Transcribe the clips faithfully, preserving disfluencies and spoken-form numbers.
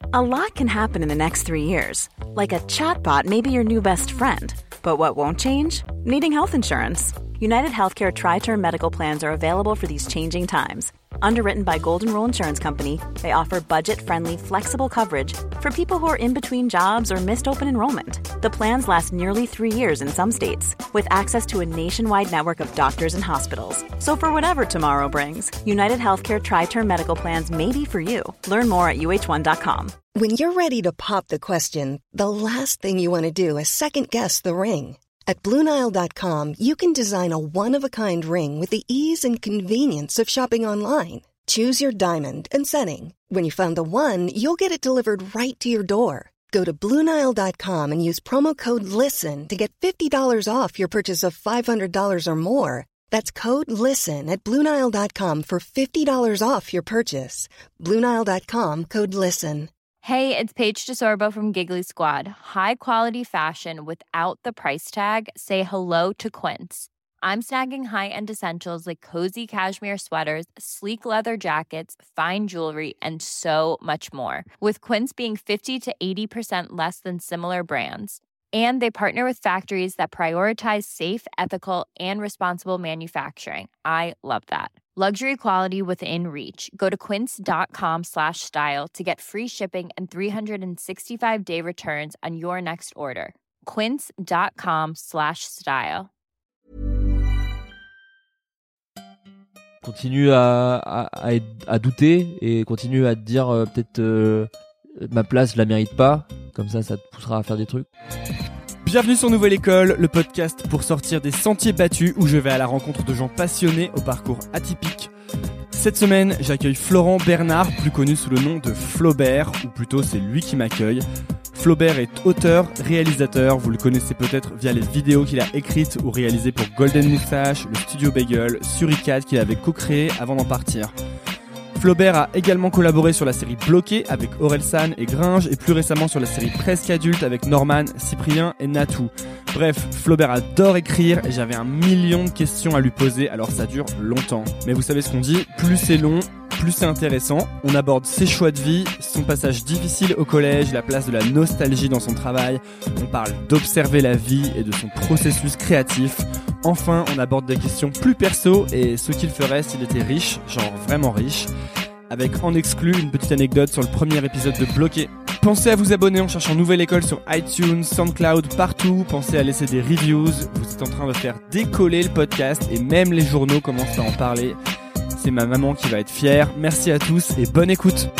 A lot can happen in the next three years. Like a chatbot may be your new best friend. But what won't change? Needing health insurance. United Healthcare Tri-Term Medical Plans are available for these changing times. Underwritten by Golden Rule Insurance Company, they offer budget-friendly, flexible coverage for people who are in between jobs or missed open enrollment. The plans last nearly three years in some states, with access to a nationwide network of doctors and hospitals. So for whatever tomorrow brings, United Healthcare Tri-Term Medical Plans may be for you. Learn more at U H one dot com. When you're ready to pop the question, the last thing you want to do is second-guess the ring. At Blue Nile dot com, you can design a one-of-a-kind ring with the ease and convenience of shopping online. Choose your diamond and setting. When you find the one, you'll get it delivered right to your door. Go to Blue Nile dot com and use promo code LISTEN to get fifty dollars off your purchase of five hundred dollars or more. That's code LISTEN at Blue Nile dot com for fifty dollars off your purchase. Blue Nile dot com, code LISTEN. Hey, it's Paige DeSorbo from Giggly Squad. High quality fashion without the price tag. Say hello to Quince. I'm snagging high-end essentials like cozy cashmere sweaters, sleek leather jackets, fine jewelry, and so much more. With Quince being fifty to eighty percent less than similar brands. And they partner with factories that prioritize safe, ethical, and responsible manufacturing. I love that. Luxury quality within reach. Go to quince.com slash style to get free shipping and three sixty-five day returns on your next order. Quince.com slash style. Continue à, à, à, à douter et continue à te dire euh, peut-être euh, ma place je la mérite pas, comme ça ça te poussera à faire des trucs. Bienvenue sur Nouvelle École, le podcast pour sortir des sentiers battus où je vais à la rencontre de gens passionnés au parcours atypique. Cette semaine, j'accueille Florent Bernard, plus connu sous le nom de Flaubert, ou plutôt c'est lui qui m'accueille. Flaubert est auteur, réalisateur, vous le connaissez peut-être via les vidéos qu'il a écrites ou réalisées pour Golden Moustache, le Studio Bagel, Suricat qu'il avait co-créé avant d'en partir. Flaubert a également collaboré sur la série Bloqué avec Orelsan et Gringe et plus récemment sur la série Presque Adulte avec Norman, Cyprien et Natou. Bref, Flaubert adore écrire et j'avais un million de questions à lui poser, alors ça dure longtemps. Mais vous savez ce qu'on dit, plus c'est long, plus c'est intéressant. On aborde ses choix de vie, son passage difficile au collège, la place de la nostalgie dans son travail. On parle d'observer la vie et de son processus créatif. Enfin, on aborde des questions plus perso et ce qu'il ferait s'il était riche, genre vraiment riche. Avec en exclu une petite anecdote sur le premier épisode de Bloqué. Pensez à vous abonner en cherchant Nouvelle École sur iTunes, SoundCloud, partout. Pensez à laisser des reviews. Vous êtes en train de faire décoller le podcast et même les journaux commencent à en parler. C'est ma maman qui va être fière. Merci à tous et bonne écoute.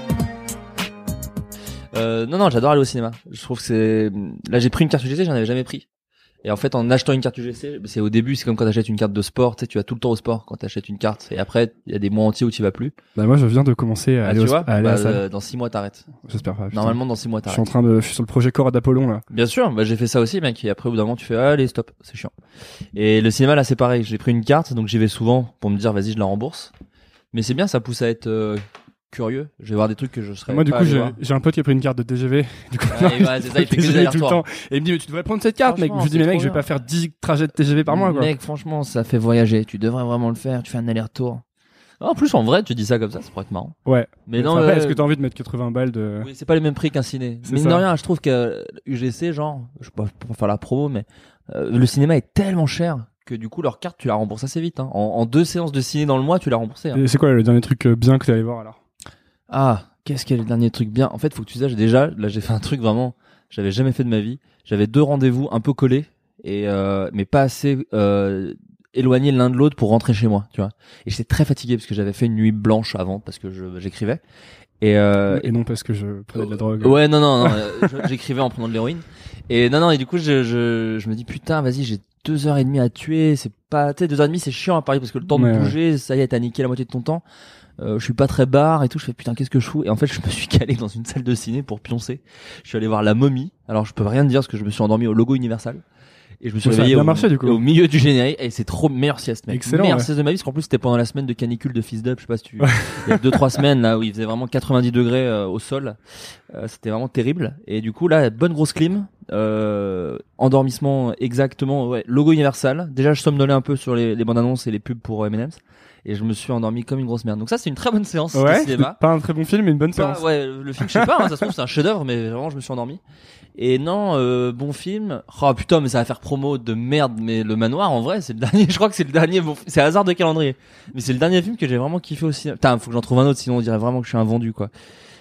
Euh, non, non, j'adore aller au cinéma. Je trouve que c'est... Là, j'ai pris une carte U G C, j'en avais jamais pris. Et en fait, en achetant une carte U G C, c'est au début, c'est comme quand t'achètes une carte de sport, tu sais, tu vas tout le temps au sport quand t'achètes une carte. Et après, il y a des mois entiers où tu vas plus. Bah moi, je viens de commencer à ah, aller, tu au, vois à, aller bah, à la salle. Euh, dans six mois, t'arrêtes. J'espère pas. Putain. Normalement, dans six mois, t'arrêtes. Je suis en train de, je suis sur le projet Corps d'Apollon là. Bien sûr, bah j'ai fait ça aussi, mec. Et après, au bout d'un moment, tu fais allez, stop, c'est chiant. Et le cinéma, là, c'est pareil. J'ai pris une carte, donc j'y vais souvent pour me dire, vas-y, je la rembourse. Mais c'est bien, ça pousse à être euh, curieux. Je vais voir des trucs que je serais. Moi, du pas coup, allé j'ai, voir. j'ai un pote qui a pris une carte de T G V. Du coup, ouais, ouais, c'est ça, il fait que des tout le allers-retours. temps. Et il me dit, mais tu devrais prendre cette carte, mec. Je lui dis, mais mec, je vais pas faire dix trajets de T G V par mois, quoi. Mec, franchement, ça fait voyager. Tu devrais vraiment le faire. Tu fais un aller-retour. En plus, en vrai, tu dis ça comme ça, ça pourrait être marrant. Ouais. Mais, mais non, après, euh... est-ce que t'as envie de mettre quatre-vingts balles de... Oui, c'est pas les mêmes prix qu'un ciné. C'est Mine ça. de rien, je trouve que U G C, genre, je peux pas faire la promo, mais euh, le cinéma est tellement cher que du coup, leur carte, tu la rembourses assez vite. Hein. En, en deux séances de ciné dans le mois, tu l'as remboursée. Hein. Et c'est quoi le dernier truc bien que t'es allé voir alors? Ah, qu'est-ce qu'il y a le dernier truc bien? En fait, faut que tu saches déjà, là, j'ai fait un truc vraiment, j'avais jamais fait de ma vie. J'avais deux rendez-vous un peu collés, et euh, mais pas assez euh, éloignés l'un de l'autre pour rentrer chez moi, tu vois. Et j'étais très fatigué parce que j'avais fait une nuit blanche avant parce que je, j'écrivais. Et, euh, et non parce que je prenais de la drogue. Ouais, non, non, non. euh, j'écrivais en prenant de l'héroïne. Et non, non. Et du coup, je, je, je me dis putain, vas-y, j'ai deux heures et demie à tuer. C'est pas, tu sais, deux heures et demie, c'est chiant à Paris parce que le temps ouais, de bouger, ouais. ça y est, t'as niqué la moitié de ton temps. Euh, je suis pas très barre et tout. Je fais putain, qu'est-ce que je fous? Et en fait, je me suis calé dans une salle de ciné pour pioncer. Je suis allé voir La Momie. Alors, je peux rien te dire parce que je me suis endormi au logo Universal. Et je me suis ça réveillé a bien au, marché, du coup. au milieu du générique et c'est trop meilleure sieste, mec. Excellent. Meilleure ouais. sieste de ma vie parce qu'en plus c'était pendant la semaine de canicule de Fils d'Up, je sais pas si tu, il y a deux trois semaines là où il faisait vraiment quatre-vingt-dix degrés euh, au sol. Euh, c'était vraiment terrible. Et du coup là, bonne grosse clim, euh, endormissement exactement, ouais, logo Universal. Déjà je somnolais un peu sur les, les bandes annonces et les pubs pour M and M's. et je me suis endormi comme une grosse merde. Donc ça, c'est une très bonne séance ouais, de cinéma. Pas un très bon film, mais une bonne pas, séance. Ouais, le film, je sais pas, hein, ça se trouve c'est un chef-d'œuvre, mais vraiment je me suis endormi. Et non, euh, bon film. Oh putain, mais ça va faire promo de merde. Mais Le Manoir, en vrai, c'est le dernier. Je crois que c'est le dernier. Bon, c'est hasard de calendrier. Mais c'est le dernier film que j'ai vraiment kiffé aussi. Putain, faut que j'en trouve un autre, sinon on dirait vraiment que je suis un vendu, quoi.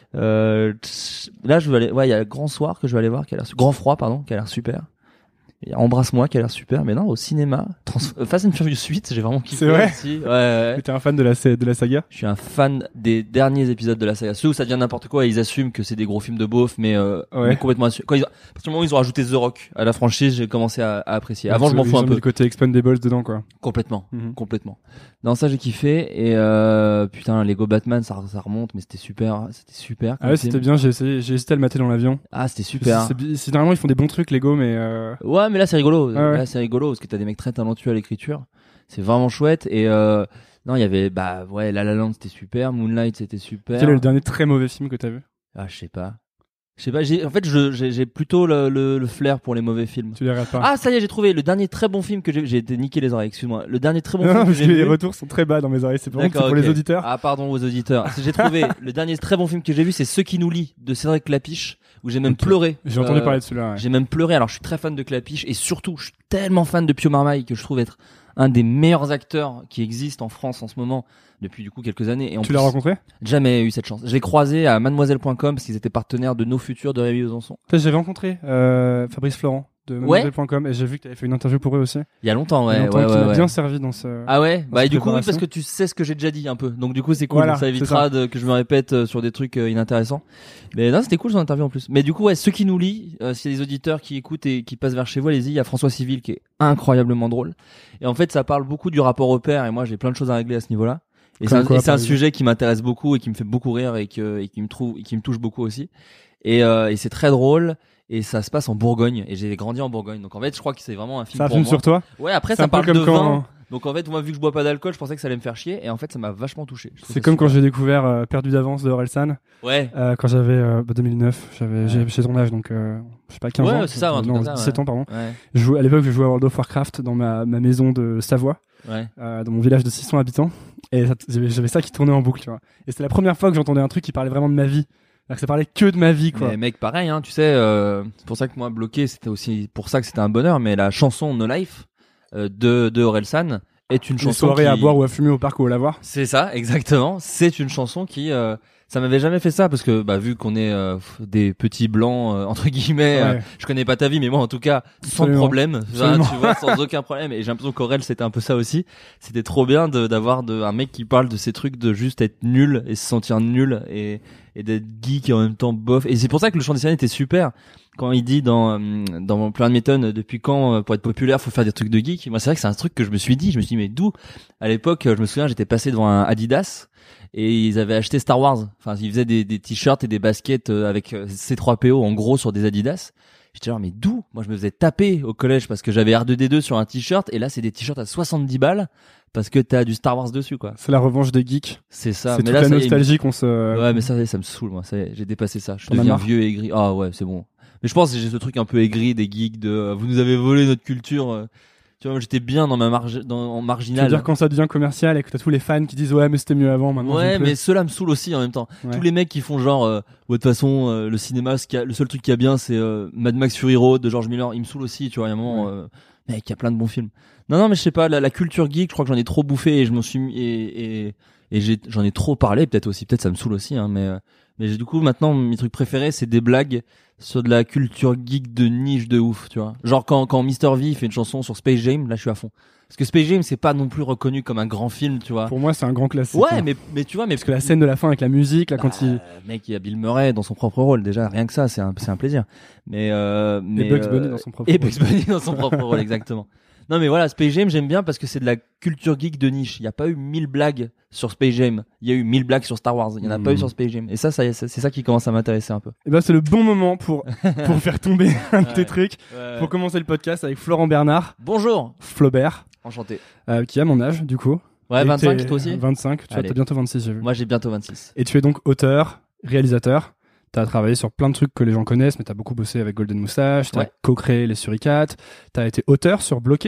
Euh, là, je vais aller. Ouais, il y a Grand Soir que je vais aller voir, qui a l'air. Grand Froid, pardon, qui a l'air super. Et Embrasse-moi qui a l'air super, mais non, au cinéma, Trans- Fast and Furious huit, j'ai vraiment kiffé. C'est vrai aussi. Ouais, ouais, ouais. T'es un fan de la, de la saga? Je suis un fan des derniers épisodes de la saga. Ceux où ça devient n'importe quoi et ils assument que c'est des gros films de beauf, mais, euh, ouais. mais complètement assume. Quand ils, à partir du moment où ils ont rajouté The Rock à la franchise, j'ai commencé à, à apprécier. Avant, je m'en fous un peu. Le côté Expendables dedans, quoi. Complètement, mm-hmm. complètement. Non, ça j'ai kiffé et euh, putain, Lego Batman, ça, ça remonte, mais c'était super, c'était super. Ah ouais, c'était bien. J'ai essayé, j'ai hésité à le mater dans l'avion. Ah, c'était super. C'est, c'est, c'est, normalement ils font des bons trucs Lego, mais euh... ouais, mais là c'est rigolo. Ah ouais. Là c'est rigolo parce que t'as des mecs très talentueux à l'écriture. C'est vraiment chouette et euh, non, il y avait bah ouais, La La Land c'était super, Moonlight c'était super. Quel est le dernier très mauvais film que t'as vu? Ah, je sais pas. Je sais pas, j'ai, en fait, je, j'ai, j'ai plutôt le, le, le flair pour les mauvais films. Tu les regardes pas? Ah, ça y est, j'ai trouvé le dernier très bon film que j'ai, j'ai été niqué les oreilles, excuse-moi. Le dernier très bon non, film que j'ai vu. Les retours sont très bas dans mes oreilles, c'est pour, c'est pour okay. les auditeurs. Ah, pardon aux auditeurs. J'ai trouvé le dernier très bon film que j'ai vu, c'est Ceux qui nous lient de Cédric Clapiche, où j'ai même okay. pleuré. J'ai entendu euh, parler de celui-là. Ouais. J'ai même pleuré. Alors, je suis très fan de Clapiche et surtout, je suis tellement fan de Pio Marmaille que je trouve être un des meilleurs acteurs qui existent en France en ce moment depuis du coup quelques années. Et en tu plus, l'as rencontré? Jamais eu cette chance. Je l'ai croisé à mademoiselle point com parce qu'ils étaient partenaires de Nos Futurs de Rémi Besançon. J'avais rencontré euh, Fabrice Florent de mademoiselle point com ouais. Et j'ai vu que tu avais fait une interview pour eux aussi. Il y a longtemps, ouais. Il y a longtemps, ouais, qui ouais, m'a ouais. bien servi dans ce. Ah ouais. Bah et du coup oui, parce que tu sais ce que j'ai déjà dit un peu. Donc du coup c'est cool. Voilà, ça évitera ça. De, que je me répète euh, sur des trucs euh, inintéressants. Mais non, c'était cool son interview en plus. Mais du coup ouais, Ceux qui nous lient, euh, s'il y a des auditeurs qui écoutent et qui passent vers chez vous, allez-y. Il y a François Civil qui est incroyablement drôle. Et en fait ça parle beaucoup du rapport au père. Et moi j'ai plein de choses à régler à ce niveau-là. Et Comme c'est, quoi, un, et c'est un sujet qui m'intéresse beaucoup et qui me fait beaucoup rire et, que, et qui me trouve, et qui me touche beaucoup aussi. Et, euh, et c'est très drôle. Et ça se passe en Bourgogne. Et j'ai grandi en Bourgogne. Donc en fait, je crois que c'est vraiment un film ça pour film moi. sur toi? Ouais, après c'est ça parle de quand... vin. Donc en fait, moi vu que je bois pas d'alcool, je pensais que ça allait me faire chier. Et en fait, ça m'a vachement touché. C'est comme super. Quand j'ai découvert euh, Perdu d'avance de Orelsan. Ouais. Euh, quand j'avais euh, deux mille neuf, j'avais, ouais. j'ai, j'ai ton âge, donc euh, je sais pas, quinze ouais, ans. Ouais, c'est ça, un non, ça, dix-sept ouais. ans, pardon. Ouais. Je jouais, à l'époque, je jouais à World of Warcraft dans ma, ma maison de Savoie. Ouais. Euh, dans mon village de six cents habitants. Et ça, j'avais ça qui tournait en boucle, tu vois. Et c'était la première fois que j'entendais un truc qui parlait vraiment de ma vie. Alors que ça parlait que de ma vie, quoi. Mais mec, pareil, hein, tu sais, euh, c'est pour ça que moi, Bloqué, c'était aussi pour ça que c'était un bonheur, mais la chanson No Life euh, de, de Orelsan est une Les chanson soirées qui... à boire ou à fumer au parc ou au lavoir. C'est ça, exactement. C'est une chanson qui... Euh, ça m'avait jamais fait ça parce que bah vu qu'on est euh, des petits blancs euh, entre guillemets, ouais. euh, je connais pas ta vie mais moi en tout cas sans Absolument. problème, enfin, tu vois, sans aucun problème. Et j'ai l'impression qu'Aurel c'était un peu ça aussi. C'était trop bien de, d'avoir de, un mec qui parle de ces trucs de juste être nul et se sentir nul et, et d'être geek et en même temps bof. Et c'est pour ça que le chant des sirènes était super. Quand il dit dans dans Plein de méthodes, depuis quand pour être populaire faut faire des trucs de geek. Moi c'est vrai que c'est un truc que je me suis dit. Je me suis dit mais d'où? À l'époque je me souviens j'étais passé devant un Adidas. Et ils avaient acheté Star Wars. Enfin, ils faisaient des, des t-shirts et des baskets avec C trois P O en gros sur des Adidas. J'étais genre, mais d'où? Moi, je me faisais taper au collège parce que j'avais R deux D deux sur un t-shirt et là, c'est des t-shirts à soixante-dix balles parce que t'as du Star Wars dessus, quoi. C'est la revanche des geeks. C'est ça. C'est mais toute là, la ça nostalgie qu'on se... Ouais, mais ça, ça me saoule, moi. Ça y est, j'ai dépassé ça. Je T'en deviens vieux et aigri. Ah ouais, c'est bon. Mais je pense que j'ai ce truc un peu aigri des geeks de, euh, vous nous avez volé notre culture. Euh, Tu vois, moi, j'étais bien dans ma marge, dans, en marginal. Tu veux dire quand ça devient commercial et que t'as tous les fans qui disent ouais, mais c'était mieux avant, maintenant. Ouais, mais ceux-là me saoulent aussi en même temps. Ouais. Tous les mecs qui font genre, euh, ouais, de toute façon, euh, le cinéma, ce qui a, le seul truc qui a bien, c'est euh, Mad Max Fury Road de George Miller. Il me saoule aussi, tu vois, il y a un moment, ouais. euh, mec, il y a plein de bons films. Non, non, mais je sais pas, la, la culture geek, je crois que j'en ai trop bouffé et je m'en suis mis, et, et, et j'ai, j'en ai trop parlé, peut-être aussi, peut-être ça me saoule aussi, hein, mais, euh, mais du coup, maintenant, mes trucs préférés, c'est des blagues sur de la culture geek de niche de ouf, tu vois. Genre quand quand Mister V fait une chanson sur Space Jam, là je suis à fond. Parce que Space Jam c'est pas non plus reconnu comme un grand film, tu vois. Pour moi, c'est un grand classique. Ouais, hein. mais mais tu vois, mais parce que la scène de la fin avec la musique, là bah, quand il mec, il y a Bill Murray dans son propre rôle déjà, rien que ça, c'est un c'est un plaisir. Mais euh mais et Bugs euh, Bunny dans son propre et rôle. Bugs Bunny dans son propre rôle exactement. Non mais voilà, Space Jam j'aime bien parce que c'est de la culture geek de niche. Il y a pas eu mille blagues sur Space Jam. Il y a eu mille blagues sur Star Wars. Il y en a mmh. pas eu sur Space Jam. Et ça, ça c'est, c'est ça qui commence à m'intéresser un peu. Et ben c'est le bon moment pour pour faire tomber un de tes trucs. Ouais. Pour commencer le podcast avec Florent Bernard. Bonjour. Flaubert. Enchanté. Euh, qui a mon âge du coup. Ouais, vingt-cinq toi aussi. vingt-cinq. Tu vois, t'as bientôt vingt-six j'ai vu. Moi j'ai bientôt vingt-six. Et tu es donc auteur, réalisateur. T'as travaillé sur plein de trucs que les gens connaissent, mais t'as beaucoup bossé avec Golden Moustache. T'as ouais. co-créé les Suricates. T'as été auteur sur Bloqué.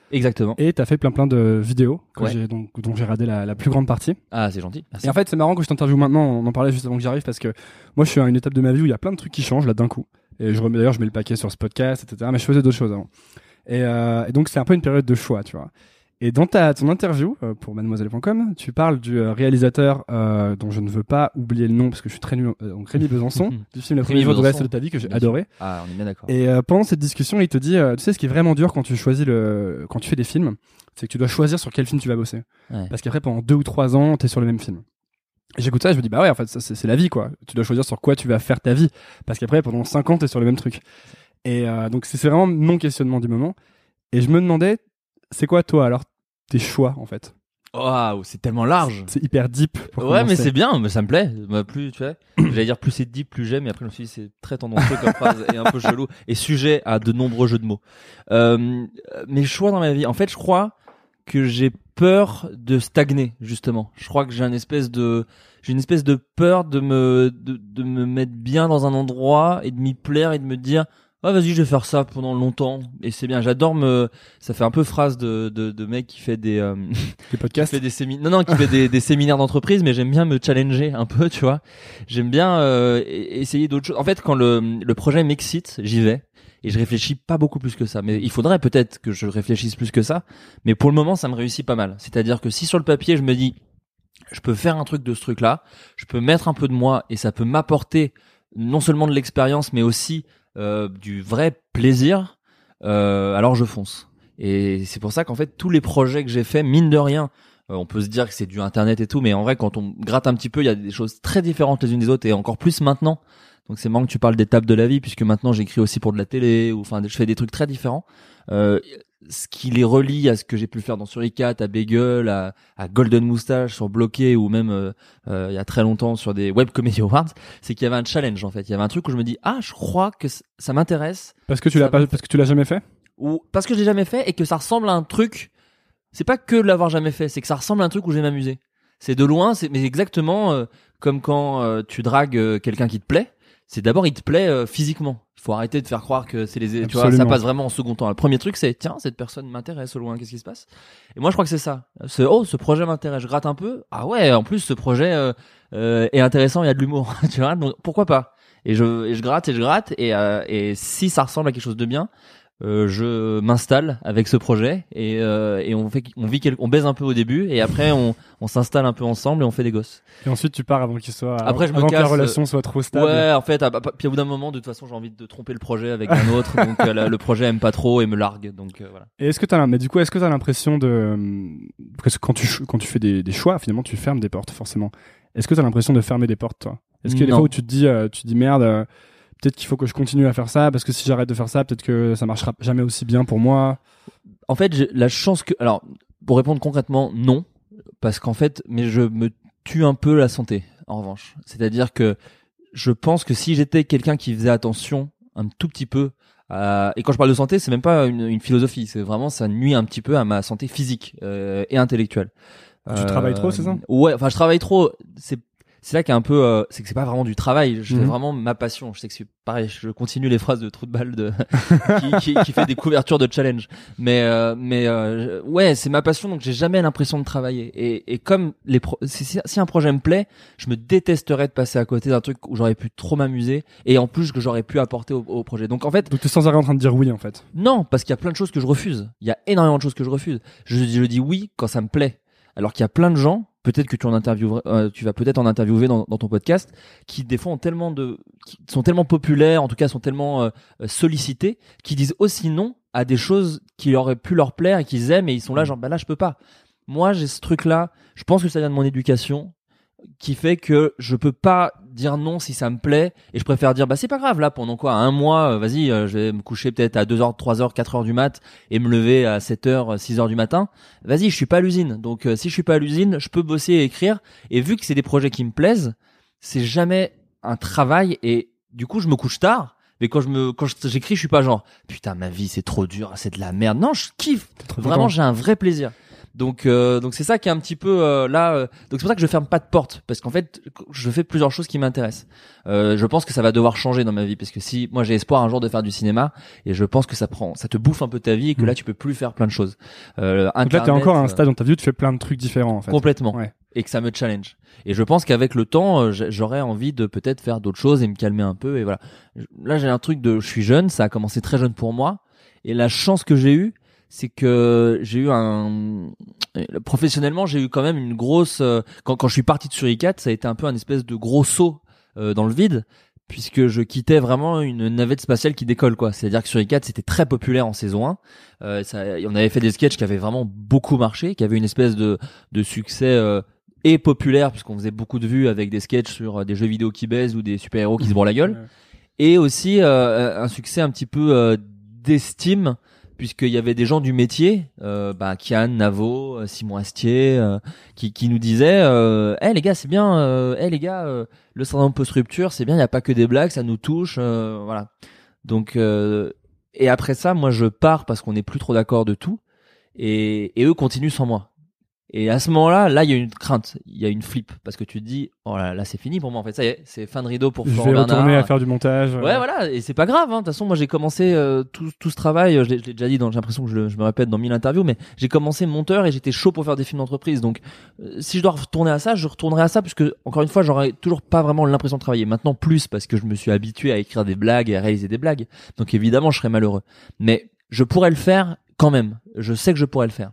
Exactement. Et t'as fait plein plein de vidéos que ouais. j'ai, donc, dont j'ai radé la, la plus grande partie. Ah, c'est gentil. Merci. Et en fait, c'est marrant que je t'interviewe maintenant. On en parlait juste avant que j'arrive parce que moi, je suis à une étape de ma vie où il y a plein de trucs qui changent là d'un coup. Et je remets, d'ailleurs, je mets le paquet sur ce podcast, et cetera. Mais je faisais d'autres choses avant. Et, euh, et donc, c'est un peu une période de choix, tu vois. Et dans ta, ton interview euh, pour mademoiselle point com, tu parles du euh, réalisateur euh, dont je ne veux pas oublier le nom parce que je suis très nul, euh, donc Rémi Besançon, du film Le premier jour du reste de ta vie que j'ai adoré. Ah, on est bien d'accord. Et euh, pendant cette discussion, il te dit, euh, tu sais, ce qui est vraiment dur quand tu choisis le, quand tu fais des films, c'est que tu dois choisir sur quel film tu vas bosser. Ouais. Parce qu'après, pendant deux ou trois ans, t'es sur le même film. Et j'écoute ça et je me dis, bah ouais, en fait, ça, c'est, c'est la vie, quoi. Tu dois choisir sur quoi tu vas faire ta vie. Parce qu'après, pendant cinq ans, t'es sur le même truc. Et euh, donc, c'est, c'est vraiment mon questionnement du moment. Et je me demandais, c'est quoi, toi, alors, tes choix, en fait? Waouh, c'est tellement large. C'est hyper deep. Pour ouais, commencer. mais c'est bien, mais ça me plaît. Bah, plus, tu vois, j'allais dire plus c'est deep, plus j'aime. Et après, je me suis dit, c'est très tendancieux comme phrase et un peu chelou et sujet à de nombreux jeux de mots. Euh, mes choix dans ma vie, en fait, je crois que j'ai peur de stagner, justement. Je crois que j'ai une espèce de, j'ai une espèce de peur de me, de, de me mettre bien dans un endroit et de m'y plaire et de me dire, ah, vas-y, je vais faire ça pendant longtemps. Et c'est bien. J'adore me, ça fait un peu phrase de, de, de mec qui fait des, euh, des podcasts. Qui fait des séminaires, non, non, qui fait des, des séminaires d'entreprise, mais j'aime bien me challenger un peu, tu vois. J'aime bien, euh, essayer d'autres choses. En fait, quand le, le projet m'excite, j'y vais. Et je réfléchis pas beaucoup plus que ça. Mais il faudrait peut-être que je réfléchisse plus que ça. Mais pour le moment, ça me réussit pas mal. C'est-à-dire que si sur le papier, je me dis, je peux faire un truc de ce truc-là, je peux mettre un peu de moi et ça peut m'apporter non seulement de l'expérience, mais aussi Euh, du vrai plaisir, euh, alors je fonce. Et c'est pour ça qu'en fait tous les projets que j'ai faits, mine de rien, euh, on peut se dire que c'est du internet et tout, mais en vrai quand on gratte un petit peu, il y a des choses très différentes les unes des autres et encore plus maintenant. Donc c'est marrant que tu parles d'étapes de la vie puisque maintenant j'écris aussi pour de la télé ou enfin je fais des trucs très différents. Euh, ce qui les relie à ce que j'ai pu faire dans Suricat, à Bagel, à, à Golden Moustache, sur Bloqué ou même euh, euh, il y a très longtemps sur des Web Comedy Awards, c'est qu'il y avait un challenge en fait. Il y avait un truc où je me dis ah je crois que c- ça m'intéresse. Parce que tu l'as pas, parce que tu l'as jamais fait. Ou parce que je l'ai jamais fait et que ça ressemble à un truc. C'est pas que de l'avoir jamais fait, c'est que ça ressemble à un truc où je vais m'amuser. C'est de loin, c'est mais exactement euh, comme quand euh, tu dragues euh, quelqu'un qui te plaît. C'est d'abord il te plaît euh, physiquement. Il faut arrêter de faire croire que c'est les, tu vois, ça passe vraiment en second temps. Le premier truc c'est tiens cette personne m'intéresse au loin, qu'est-ce qui se passe? Et moi je crois que c'est ça. C'est oh ce projet m'intéresse, je gratte un peu. Ah ouais, en plus ce projet euh, euh, est intéressant, il y a de l'humour, tu vois. Donc pourquoi pas? Et je et je gratte et je gratte et euh, et si ça ressemble à quelque chose de bien. Euh, je m'installe avec ce projet et, euh, et on fait, on vit, quel, on baise un peu au début et après on, on s'installe un peu ensemble et on fait des gosses. Et ensuite tu pars avant qu'il soit, après je avant me que casse, la relation soit trop stable. Ouais, en fait, à, à, puis au bout d'un moment, de toute façon, j'ai envie de tromper le projet avec un autre, donc euh, la, le projet aime pas trop et me largue, donc euh, voilà. Et est-ce que t'as, mais du coup, est-ce que t'as l'impression de, parce que quand tu, quand tu fais des, des choix, finalement, tu fermes des portes forcément. Est-ce que t'as l'impression de fermer des portes, toi? Est-ce qu'il y a des fois où tu te dis, euh, tu te dis merde. Euh, peut-être qu'il faut que je continue à faire ça parce que si j'arrête de faire ça, peut-être que ça marchera jamais aussi bien pour moi. En fait, j'ai la chance que, alors, pour répondre concrètement, non, parce qu'en fait, mais je me tue un peu la santé, en revanche. C'est-à-dire que je pense que si j'étais quelqu'un qui faisait attention un tout petit peu, à... et quand je parle de santé, c'est même pas une, une philosophie, c'est vraiment ça nuit un petit peu à ma santé physique euh, et intellectuelle. Tu euh... travailles trop, c'est ça? Ouais, enfin, je travaille trop. C'est c'est là qu'il y a un peu euh, c'est que c'est pas vraiment du travail, je fais mmh. vraiment ma passion. Je sais que c'est pareil, je continue les phrases de trou de balle de qui, qui qui fait des couvertures de challenge, mais euh, mais euh, ouais, c'est ma passion, donc j'ai jamais l'impression de travailler. Et et comme les pro- si, si un projet me plaît, je me détesterais de passer à côté d'un truc où j'aurais pu trop m'amuser et en plus que j'aurais pu apporter au, au projet. Donc en fait, donc t'es sans arrêt en train de dire oui en fait. Non, parce qu'il y a plein de choses que je refuse. Il y a énormément de choses que je refuse. Je je dis oui quand ça me plaît. Alors qu'il y a plein de gens, peut-être que tu en intervieweras, euh, tu vas peut-être en interviewer dans, dans ton podcast, qui des fois ont tellement de, qui sont tellement populaires, en tout cas sont tellement euh, sollicités, qui disent aussi non à des choses qui auraient pu leur plaire et qu'ils aiment et ils sont là genre bah là je peux pas. Moi j'ai ce truc là, je pense que ça vient de mon éducation, qui fait que je peux pas dire non si ça me plaît et je préfère dire bah c'est pas grave là pendant quoi un mois euh, vas-y euh, je vais me coucher peut-être à deux heures, trois heures, quatre heures du mat et me lever à sept heures, six heures du matin. Vas-y, je suis pas à l'usine. Donc euh, si je suis pas à l'usine, je peux bosser et écrire et vu que c'est des projets qui me plaisent, c'est jamais un travail et du coup je me couche tard. Mais quand je me quand j'écris, je suis pas genre putain ma vie c'est trop dur, c'est de la merde. Non, je kiffe. Vraiment, j'ai un vrai plaisir. Donc euh, donc c'est ça qui est un petit peu euh, là. Euh, donc c'est pour ça que je ferme pas de porte parce qu'en fait je fais plusieurs choses qui m'intéressent. Euh, je pense que ça va devoir changer dans ma vie parce que si moi j'ai espoir un jour de faire du cinéma et je pense que ça prend, ça te bouffe un peu ta vie et que mmh. là tu peux plus faire plein de choses. Euh, donc Internet, là t'es encore à un stade dans ta vie où tu fais plein de trucs différents en fait. Complètement. Ouais. Et que ça me challenge. Et je pense qu'avec le temps, j'aurais envie de peut-être faire d'autres choses et me calmer un peu. Et voilà. Là, j'ai un truc de, je suis jeune, ça a commencé très jeune pour moi. Et la chance que j'ai eue, c'est que j'ai eu un, professionnellement, j'ai eu quand même une grosse, quand, quand je suis parti de Suricat, ça a été un peu un espèce de gros saut euh, dans le vide. Puisque je quittais vraiment une navette spatiale qui décolle, quoi. C'est-à-dire que Suricat, c'était très populaire en saison un. Euh, ça, on avait fait des sketchs qui avaient vraiment beaucoup marché, qui avaient une espèce de, de succès, euh, et populaire, puisqu'on faisait beaucoup de vues avec des sketchs sur des jeux vidéo qui baisent ou des super-héros qui se bourrent la gueule. Ouais. Et aussi, euh, un succès un petit peu, euh, d'estime, puisqu'il y avait des gens du métier, euh, bah, Kian, Navo, Simon Astier, euh, qui, qui nous disaient, euh, hey, les gars, c'est bien, euh, hey, les gars, euh, le syndrome post-rupture, c'est bien, il n'y a pas que des blagues, ça nous touche, euh, voilà. Donc, euh, et après ça, moi, je pars parce qu'on n'est plus trop d'accord de tout, et, et eux continuent sans moi. Et à ce moment-là, là, il y a une crainte, il y a une flip, parce que tu te dis, oh là, là, c'est fini pour moi, en fait, ça y est, c'est fin de rideau pour Florent Bernard. Je vais retourner à faire du montage. Ouais, euh... voilà, et c'est pas grave, hein. De toute façon, moi, j'ai commencé euh, tout, tout ce travail, je l'ai, je l'ai déjà dit, dans, j'ai l'impression que je, je me répète dans mille interviews, mais j'ai commencé monteur et j'étais chaud pour faire des films d'entreprise. Donc, euh, si je dois retourner à ça, je retournerai à ça, puisque, encore une fois, j'aurais toujours pas vraiment l'impression de travailler. Maintenant, plus, parce que je me suis habitué à écrire des blagues et à réaliser des blagues. Donc, évidemment, je serais malheureux. Mais je pourrais le faire quand même. Je sais que je pourrais le faire.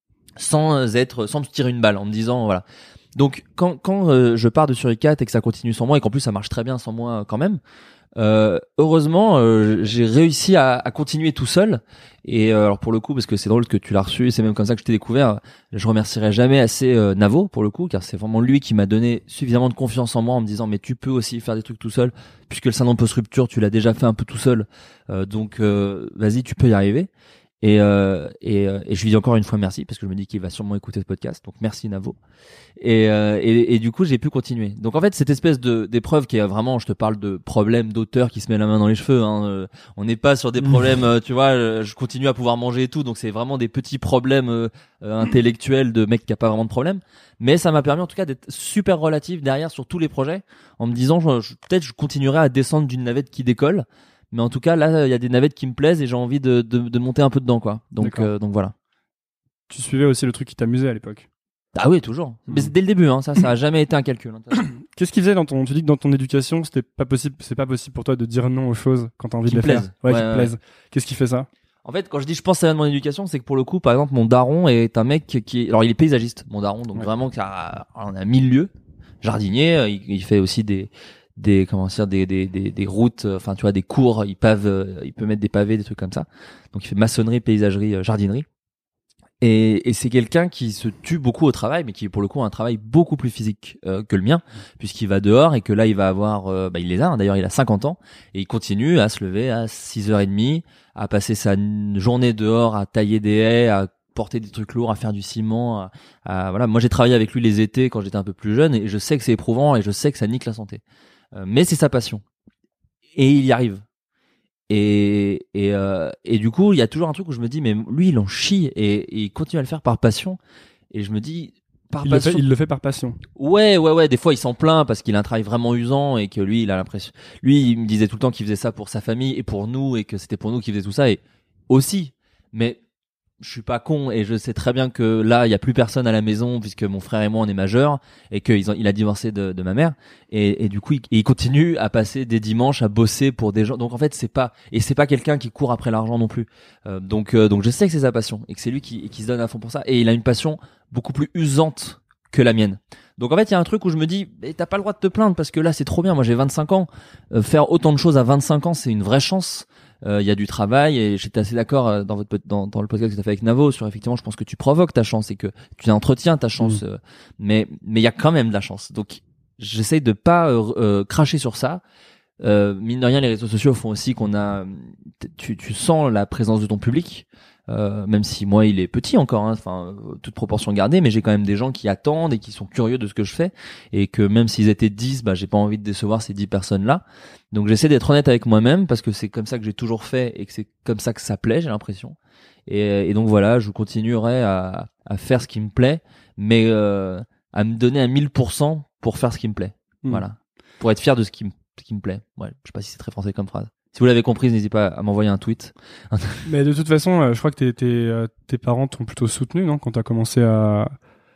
Sans être, sans me tirer une balle en me disant voilà. Donc quand quand euh, je pars de Suricat et que ça continue sans moi et qu'en plus ça marche très bien sans moi quand même, euh, heureusement euh, j'ai réussi à, à continuer tout seul. Et euh, alors pour le coup, parce que c'est drôle que tu l'as reçu, c'est même comme ça que je t'ai découvert. Je remercierai jamais assez euh, Navo pour le coup, car c'est vraiment lui qui m'a donné suffisamment de confiance en moi en me disant mais tu peux aussi faire des trucs tout seul, puisque le syndrome post-rupture tu l'as déjà fait un peu tout seul, euh, donc euh, vas-y tu peux y arriver. Et, euh, et, euh, et je lui dis encore une fois merci parce que je me dis qu'il va sûrement écouter ce podcast. Donc merci Navo. Et, euh, et, et du coup j'ai pu continuer. Donc en fait cette espèce de d'épreuve qui est vraiment, je te parle de problème d'auteur qui se met la main dans les cheveux. Hein. Euh, on n'est pas sur des problèmes, euh, tu vois. Je, je continue à pouvoir manger et tout. Donc c'est vraiment des petits problèmes euh, euh, intellectuels de mec qui a pas vraiment de problème. Mais ça m'a permis en tout cas d'être super relatif derrière sur tous les projets, en me disant je, je, peut-être je continuerai à descendre d'une navette qui décolle. Mais en tout cas, là, il y a des navettes qui me plaisent et j'ai envie de, de, de monter un peu dedans, quoi. Donc, euh, donc voilà. Tu suivais aussi le truc qui t'amusait à l'époque? Ah oui, toujours. Mmh. Mais c'est dès le début, hein. Ça, ça a jamais été un calcul. Hein. Qu'est-ce qui faisait dans ton, tu dis que dans ton éducation, c'était pas possible, c'est pas possible pour toi de dire non aux choses quand t'as envie qui de les plaisent. faire. Ouais, ouais, qui te ouais. plaisent. Qu'est-ce qui fait ça? En fait, quand je dis je pense à de mon éducation, c'est que pour le coup, par exemple, mon daron est un mec qui est, alors il est paysagiste, mon daron, donc ouais. vraiment, car on a mille lieux. Jardinier, il, il fait aussi des, des comment dire des des des des routes, enfin tu vois des cours, il pave, il peut mettre des pavés, des trucs comme ça. Donc il fait maçonnerie, paysagerie, jardinerie. Et, et c'est quelqu'un qui se tue beaucoup au travail, mais qui pour le coup a un travail beaucoup plus physique euh, que le mien, puisqu'il va dehors et que là il va avoir, euh, bah il les a, hein, d'ailleurs il a cinquante ans et il continue à se lever à six heures trente, à passer sa journée dehors, à tailler des haies, à porter des trucs lourds, à faire du ciment, à, à, voilà. Moi j'ai travaillé avec lui les étés quand j'étais un peu plus jeune et je sais que c'est éprouvant et je sais que ça nique la santé. Euh, mais c'est sa passion et il y arrive. Et et euh, et du coup il y a toujours un truc où je me dis mais lui il en chie et, et il continue à le faire par passion et je me dis par il passion. Le fait, il le fait par passion. Ouais ouais ouais. Des fois il s'en plaint parce qu'il a un travail vraiment usant et que lui il a l'impression. Lui il me disait tout le temps qu'il faisait ça pour sa famille et pour nous et que c'était pour nous qu'il faisait tout ça et aussi. Mais je suis pas con et je sais très bien que là il y a plus personne à la maison puisque mon frère et moi on est majeurs et qu'il il a divorcé de, de ma mère et, et du coup il, il continue à passer des dimanches à bosser pour des gens. Donc en fait c'est pas et c'est pas quelqu'un qui court après l'argent non plus. Euh, donc euh, donc je sais que c'est sa passion et que c'est lui qui qui se donne à fond pour ça et il a une passion beaucoup plus usante que la mienne. Donc en fait il y a un truc où je me dis eh, t'as pas le droit de te plaindre parce que là c'est trop bien. Moi j'ai vingt-cinq ans, euh, faire autant de choses à vingt-cinq ans c'est une vraie chance. Il euh, y a du travail et j'étais assez d'accord dans votre dans, dans le podcast que tu as fait avec Navo sur effectivement je pense que tu provoques ta chance et que tu entretiens ta chance mmh. euh, mais mais il y a quand même de la chance. Donc j'essaye de pas euh, euh, cracher sur ça. Euh, mine de rien les réseaux sociaux font aussi qu'on a tu tu sens la présence de ton public. Euh, même si moi il est petit encore, hein, enfin toute proportion gardée, mais j'ai quand même des gens qui attendent et qui sont curieux de ce que je fais et que même s'ils étaient dix, bah j'ai pas envie de décevoir ces dix personnes là. Donc j'essaie d'être honnête avec moi-même parce que c'est comme ça que j'ai toujours fait et que c'est comme ça que ça plaît, j'ai l'impression. Et, et donc voilà, je continuerai à, à faire ce qui me plaît, mais euh, à me donner à mille pour cent pour faire ce qui me plaît. Mmh. Voilà, pour être fier de ce qui me, ce qui me plaît. Ouais, je sais pas si c'est très français comme phrase. Si vous l'avez compris, n'hésitez pas à m'envoyer un tweet. Mais de toute façon, euh, je crois que tes, tes, euh, tes parents t'ont plutôt soutenu, non, quand t'as commencé à,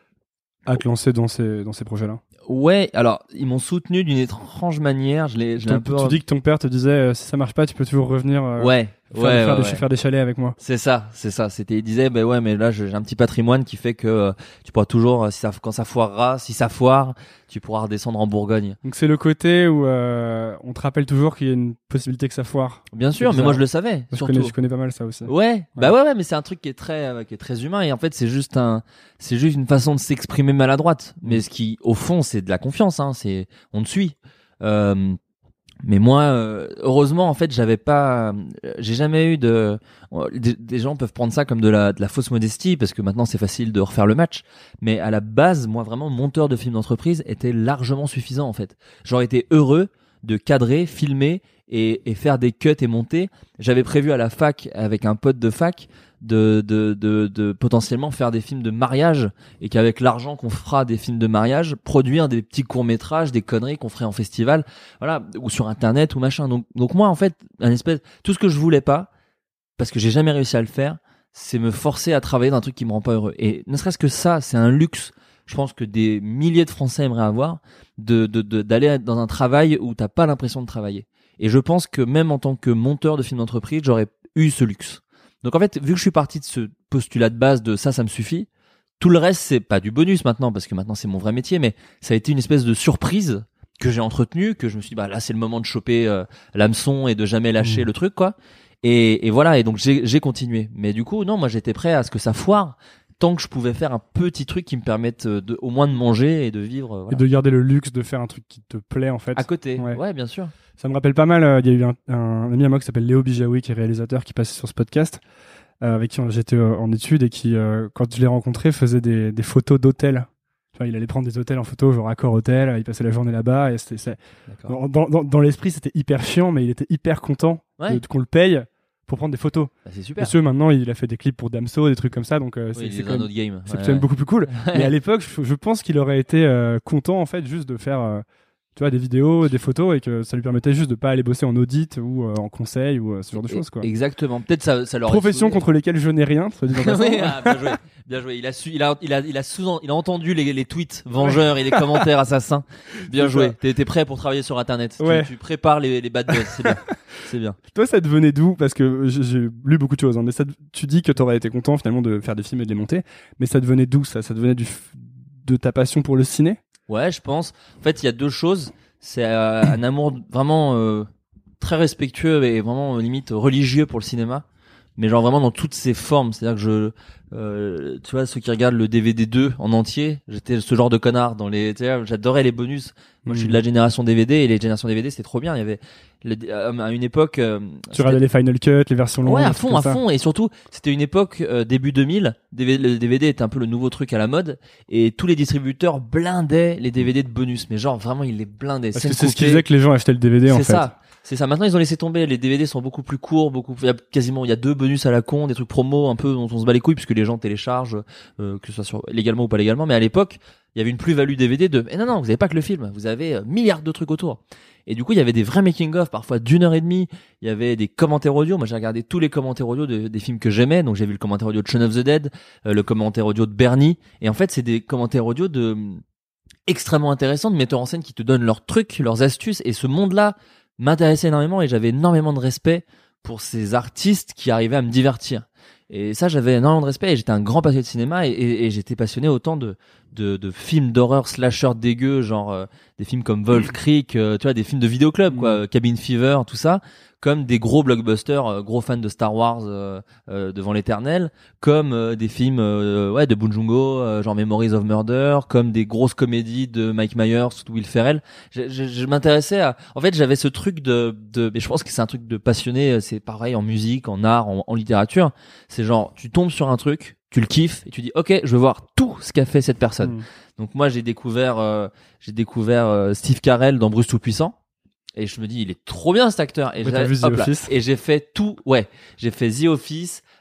à te lancer dans ces, dans ces projets-là. Ouais, alors ils m'ont soutenu d'une étrange manière. Je l'ai, je l'ai un peu. Tu dis que ton père te disait euh, si ça marche pas, tu peux toujours revenir. Euh, ouais. Faire, ouais, faire, ouais, des, ouais. faire des chalets avec moi. C'est ça, c'est ça. C'était, il disait, ben bah ouais, mais là j'ai un petit patrimoine qui fait que euh, tu pourras toujours, si ça, quand ça foirera, si ça foire, tu pourras redescendre en Bourgogne. Donc c'est le côté où euh, on te rappelle toujours qu'il y a une possibilité que ça foire. Bien sûr, mais moi je le savais. Moi, je, surtout. connais, je connais pas mal ça aussi. Ouais, ouais. bah ouais, ouais, mais c'est un truc qui est très, euh, qui est très humain et en fait c'est juste un, c'est juste une façon de s'exprimer maladroite. Mais ce qui, au fond, c'est de la confiance. Hein, c'est, on te suit. Euh, Mais moi, euh, heureusement, en fait, j'avais pas, euh, j'ai jamais eu de, des, des gens peuvent prendre ça comme de la, de la fausse modestie parce que maintenant c'est facile de refaire le match. Mais à la base, moi, vraiment, monteur de film d'entreprise était largement suffisant, en fait. J'aurais été heureux de cadrer, filmer et, et faire des cuts et monter. J'avais prévu à la fac avec un pote de fac de, de, de, de potentiellement faire des films de mariage et qu'avec l'argent qu'on fera des films de mariage, produire des petits courts-métrages, des conneries qu'on ferait en festival, voilà, ou sur internet ou machin. Donc, donc moi, en fait, un espèce, tout ce que je voulais pas, parce que j'ai jamais réussi à le faire, c'est me forcer à travailler dans un truc qui me rend pas heureux. Et ne serait-ce que ça, c'est un luxe. Je pense que des milliers de Français aimeraient avoir de, de, de, d'aller dans un travail où t'as pas l'impression de travailler. Et je pense que même en tant que monteur de films d'entreprise, j'aurais eu ce luxe. Donc en fait, vu que je suis parti de ce postulat de base de ça, ça me suffit, tout le reste, c'est pas du bonus maintenant, parce que maintenant c'est mon vrai métier, mais ça a été une espèce de surprise que j'ai entretenue, que je me suis dit, bah là c'est le moment de choper euh, l'hameçon et de jamais lâcher mmh. le truc, quoi. Et, et voilà, et donc j'ai, j'ai continué. Mais du coup, non, moi j'étais prêt à ce que ça foire, tant que je pouvais faire un petit truc qui me permette de, au moins de manger et de vivre. Voilà. Et de garder le luxe de faire un truc qui te plaît, en fait. À côté, ouais, ouais bien sûr. Ça me rappelle pas mal, il euh, y a eu un, un ami à moi qui s'appelle Léo Bijaoui, qui est réalisateur, qui passait sur ce podcast, euh, avec qui j'étais euh, en études et qui, euh, quand je l'ai rencontré, faisait des, des photos d'hôtels. Tu vois, il allait prendre des hôtels en photo, genre Accor Hôtel, il passait la journée là-bas, et c'était, c'est... Dans, dans, dans l'esprit, c'était hyper chiant, mais il était hyper content ouais. de, de, qu'on le paye pour prendre des photos. Bah, c'est super. Parce que maintenant, il a fait des clips pour Damso, des trucs comme ça, donc euh, oui, c'est, c'est, quand même, autre game. c'est ouais, quand même ouais. beaucoup plus cool. Mais à l'époque, je, je pense qu'il aurait été euh, content, en fait, juste de faire... Euh, tu vois, des vidéos, des photos, et que ça lui permettait juste de pas aller bosser en audit ou euh, en conseil ou euh, ce genre de choses, quoi. Exactement. Peut-être ça, ça leur profession contre lesquelles je n'ai rien. Ça dit dans oui, ah, bien joué, bien joué. Il a su, il a, il a, il a sous, il a entendu les, les tweets vengeurs et les commentaires assassins. Bien c'est joué. T'es, t'es prêt pour travailler sur Internet. Ouais. Tu, tu prépares les, les bad buzz. C'est bien. C'est bien. Toi, ça te venait d'où? Parce que j'ai, j'ai lu beaucoup de choses, hein, mais ça, tu dis que t'aurais été content finalement de faire des films et de les monter, mais ça te venait d'où ça? Ça te venait du, de ta passion pour le ciné? Ouais, je pense. En fait, il y a deux choses. C'est euh, un amour vraiment euh, très respectueux et vraiment euh, limite religieux pour le cinéma, mais genre vraiment dans toutes ses formes. C'est-à-dire que je, euh, tu vois, ceux qui regardent le D V D deux en entier, j'étais ce genre de connard dans les, tu sais, j'adorais les bonus. Moi, mmh. je suis de la génération D V D et les générations D V D, c'était trop bien. Il y avait le, euh, à une époque. Euh, tu regardais les Final Cut, les versions longues. Ouais, à fond, à ça. fond. Et surtout, c'était une époque euh, début deux mille. D V D, le D V D était un peu le nouveau truc à la mode et tous les distributeurs blindaient les D V D de bonus. Mais genre vraiment, ils les blindaient. Parce que c'est ce qui faisait que les gens achetaient le D V D, c'est en fait. C'est ça. C'est ça. Maintenant, ils ont laissé tomber. Les D V D sont beaucoup plus courts, beaucoup, il y a quasiment, il y a deux bonus à la con, des trucs promo un peu dont on se bat les couilles puisque les gens téléchargent, euh, que ce soit sur, légalement ou pas légalement. Mais à l'époque, il y avait une plus-value D V D de, eh non, non, vous avez pas que le film. Vous avez euh, milliards de trucs autour. Et du coup, il y avait des vrais making-of, parfois d'une heure et demie. Il y avait des commentaires audio. Moi, j'ai regardé tous les commentaires audio de, des films que j'aimais. Donc, j'ai vu le commentaire audio de Shaun of the Dead, euh, le commentaire audio de Bernie. Et en fait, c'est des commentaires audio de, extrêmement intéressants, de metteurs en scène qui te donnent leurs trucs, leurs astuces. Et ce monde-là m'intéressait énormément et j'avais énormément de respect pour ces artistes qui arrivaient à me divertir. Et ça, j'avais énormément de respect et j'étais un grand passionné de cinéma et, et, et j'étais passionné autant de, de, de films d'horreur slasher dégueux, genre euh, des films comme Wolf Creek, euh, tu vois, des films de vidéoclub, quoi, euh, Cabin Fever, tout ça, comme des gros blockbusters, euh, gros fans de Star Wars euh, euh, devant l'éternel, comme euh, des films euh, ouais de Bong Joon-ho, euh, genre Memories of Murder, comme des grosses comédies de Mike Myers, de Will Ferrell. Je, je, je m'intéressais à, en fait, j'avais ce truc de, de, mais je pense que c'est un truc de passionné. C'est pareil en musique, en art, en, en littérature. C'est genre, tu tombes sur un truc, tu le kiffes et tu dis, ok, je veux voir tout ce qu'a fait cette personne. Mmh. Donc moi, j'ai découvert, euh, j'ai découvert euh, Steve Carell dans Bruce Tout-Puissant. Et je me dis, il est trop bien cet acteur. Et, ouais, j'ai, hop là, et j'ai fait tout, ouais. J'ai fait The Office,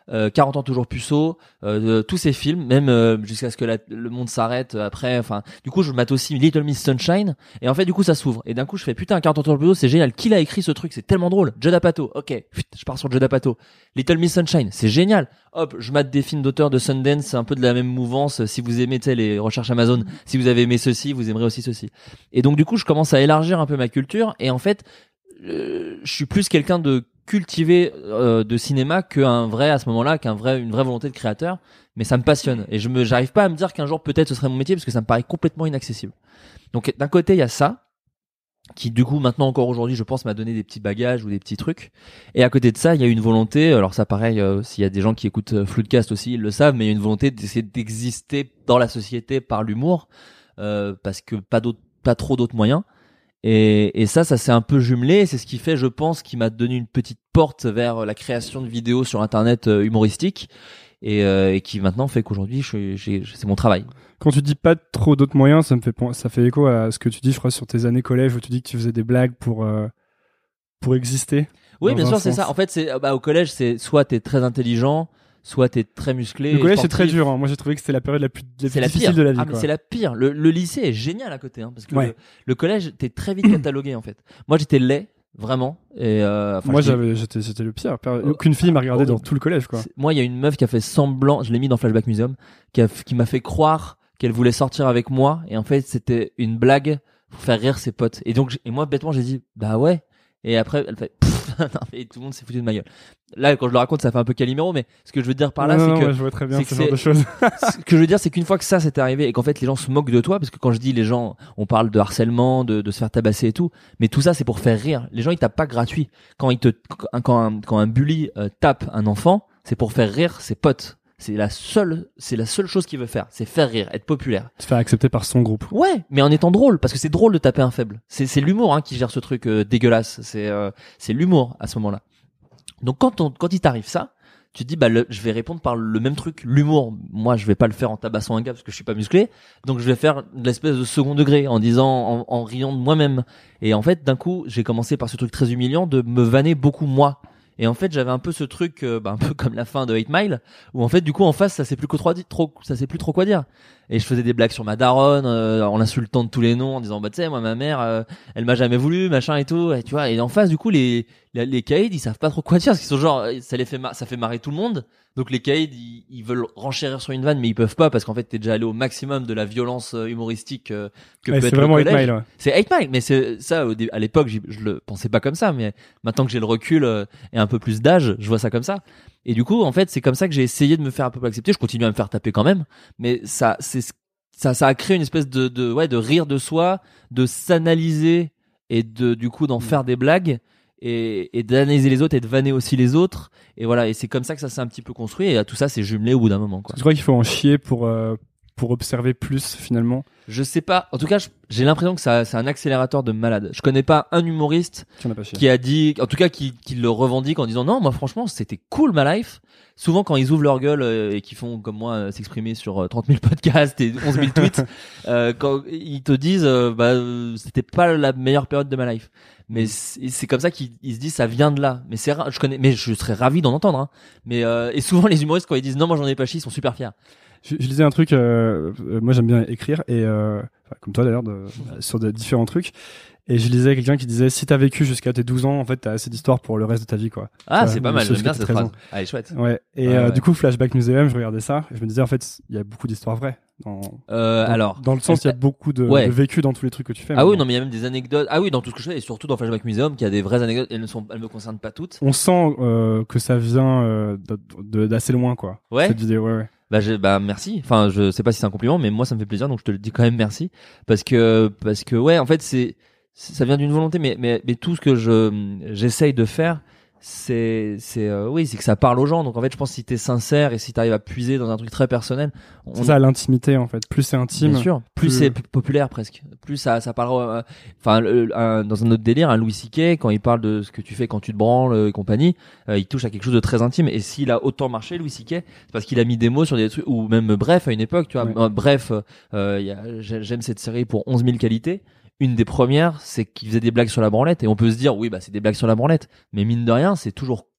euh, quarante ans toujours puceau, euh, tous ces films, même euh, jusqu'à ce que la, le monde s'arrête euh, après. Enfin, du coup, je mate aussi Little Miss Sunshine, et en fait, du coup, ça s'ouvre. Et d'un coup, je fais putain, quarante ans toujours puceau, c'est génial. Qui l'a écrit ce truc? C'est tellement drôle. Judd Apatow. Ok, je pars sur Judd Apatow. Little Miss Sunshine, c'est génial. Hop, je mate des films d'auteurs de Sundance, c'est un peu de la même mouvance. Si vous aimez les recherches Amazon, si vous avez aimé ceci, vous aimerez aussi ceci. Et donc, du coup, je commence à élargir un peu ma culture, et en fait, euh, je suis plus quelqu'un de cultivé euh, de cinéma qu'un vrai à ce moment-là, qu'un vrai une vraie volonté de créateur, mais ça me passionne et je me j'arrive pas à me dire qu'un jour peut-être ce serait mon métier parce que ça me paraît complètement inaccessible. Donc d'un côté, il y a ça qui du coup maintenant encore aujourd'hui, je pense m'a donné des petits bagages ou des petits trucs, et à côté de ça, il y a une volonté, alors ça pareil euh, s'il y a des gens qui écoutent euh, Floodcast aussi, ils le savent, mais il y a une volonté d'essayer d'exister dans la société par l'humour euh, parce que pas d'autres pas trop d'autres moyens. Et, et ça, ça s'est un peu jumelé. C'est ce qui fait, je pense, qui m'a donné une petite porte vers la création de vidéos sur Internet euh, humoristiques, et, euh, et qui maintenant fait qu'aujourd'hui, je, j'ai, c'est mon travail. Quand tu dis pas trop d'autres moyens, ça me fait ça fait écho à ce que tu dis, je crois, sur tes années collège où tu dis que tu faisais des blagues pour euh, pour exister. Oui, bien sûr, sens. c'est ça. En fait, c'est bah, au collège, c'est soit t'es très intelligent, soit t'es très musclé. Le collège, sportif. c'est très dur. Hein. Moi, j'ai trouvé que c'était la période la plus, la plus la difficile pire. de la vie. Ah, quoi. mais c'est la pire. Le, le lycée est génial à côté, hein, parce que ouais. le, le collège, t'es très vite catalogué en fait. Moi, j'étais laid, vraiment. Et euh, moi, j'avais, j'étais, c'était le pire. Aucune fille m'a regardé oh, dans tout le collège, quoi. Moi, il y a une meuf qui a fait semblant, je l'ai mis dans Flashback Museum, qui, a, qui m'a fait croire qu'elle voulait sortir avec moi, et en fait, c'était une blague pour faire rire ses potes. Et donc, et moi, bêtement, j'ai dit, bah ouais. Et après, elle fait, et tout le monde s'est foutu de ma gueule. Là, quand je le raconte, ça fait un peu Calimero, mais ce que je veux dire par là, non, c'est non, que, ouais, je vois très bien c'est ce genre de choses. Ce que je veux dire, c'est qu'une fois que ça s'est arrivé et qu'en fait les gens se moquent de toi, parce que quand je dis les gens, on parle de harcèlement, de, de se faire tabasser et tout, mais tout ça c'est pour faire rire. Les gens ils tapent pas gratuit. Quand ils te, quand un, quand un bully euh, tape un enfant, c'est pour faire rire ses potes. C'est la seule, c'est la seule chose qu'il veut faire, c'est faire rire, être populaire. Se faire accepter par son groupe. Ouais, mais en étant drôle, parce que c'est drôle de taper un faible. C'est, c'est l'humour hein, qui gère ce truc euh, dégueulasse. C'est, euh, c'est l'humour à ce moment-là. Donc quand on, quand il t'arrive ça, tu te dis bah le, je vais répondre par le même truc, l'humour. Moi, je vais pas le faire en tabassant un gars parce que je suis pas musclé, donc je vais faire de l'espèce de second degré en disant, en, en riant de moi-même. Et en fait, d'un coup, j'ai commencé par ce truc très humiliant de me vanner beaucoup moi. Et en fait, j'avais un peu ce truc, euh, bah, un peu comme la fin de eight mile, où en fait, du coup, en face, ça sait plus que trop, trop, ça sait plus trop quoi dire. Et je faisais des blagues sur ma daronne, euh, en l'insultant de tous les noms, en disant, bah, tu sais, moi, ma mère, euh, elle m'a jamais voulu, machin et tout, et tu vois. Et en face, du coup, les, les, les caïds, ils savent pas trop quoi dire, parce qu'ils sont genre, ça les fait, mar- ça fait marrer tout le monde. Donc, les caïds, ils, ils veulent renchérir sur une vanne, mais ils peuvent pas, parce qu'en fait, t'es déjà allé au maximum de la violence humoristique, euh, que ouais, peut c'est être vraiment le collège. eight mile, ouais. C'est eight mile, mais c'est, ça, à l'époque, je le pensais pas comme ça, mais maintenant que j'ai le recul euh, et un peu plus d'âge, je vois ça comme ça. Et du coup, en fait, c'est comme ça que j'ai essayé de me faire un peu plus accepter. Je continue à me faire taper quand même, mais ça, c'est, ça, ça a créé une espèce de, de, ouais, de rire de soi, de s'analyser et de, du coup, d'en faire des blagues et, et d'analyser les autres et de vanner aussi les autres. Et voilà. Et c'est comme ça que ça s'est un petit peu construit. Et tout ça, c'est jumelé au bout d'un moment, quoi. Je crois qu'il faut en chier pour, euh, pour observer plus, finalement. Je sais pas. En tout cas, j'ai l'impression que ça, c'est un accélérateur de malade. Je connais pas un humoriste qui, pas qui a dit, en tout cas, qui, qui le revendique en disant non, moi, franchement, c'était cool ma life. Souvent, quand ils ouvrent leur gueule euh, et qu'ils font, comme moi, euh, s'exprimer sur euh, trente mille podcasts et onze mille tweets, euh, quand ils te disent, euh, bah, euh, c'était pas la meilleure période de ma life. Mais c'est, c'est comme ça qu'ils ils se disent, ça vient de là. Mais c'est, ra- je connais, mais je serais ravi d'en entendre. Hein. Mais euh, et souvent, les humoristes, quand ils disent non, moi, j'en ai pas chié, ils sont super fiers. Je, je lisais un truc, euh, euh, moi j'aime bien écrire, et euh, enfin, comme toi d'ailleurs, de, sur de différents trucs. Et je lisais quelqu'un qui disait, si t'as vécu jusqu'à tes douze ans, en fait, t'as assez d'histoires pour le reste de ta vie, quoi. Ah, tu c'est vois, pas mal, j'aime bien cette cette phrase. Ah, elle est chouette. Ouais. Et ouais, euh, ouais. du coup, Flashback Museum, je regardais ça, et je me disais, en fait, il y a beaucoup d'histoires vraies. Dans, euh, dans, alors. Dans le sens, il y a beaucoup de, ouais. de vécu dans tous les trucs que tu fais. Ah oui, non, mais il y a même des anecdotes. Ah oui, dans tout ce que je fais, et surtout dans Flashback Museum, qu'il y a des vraies anecdotes, elles ne sont, elles me concernent pas toutes. On sent, euh, que ça vient, euh, de, de, d'assez loin, quoi. Ouais. Cette vidéo, ouais, ouais. Bah, j'ai, bah, merci. Enfin, je sais pas si c'est un compliment, mais moi, ça me fait plaisir, donc je te le dis quand même merci. Parce que, parce que, ouais, en fait, c'est, ça vient d'une volonté, mais, mais, mais tout ce que je, j'essaye de faire, c'est, c'est, euh, oui, c'est que ça parle aux gens. Donc, en fait, je pense que si t'es sincère et si t'arrives à puiser dans un truc très personnel. On... C'est ça, l'intimité, en fait. Plus c'est intime. Bien sûr. Plus, plus... c'est p- populaire, presque. Plus ça, ça parlera, enfin, euh, un, dans un autre délire, un Louis C K, quand il parle de ce que tu fais quand tu te branles et compagnie, euh, il touche à quelque chose de très intime. Et s'il a autant marché, Louis C K, c'est parce qu'il a mis des mots sur des trucs, ou même Bref, à une époque, tu vois. Ouais. Euh, Bref, euh, y a, j'aime cette série pour onze mille qualités. Une des premières, c'est qu'il faisait des blagues sur la branlette, et on peut se dire, oui, bah, c'est des blagues sur la branlette. Mais mine de rien, c'est toujours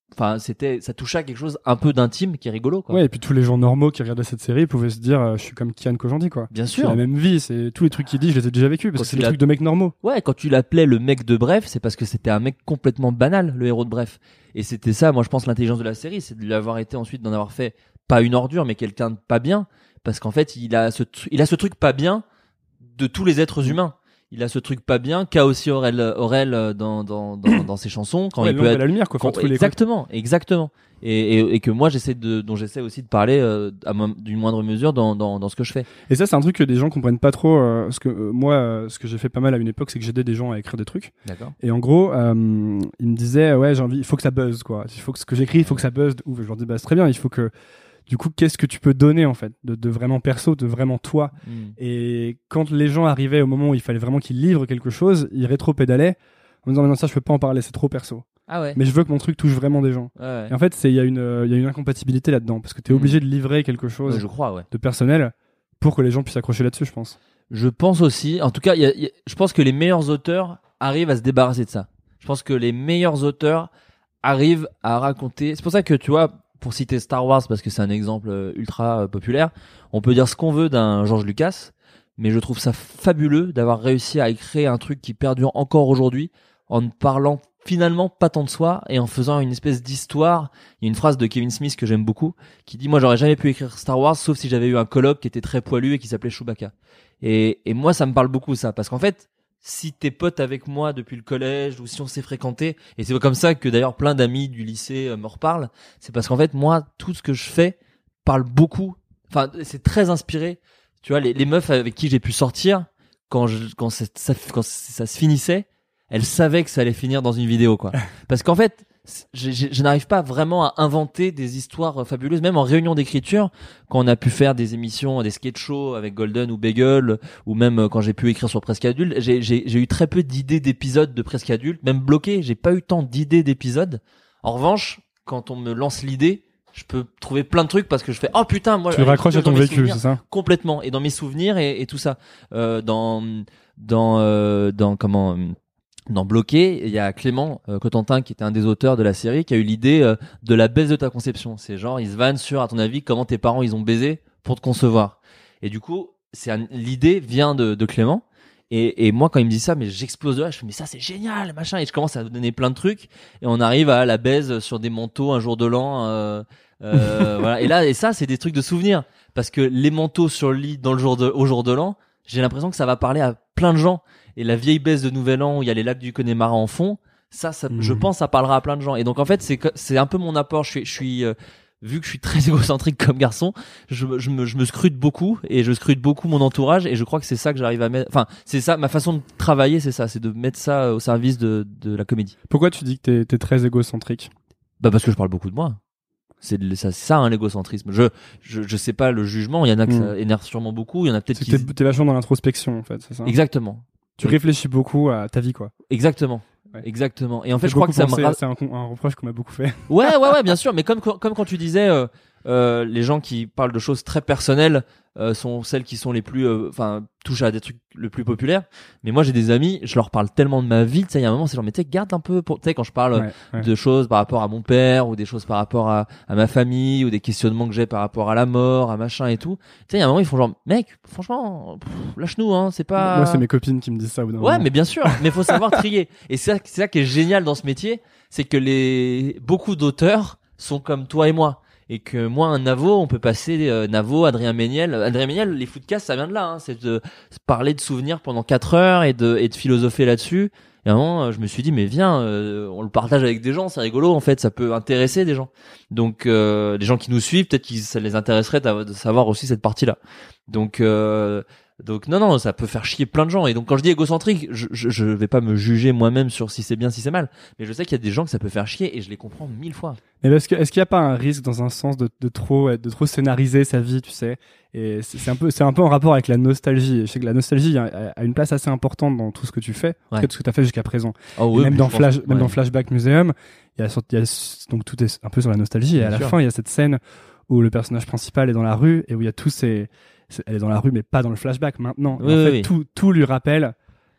enfin c'était ça touchait à quelque chose un peu d'intime qui est rigolo quoi. Ouais, et puis tous les gens normaux qui regardaient cette série pouvaient se dire euh, je suis comme Kian Kojandi quoi. Bien sûr. C'est la même vie, c'est tous les trucs qu'il dit, je les ai déjà vécus parce Quand que c'est tu des l'as- trucs de mecs normaux. Ouais, quand tu l'appelais le mec de Bref, c'est parce que c'était un mec complètement banal, le héros de Bref. Et c'était ça, moi je pense l'intelligence de la série, c'est de lui avoir été ensuite d'en avoir fait pas une ordure mais quelqu'un de pas bien parce qu'en fait, il a ce tru- il a ce truc pas bien de tous les êtres humains. Il a ce truc pas bien qu'a aussi Aurel, Aurel dans, dans, dans, dans ses chansons quand Ouais, il peut l'ombre et être la lumière quoi. Enfin, quand- tous les exactement, exactement. Et, et, et que moi j'essaie de, dont j'essaie aussi de parler euh, à mo- d'une moindre mesure dans, dans, dans ce que je fais. Et ça, c'est un truc que des gens comprennent pas trop. Euh, parce que euh, moi, euh, ce que j'ai fait pas mal à une époque, c'est que j'aidais des gens à écrire des trucs. D'accord. Et en gros, euh, ils me disaient, ouais, j'ai envie, il faut que ça buzz, quoi. Il faut que ce que j'écris, il faut que ça buzz de ouf. Et je leur dis, bah, c'est très bien. Il faut que, du coup, qu'est-ce que tu peux donner, en fait, de, de vraiment perso, de vraiment toi. Mm. Et quand les gens arrivaient au moment où il fallait vraiment qu'ils livrent quelque chose, ils rétro-pédalaient en me disant, mais non, ça, je peux pas en parler, c'est trop perso. Ah ouais. Mais je veux que mon truc touche vraiment des gens. Ouais, ouais. Et en fait, c'est, il y a une, euh, il y a une incompatibilité là-dedans. Parce que t'es Mm. obligé de livrer quelque chose Ouais, je crois, ouais. de personnel pour que les gens puissent accrocher là-dessus, je pense. Je pense aussi, en tout cas, il y a- il y a- je pense que les meilleurs auteurs arrivent à se débarrasser de ça. Je pense que les meilleurs auteurs arrivent à raconter. C'est pour ça que tu vois, pour citer Star Wars, parce que c'est un exemple euh, ultra euh, populaire, on peut dire ce qu'on veut d'un George Lucas, mais je trouve ça fabuleux d'avoir réussi à créer un truc qui perdure encore aujourd'hui en ne parlant finalement pas tant de soi et en faisant une espèce d'histoire. Il y a une phrase de Kevin Smith que j'aime beaucoup qui dit moi j'aurais jamais pu écrire Star Wars sauf si j'avais eu un coloc qui était très poilu et qui s'appelait Chewbacca. Et, et moi ça me parle beaucoup ça parce qu'en fait si t'es pote avec moi depuis le collège ou si on s'est fréquenté, et c'est comme ça que d'ailleurs plein d'amis du lycée euh, me reparlent, c'est parce qu'en fait moi tout ce que je fais parle beaucoup, enfin c'est très inspiré. Tu vois les, les meufs avec qui j'ai pu sortir quand je, quand, c'est- ça, quand ça se finissait, elles savaient que ça allait finir dans une vidéo quoi. Parce qu'en fait je, je, je n'arrive pas vraiment à inventer des histoires fabuleuses, même en réunion d'écriture, quand on a pu faire des émissions, des sketch shows avec Golden ou Bagel, ou même quand j'ai pu écrire sur Presque Adulte, j'ai, j'ai, j'ai eu très peu d'idées d'épisodes de Presque Adulte, même bloqué, j'ai pas eu tant d'idées d'épisodes. En revanche, quand on me lance l'idée, je peux trouver plein de trucs parce que je fais oh putain moi Tu le raccroches à ton dans mes vécu, souvenirs, c'est ça? complètement, et dans mes souvenirs et, et tout ça euh, dans dans euh, dans comment dans Bloqué, il y a Clément euh, Cotentin qui était un des auteurs de la série qui a eu l'idée euh, de la baisse de ta conception. C'est genre ils se vannent sur à ton avis comment tes parents ils ont baisé pour te concevoir. Et du coup, c'est un, l'idée vient de, de Clément. Et, et moi quand il me dit ça, mais j'explose de là. Je fais mais ça c'est génial machin. Et je commence à donner plein de trucs et on arrive à la baise sur des manteaux un jour de l'an. Euh, euh, voilà. Et là et ça c'est des trucs de souvenirs parce que les manteaux sur le lit dans le jour de au jour de l'an, j'ai l'impression que ça va parler à plein de gens. Et la vieille baisse de Nouvel An où il y a les lacs du Connemara en fond, ça, ça Mmh. je pense, ça parlera à plein de gens. Et donc en fait, c'est que- c'est un peu mon apport. Je suis, je suis euh, vu que je suis très égocentrique comme garçon, je, me- je me, je me scrute beaucoup et je scrute beaucoup mon entourage. Et je crois que c'est ça que j'arrive à mettre. Enfin, c'est ça, ma façon de travailler, c'est ça, c'est de mettre ça au service de, de la comédie. Pourquoi tu dis que t'es, t'es très égocentrique? Bah parce que je parle beaucoup de moi. C'est de- ça, c'est ça, hein, l'égocentrisme. Je, je, je sais pas le jugement. Il y en a que Mm. ça énerve sûrement beaucoup. Il y en a peut-être C'est qui. que t'es, t'es vachement dans l'introspection, en fait, c'est ça? Exactement. Tu réfléchis beaucoup à ta vie, quoi. Exactement. Ouais. Exactement. Et en Ça fait, fait je crois que beaucoup ça me penser ra- à- c'est un, con- un reproche qu'on m'a beaucoup fait. Ouais, ouais, ouais, bien sûr. Mais comme comme quand tu disais, euh, euh, les gens qui parlent de choses très personnelles euh, sont celles qui sont les plus, enfin, touchent à des trucs le plus populaires. Mais moi, j'ai des amis, je leur parle tellement de ma vie. Tu sais, il y a un moment, c'est genre, mais tu sais, garde un peu pour, tu sais, quand je parle Ouais, ouais. de choses par rapport à mon père ou des choses par rapport à, à ma famille ou des questionnements que j'ai par rapport à la mort, à machin et tout. Tu sais, il y a un moment, ils font genre, mec, franchement, pff, lâche-nous, hein, c'est pas. Moi, c'est mes copines qui me disent ça au bout d'un Ouais, moment. mais bien sûr, mais faut savoir trier. Et c'est ça, c'est ça qui est génial dans ce métier, c'est que les beaucoup d'auteurs sont comme toi et moi. Et que moi, un Navo, on peut passer euh, Navo, Adrien Méniel. Adrien Méniel, les footcasts, ça vient de là. Hein, c'est de se parler de souvenirs pendant quatre heures et de et de philosopher là-dessus. Et à un moment, euh, je me suis dit, mais viens, euh, on le partage avec des gens, c'est rigolo. En fait, ça peut intéresser des gens. Donc, euh, les gens qui nous suivent, peut-être que ça les intéresserait de de savoir aussi cette partie-là. Donc, euh, donc non, non, ça peut faire chier plein de gens. Et donc, quand je dis égocentrique, je, je, je vais pas me juger moi-même sur si c'est bien, si c'est mal. Mais je sais qu'il y a des gens que ça peut faire chier et je les comprends mille fois. Mais est-ce que, est-ce qu'il y a pas un risque dans un sens de, de trop, de trop scénariser sa vie, tu sais? Et c'est, c'est un peu, c'est un peu en rapport avec la nostalgie. Et je sais que la nostalgie a, a une place assez importante dans tout ce que tu fais, en Ouais. tout ce que tu as fait jusqu'à présent. Oh, Et oui, même puis dans je pense- Flash, même ouais. dans Flashback Museum, il y a, sorti- il y a donc tout est un peu sur la nostalgie. Et Bien à la sûr. fin, il y a cette scène où le personnage principal est dans la rue et où il y a tous ces, c'est- elle est dans la rue, mais pas dans le flashback maintenant. Et Oui, en oui, fait, oui. tout, tout lui rappelle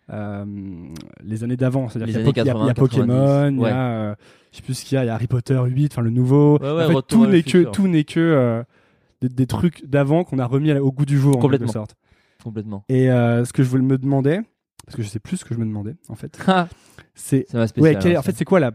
euh, les années d'avant. C'est-à-dire Les qu'il y a, années il y a, il y a Pokémon, il ouais. y a, euh, je sais plus ce qu'il y a, il y a Harry Potter huit, enfin le nouveau. Ouais, ouais, en fait, Retour tout vers le n'est que, futur. tout n'est que euh, des, des trucs d'avant qu'on a remis à- au goût du jour, en Complètement. quelque sorte. Complètement. Et euh, ce que je voulais me demander, parce que je sais plus ce que je me demandais, en fait, c'est, C'est ma spéciale. ouais, quelle- hein, en fait, ça. c'est quoi la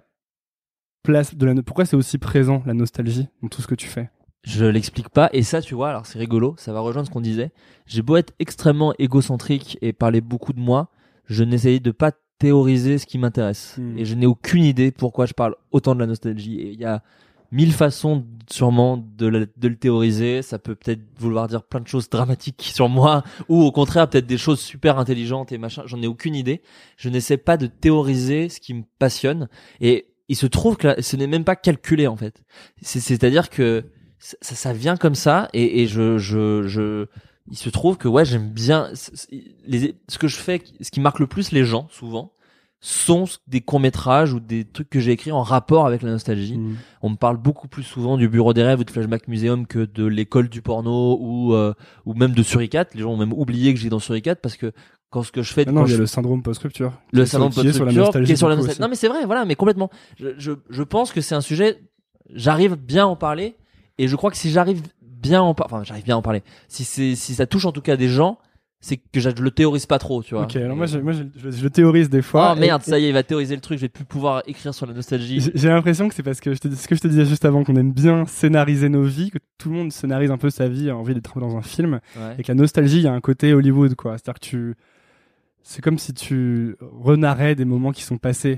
place de la, no- pourquoi c'est aussi présent, la nostalgie, dans tout ce que tu fais? Je l'explique pas. Et ça, tu vois, alors c'est rigolo. Ça va rejoindre ce qu'on disait. J'ai beau être extrêmement égocentrique et parler beaucoup de moi, je n'essaye de pas théoriser ce qui m'intéresse. Hmm. Et je n'ai aucune idée pourquoi je parle autant de la nostalgie. Et il y a mille façons, sûrement, de, la- de le théoriser. Ça peut peut-être vouloir dire plein de choses dramatiques sur moi, ou au contraire, peut-être des choses super intelligentes et machin. J'en ai aucune idée. Je n'essaie pas de théoriser ce qui me passionne. Et il se trouve que là, ce n'est même pas calculé, en fait. C'est, c'est-à-dire que ça, ça vient comme ça, et, et je, je, je, il se trouve que ouais, j'aime bien les, ce que je fais, ce qui marque le plus les gens, souvent, sont des courts-métrages ou des trucs que j'ai écrits en rapport avec la nostalgie. Mmh. On me parle beaucoup plus souvent du Bureau des Rêves ou de Flashback Museum que de l'école du porno ou, euh, ou même de Suricat. Les gens ont même oublié que j'ai dans Suricat parce que quand ce que je fais, Ah non, quand il y a je le syndrome post-rupture. le qui est salon sur- qui est sur la post-rupture, nostalgie. qui est sur la du coup, nostalgie. aussi. Non mais c'est vrai, voilà, mais complètement. Je, je, je pense que c'est un sujet, j'arrive bien à en parler, et je crois que si j'arrive bien à en parler, enfin j'arrive bien à en parler, si c'est, si ça touche en tout cas des gens, c'est que je, je le théorise pas trop, tu vois. Ok, alors Et- moi, je, moi je, je- je le théorise des fois. Oh merde, et- ça y est, il va théoriser le truc, je vais plus pouvoir écrire sur la nostalgie. J'ai j'ai l'impression que c'est parce que je te, dis- ce que je te disais juste avant, qu'on aime bien scénariser nos vies, que tout le monde scénarise un peu sa vie, a envie d'être dans un film, Ouais. et que la nostalgie, il y a un côté Hollywood, quoi. C'est-à-dire que tu, c'est comme si tu renarrais des moments qui sont passés.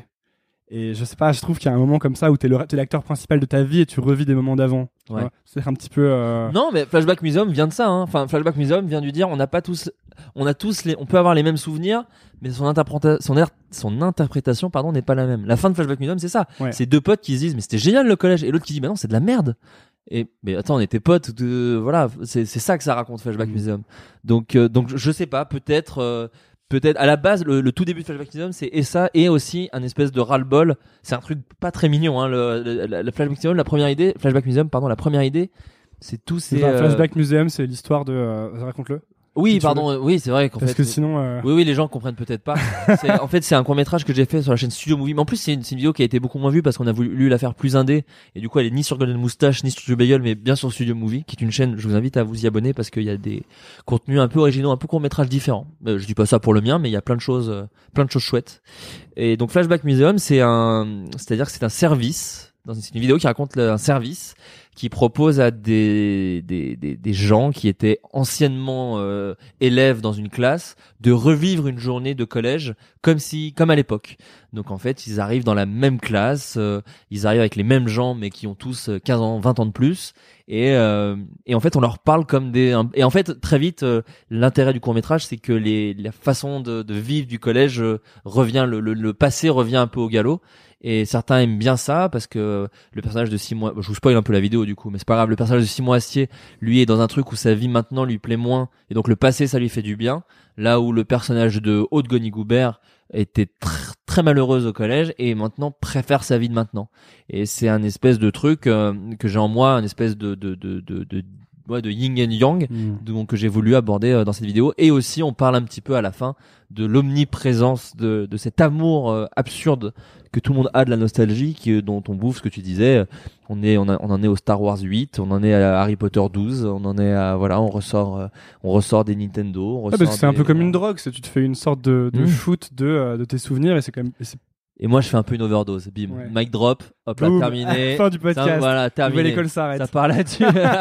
Et je sais pas, je trouve qu'il y a un moment comme ça où t'es, le, t'es l'acteur principal de ta vie et tu revis des moments d'avant. tu Ouais. vois. C'est un petit peu. Euh... Non, mais Flashback Museum vient de ça. Hein. Enfin, Flashback Museum vient du dire, on n'a pas tous, on a tous les, on peut avoir les mêmes souvenirs, mais son interprétation, son, er- son interprétation, pardon, n'est pas la même. La fin de Flashback Museum, c'est ça. Ouais. C'est deux potes qui se disent, mais c'était génial le collège, et l'autre qui dit, bah non, c'est de la merde. Et mais attends, on était potes, de, voilà, c'est c'est ça que ça raconte Flashback Mhm. Museum. Donc euh, donc je sais pas, peut-être. Euh, Peut-être à la base le, le tout début de Flashback Museum c'est et ça et aussi un espèce de ras-le-bol. C'est un truc pas très mignon hein, le, le, le- le Flashback Museum, la première idée, Flashback Museum pardon, la première idée, c'est tout c'est c'est un euh, Flashback Museum, c'est l'histoire de. Euh, raconte-le. Oui, si tu pardon, euh, oui, c'est vrai qu'en Parce fait que sinon. Euh... oui, oui, les gens comprennent peut-être pas. C'est, en fait, c'est un court-métrage que j'ai fait sur la chaîne Studio Movie. Mais en plus, c'est une, c'est une vidéo qui a été beaucoup moins vue parce qu'on a voulu la faire plus indé. Et du coup, elle est ni sur Golden Moustache, ni sur Studio Bagel, mais bien sur Studio Movie, qui est une chaîne, je vous invite à vous y abonner parce qu'il y a des contenus un peu originaux, un peu court-métrages différents. Euh, je dis pas ça pour le mien, mais il y a plein de choses, euh, plein de choses chouettes. Et donc, Flashback Museum, c'est un, c'est-à-dire que c'est un service, dans une, c'est une vidéo qui raconte le- un service qui propose à des, des, des, des gens qui étaient anciennement euh, élèves dans une classe de revivre une journée de collège comme si, comme à l'époque. Donc en fait, ils arrivent dans la même classe, euh, ils arrivent avec les mêmes gens, mais qui ont tous euh, quinze ans, vingt ans de plus, et euh, et en fait, on leur parle comme des. un- Et en fait, très vite, euh, l'intérêt du court métrage, c'est que les la façon de, de vivre du collège euh, revient, le, le, le passé revient un peu au galop. Et certains aiment bien ça parce que le personnage de Simon, je vous spoil un peu la vidéo du coup, mais c'est pas grave. Le personnage de Simon Astier, lui, est dans un truc où sa vie maintenant lui plaît moins, et donc le passé, ça lui fait du bien. Là où le personnage de Aude Goni-Goubert était tr- très malheureuse au collège et maintenant préfère sa vie de maintenant. Et c'est un espèce de truc euh, que j'ai en moi, un espèce de de de de, de ouais, de yin and yang, Mm. donc que j'ai voulu aborder euh, dans cette vidéo. Et aussi on parle un petit peu à la fin de l'omniprésence de de cet amour euh, absurde que tout le monde a de la nostalgie, qui, dont on bouffe ce que tu disais. On est on, a, on en est au Star Wars huit, on en est à Harry Potter douze, on en est à voilà, on ressort euh, on ressort des Nintendo, on Ah, ressort parce que c'est un des- peu comme une drogue, c'est tu te fais une sorte de, de Mm. shoot de, euh, de tes souvenirs et c'est quand même. et c'est- Et moi je fais un peu une overdose, bim, Ouais. mic drop, hop là Boum. terminé. Fin du podcast. Ça, voilà, terminé. Nouvelle école s'arrête. Ça part là-dessus.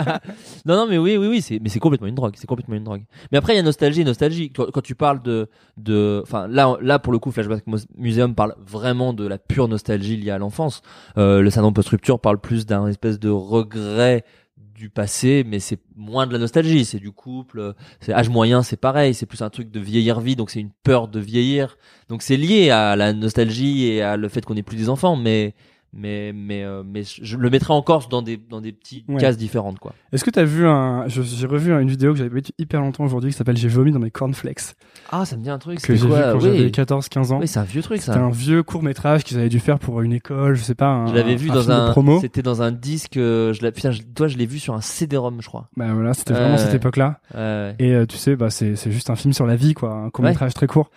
non, non, mais oui, oui, oui, c'est, mais c'est complètement une drogue. C'est complètement une drogue. Mais après, il y a nostalgie et nostalgie. Quand, quand tu parles de, de, enfin, là, là, pour le coup, Flashback Mo- Museum parle vraiment de la pure nostalgie liée à l'enfance. Euh, le syndrome post-rupture parle plus d'un espèce de regret du passé, mais c'est moins de la nostalgie. C'est du couple. C'est âge moyen, c'est pareil. C'est plus un truc de vieillir vie. Donc c'est une peur de vieillir. Donc c'est lié à la nostalgie et à le fait qu'on n'est plus des enfants, mais, mais mais euh, mais je le mettrais encore dans des dans des petites Ouais. cases différentes quoi. Est-ce que t'as vu un. je- J'ai revu une vidéo que j'avais vue hyper longtemps aujourd'hui qui s'appelle J'ai vomi dans mes cornflakes. Ah, ça me dit un truc. Que C'était j'ai vu quoi quand oui. j'avais quatorze quinze ans. Oui, c'est un vieux truc C'était ça. un vieux court-métrage qu'ils avaient dû faire pour une école, je sais pas. Un, Je l'avais vu un dans film de un promo. c'était dans un disque euh, je l'ai putain, je, toi je l'ai vu sur un C D-ROM, je crois. Bah voilà, c'était vraiment Ouais. cette époque-là. Ouais. Et euh, tu sais, bah c'est c'est juste un film sur la vie, quoi, un court-métrage très court.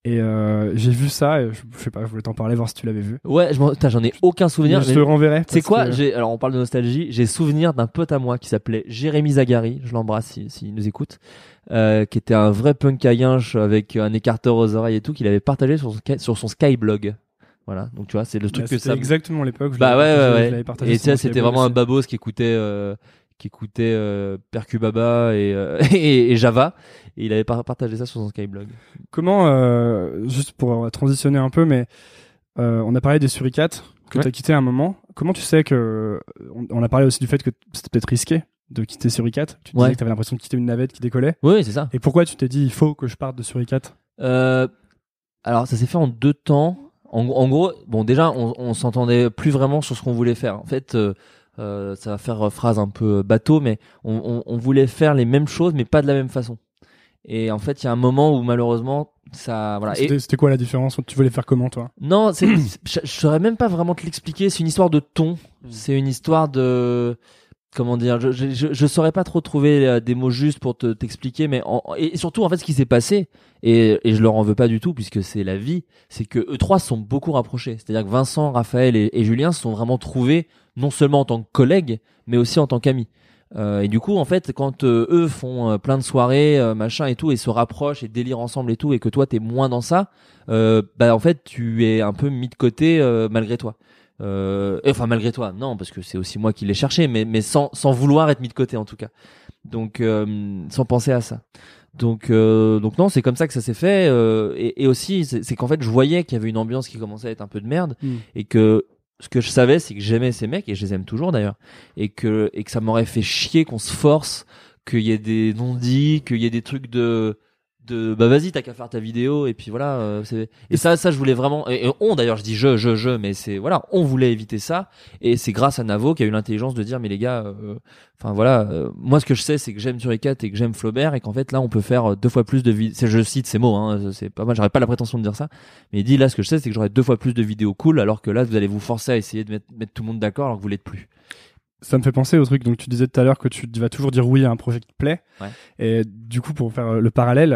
Et euh, j'ai vu ça, et je, je sais pas, je voulais t'en parler, voir si tu l'avais vu. Ouais, je m'en... Putain, j'en ai aucun souvenir. Je te le renverrai. C'est quoi que... j'ai... Alors, on parle de nostalgie. J'ai souvenir d'un pote à moi qui s'appelait Jérémy Zagari. Je l'embrasse s'il si, si nous écoute. Euh, qui était un vrai punk à yinche avec un écarteur aux oreilles et tout, qu'il avait partagé sur son, sur son Skyblog. Voilà, donc tu vois, c'est le truc bah, que ça. Exactement l'époque. Je bah ouais, ouais, ouais. Je l'avais partagé. Et ça, c'était vraiment aussi. Un babos qui écoutait, euh, qui écoutait euh, Percubaba et, euh, et, et Java. Et il avait partagé ça sur son Skyblog. Comment, euh, juste pour transitionner un peu, mais euh, on a parlé des suricates que ouais. tu as quitté à un moment. Comment tu sais que on, on a parlé aussi du fait que c'était peut-être risqué de quitter Suricate. Tu te ouais. disais que tu avais l'impression de quitter une navette qui décollait. Oui, c'est ça. Et pourquoi tu t'es dit il faut que je parte de Suricate? euh, Alors ça s'est fait en deux temps. En, en gros, bon déjà on, on s'entendait plus vraiment sur ce qu'on voulait faire. En fait, euh, euh, ça va faire phrase un peu bateau, mais on, on, on voulait faire les mêmes choses, mais pas de la même façon. Et en fait, il y a un moment où malheureusement, ça, voilà. C'était, et... c'était quoi la différence? Tu voulais faire comment, toi? Non, c'est, je, je saurais même pas vraiment te l'expliquer. C'est une histoire de ton. C'est une histoire de, comment dire, je, je, je, je saurais pas trop trouver des mots justes pour te, t'expliquer, mais en, et surtout, en fait, ce qui s'est passé, et, et je leur en veux pas du tout puisque c'est la vie, c'est que eux trois se sont beaucoup rapprochés. C'est-à-dire que Vincent, Raphaël et, et Julien se sont vraiment trouvés, non seulement en tant que collègues, mais aussi en tant qu'amis. Euh, et du coup, en fait, quand euh, eux font euh, plein de soirées, euh, machin et tout, et se rapprochent et délirent ensemble et tout, et que toi t'es moins dans ça, euh, bah en fait, tu es un peu mis de côté euh, malgré toi. Euh, enfin malgré toi, non, parce que c'est aussi moi qui l'ai cherché, mais mais sans sans vouloir être mis de côté en tout cas. Donc euh, sans penser à ça. Donc euh, donc non, c'est comme ça que ça s'est fait. Euh, et, et aussi, c'est, c'est qu'en fait, je voyais qu'il y avait une ambiance qui commençait à être un peu de merde, mmh. et que ce que je savais, c'est que j'aimais ces mecs, et je les aime toujours d'ailleurs, et que, et que ça m'aurait fait chier qu'on se force, qu'il y ait des non-dits, qu'il y ait des trucs de, de, bah vas-y, t'as qu'à faire ta vidéo, et puis voilà, euh, c'est, et ça, ça, je voulais vraiment, et, et on d'ailleurs, je dis je, je, je, mais c'est, voilà, on voulait éviter ça, et c'est grâce à Navo qui a eu l'intelligence de dire, mais les gars, enfin euh, voilà, euh, moi ce que je sais, c'est que j'aime Suricate et que j'aime Flaubert, et qu'en fait là, on peut faire deux fois plus de vidéos, je cite ces mots, hein, c'est pas mal, j'aurais pas la prétention de dire ça, mais il dit là, ce que je sais, c'est que j'aurais deux fois plus de vidéos cool, alors que là, vous allez vous forcer à essayer de mettre, mettre tout le monde d'accord, alors que vous l'êtes plus. Ça me fait penser au truc, donc tu disais tout à l'heure que tu vas toujours dire oui à un projet qui te plaît, ouais. Et du coup, pour faire le parallèle,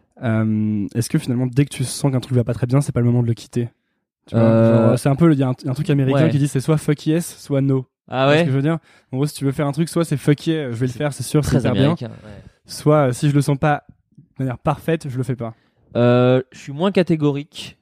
Euh, est-ce que finalement dès que tu sens qu'un truc va pas très bien, c'est pas le moment de le quitter? Tu vois, euh... genre, c'est un peu, il y, y a un truc américain ouais. qui dit c'est soit fuck yes, soit no. Ah ouais. Ce que je veux dire, en gros, si tu veux faire un truc, soit c'est fuck yeah, je vais c'est le faire, c'est sûr, très c'est hyper bien. Ouais. Soit si je le sens pas de manière parfaite, je le fais pas. Euh, je suis moins catégorique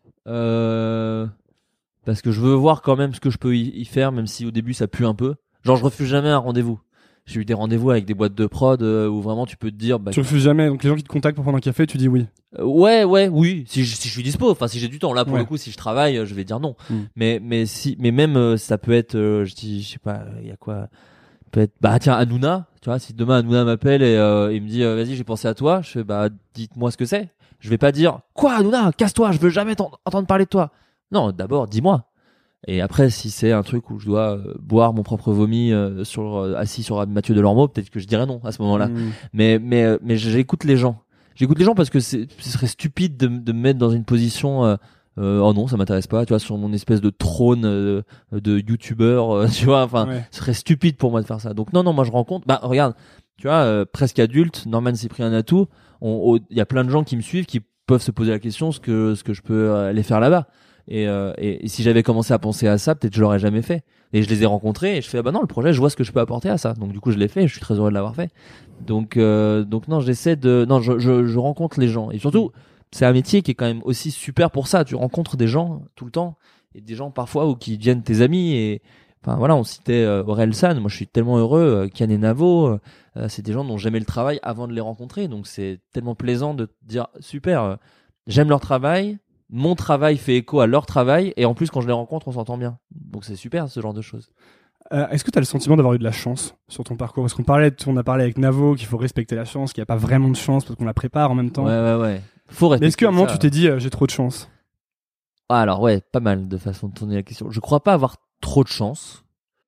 euh, parce que je veux voir quand même ce que je peux y, y faire, même si au début ça pue un peu. Genre, je refuse jamais un rendez-vous. J'ai eu des rendez-vous avec des boîtes de prod euh, où vraiment tu peux te dire. Bah, tu refuses jamais, donc les gens qui te contactent pour prendre un café, tu dis oui. Euh, ouais, ouais, oui. Si je, si je suis dispo, enfin si j'ai du temps. Là pour ouais. le coup, si je travaille, je vais dire non. Mm. Mais mais si, mais même euh, ça peut être, euh, je dis, je sais pas, il y a quoi, peut être, bah tiens, Hanouna. Tu vois, si demain Hanouna m'appelle et euh, il me dit, euh, vas-y, j'ai pensé à toi. Je fais, bah dites-moi ce que c'est. Je vais pas dire quoi, Hanouna, casse-toi, je veux jamais entendre parler de toi. Non, d'abord, dis-moi. Et après, si c'est un truc où je dois euh, boire mon propre vomi euh, sur euh, assis sur Mathieu Delormeau, peut-être que je dirais non à ce moment-là. Mmh. Mais mais euh, mais j'écoute les gens. J'écoute les gens parce que c'est, ce serait stupide de, de me mettre dans une position. Euh, euh, oh non, ça m'intéresse pas. Tu vois, sur mon espèce de trône euh, de youtubeur. Euh, tu vois, enfin, ouais. Ce serait stupide pour moi de faire ça. Donc non, non, moi je rencontre. Bah regarde, tu vois, euh, presque adulte, Norman Cyprien Natou. Il y a plein de gens qui me suivent qui peuvent se poser la question ce que ce que je peux aller faire là-bas. Et, euh, et, et si j'avais commencé à penser à ça, peut-être que je l'aurais jamais fait. Et je les ai rencontrés et je fais ah bah non, le projet, je vois ce que je peux apporter à ça. Donc du coup, je l'ai fait et je suis très heureux de l'avoir fait. Donc euh, donc non, j'essaie de non, je, je je rencontre les gens et surtout c'est un métier qui est quand même aussi super pour ça. Tu rencontres des gens tout le temps et des gens parfois ou qui deviennent tes amis et enfin voilà, on citait euh, Aurel San. Moi, je suis tellement heureux. Euh, Kian et Navo, euh, c'est des gens dont j'aimais le travail avant de les rencontrer. Donc c'est tellement plaisant de te dire super, euh, j'aime leur travail. Mon travail fait écho à leur travail et en plus quand je les rencontre on s'entend bien, donc c'est super ce genre de choses. Euh, est-ce que tu as le sentiment d'avoir eu de la chance sur ton parcours? Parce qu'on parlait, on a parlé avec Navo qu'il faut respecter la chance, qu'il n'y a pas vraiment de chance parce qu'on la prépare en même temps. Ouais ouais ouais. Faut respecter. Mais est-ce qu'à un moment ça, tu t'es dit euh, j'ai trop de chance? Ah, alors ouais, pas mal de façon de tourner la question. Je crois pas avoir trop de chance.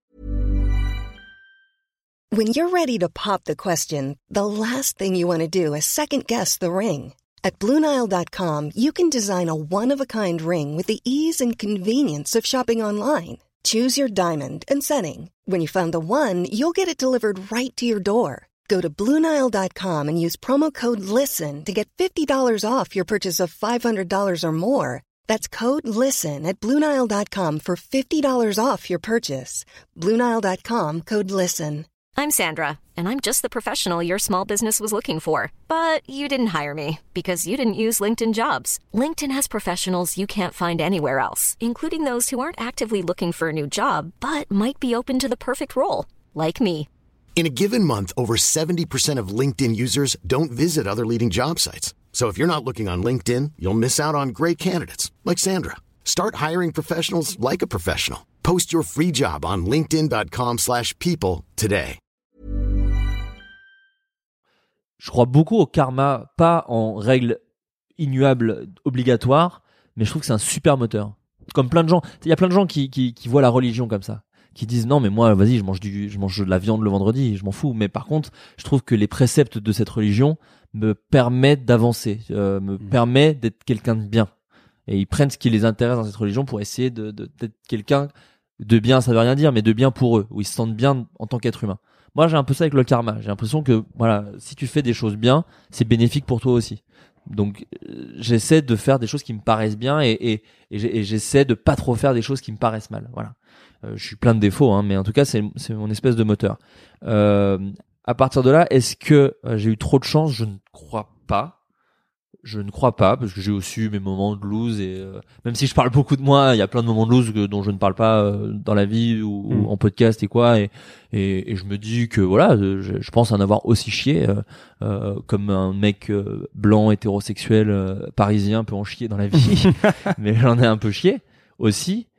When you're ready to pop the question, the last thing you want to do is second guess the ring. At Blue Nile dot com, you can design a one-of-a-kind ring with the ease and convenience of shopping online. Choose your diamond and setting. When you find the one, you'll get it delivered right to your door. Go to Blue Nile dot com and use promo code LISTEN to get fifty dollars off your purchase of five hundred dollars or more. That's code LISTEN at Blue Nile dot com for fifty dollars off your purchase. Blue Nile dot com, code LISTEN. I'm Sandra, and I'm just the professional your small business was looking for. But you didn't hire me because you didn't use LinkedIn Jobs. LinkedIn has professionals you can't find anywhere else, including those who aren't actively looking for a new job, but might be open to the perfect role, like me. In a given month, over seventy percent of LinkedIn users don't visit other leading job sites. So if you're not looking on LinkedIn, you'll miss out on great candidates like Sandra. Start hiring professionals like a professional. Post your free job on linkedin dot com slash people today. Je crois beaucoup au karma, pas en règle immuable obligatoire, mais je trouve que c'est un super moteur. Comme plein de gens, il y a plein de gens qui, qui, qui voient la religion comme ça, qui disent non mais moi vas-y je mange du, je mange de la viande le vendredi, je m'en fous. Mais par contre, je trouve que les préceptes de cette religion me permettent d'avancer, euh, me mmh. permettent d'être quelqu'un de bien. Et ils prennent ce qui les intéresse dans cette religion pour essayer de, de d'être quelqu'un de bien. Ça veut rien dire, mais de bien pour eux, où ils se sentent bien en tant qu'être humain. Moi, j'ai un peu ça avec le karma. J'ai l'impression que, voilà, si tu fais des choses bien, c'est bénéfique pour toi aussi. Donc, euh, j'essaie de faire des choses qui me paraissent bien et, et, et, et j'essaie de pas trop faire des choses qui me paraissent mal. Voilà. Euh, je suis plein de défauts, hein, mais en tout cas, c'est, c'est mon espèce de moteur. Euh, à partir de là, est-ce que euh, j'ai eu trop de chance ? Je ne crois pas. Je ne crois pas, parce que j'ai aussi eu mes moments de lose et euh, même si je parle beaucoup de moi, il y a plein de moments de lose que, dont je ne parle pas euh, dans la vie ou, mmh. ou en podcast et quoi. Et, et, et je me dis que voilà, je, je pense en avoir aussi chié, euh, euh, comme un mec euh, blanc hétérosexuel euh, parisien peut en chier dans la vie, mais j'en ai un peu chié aussi.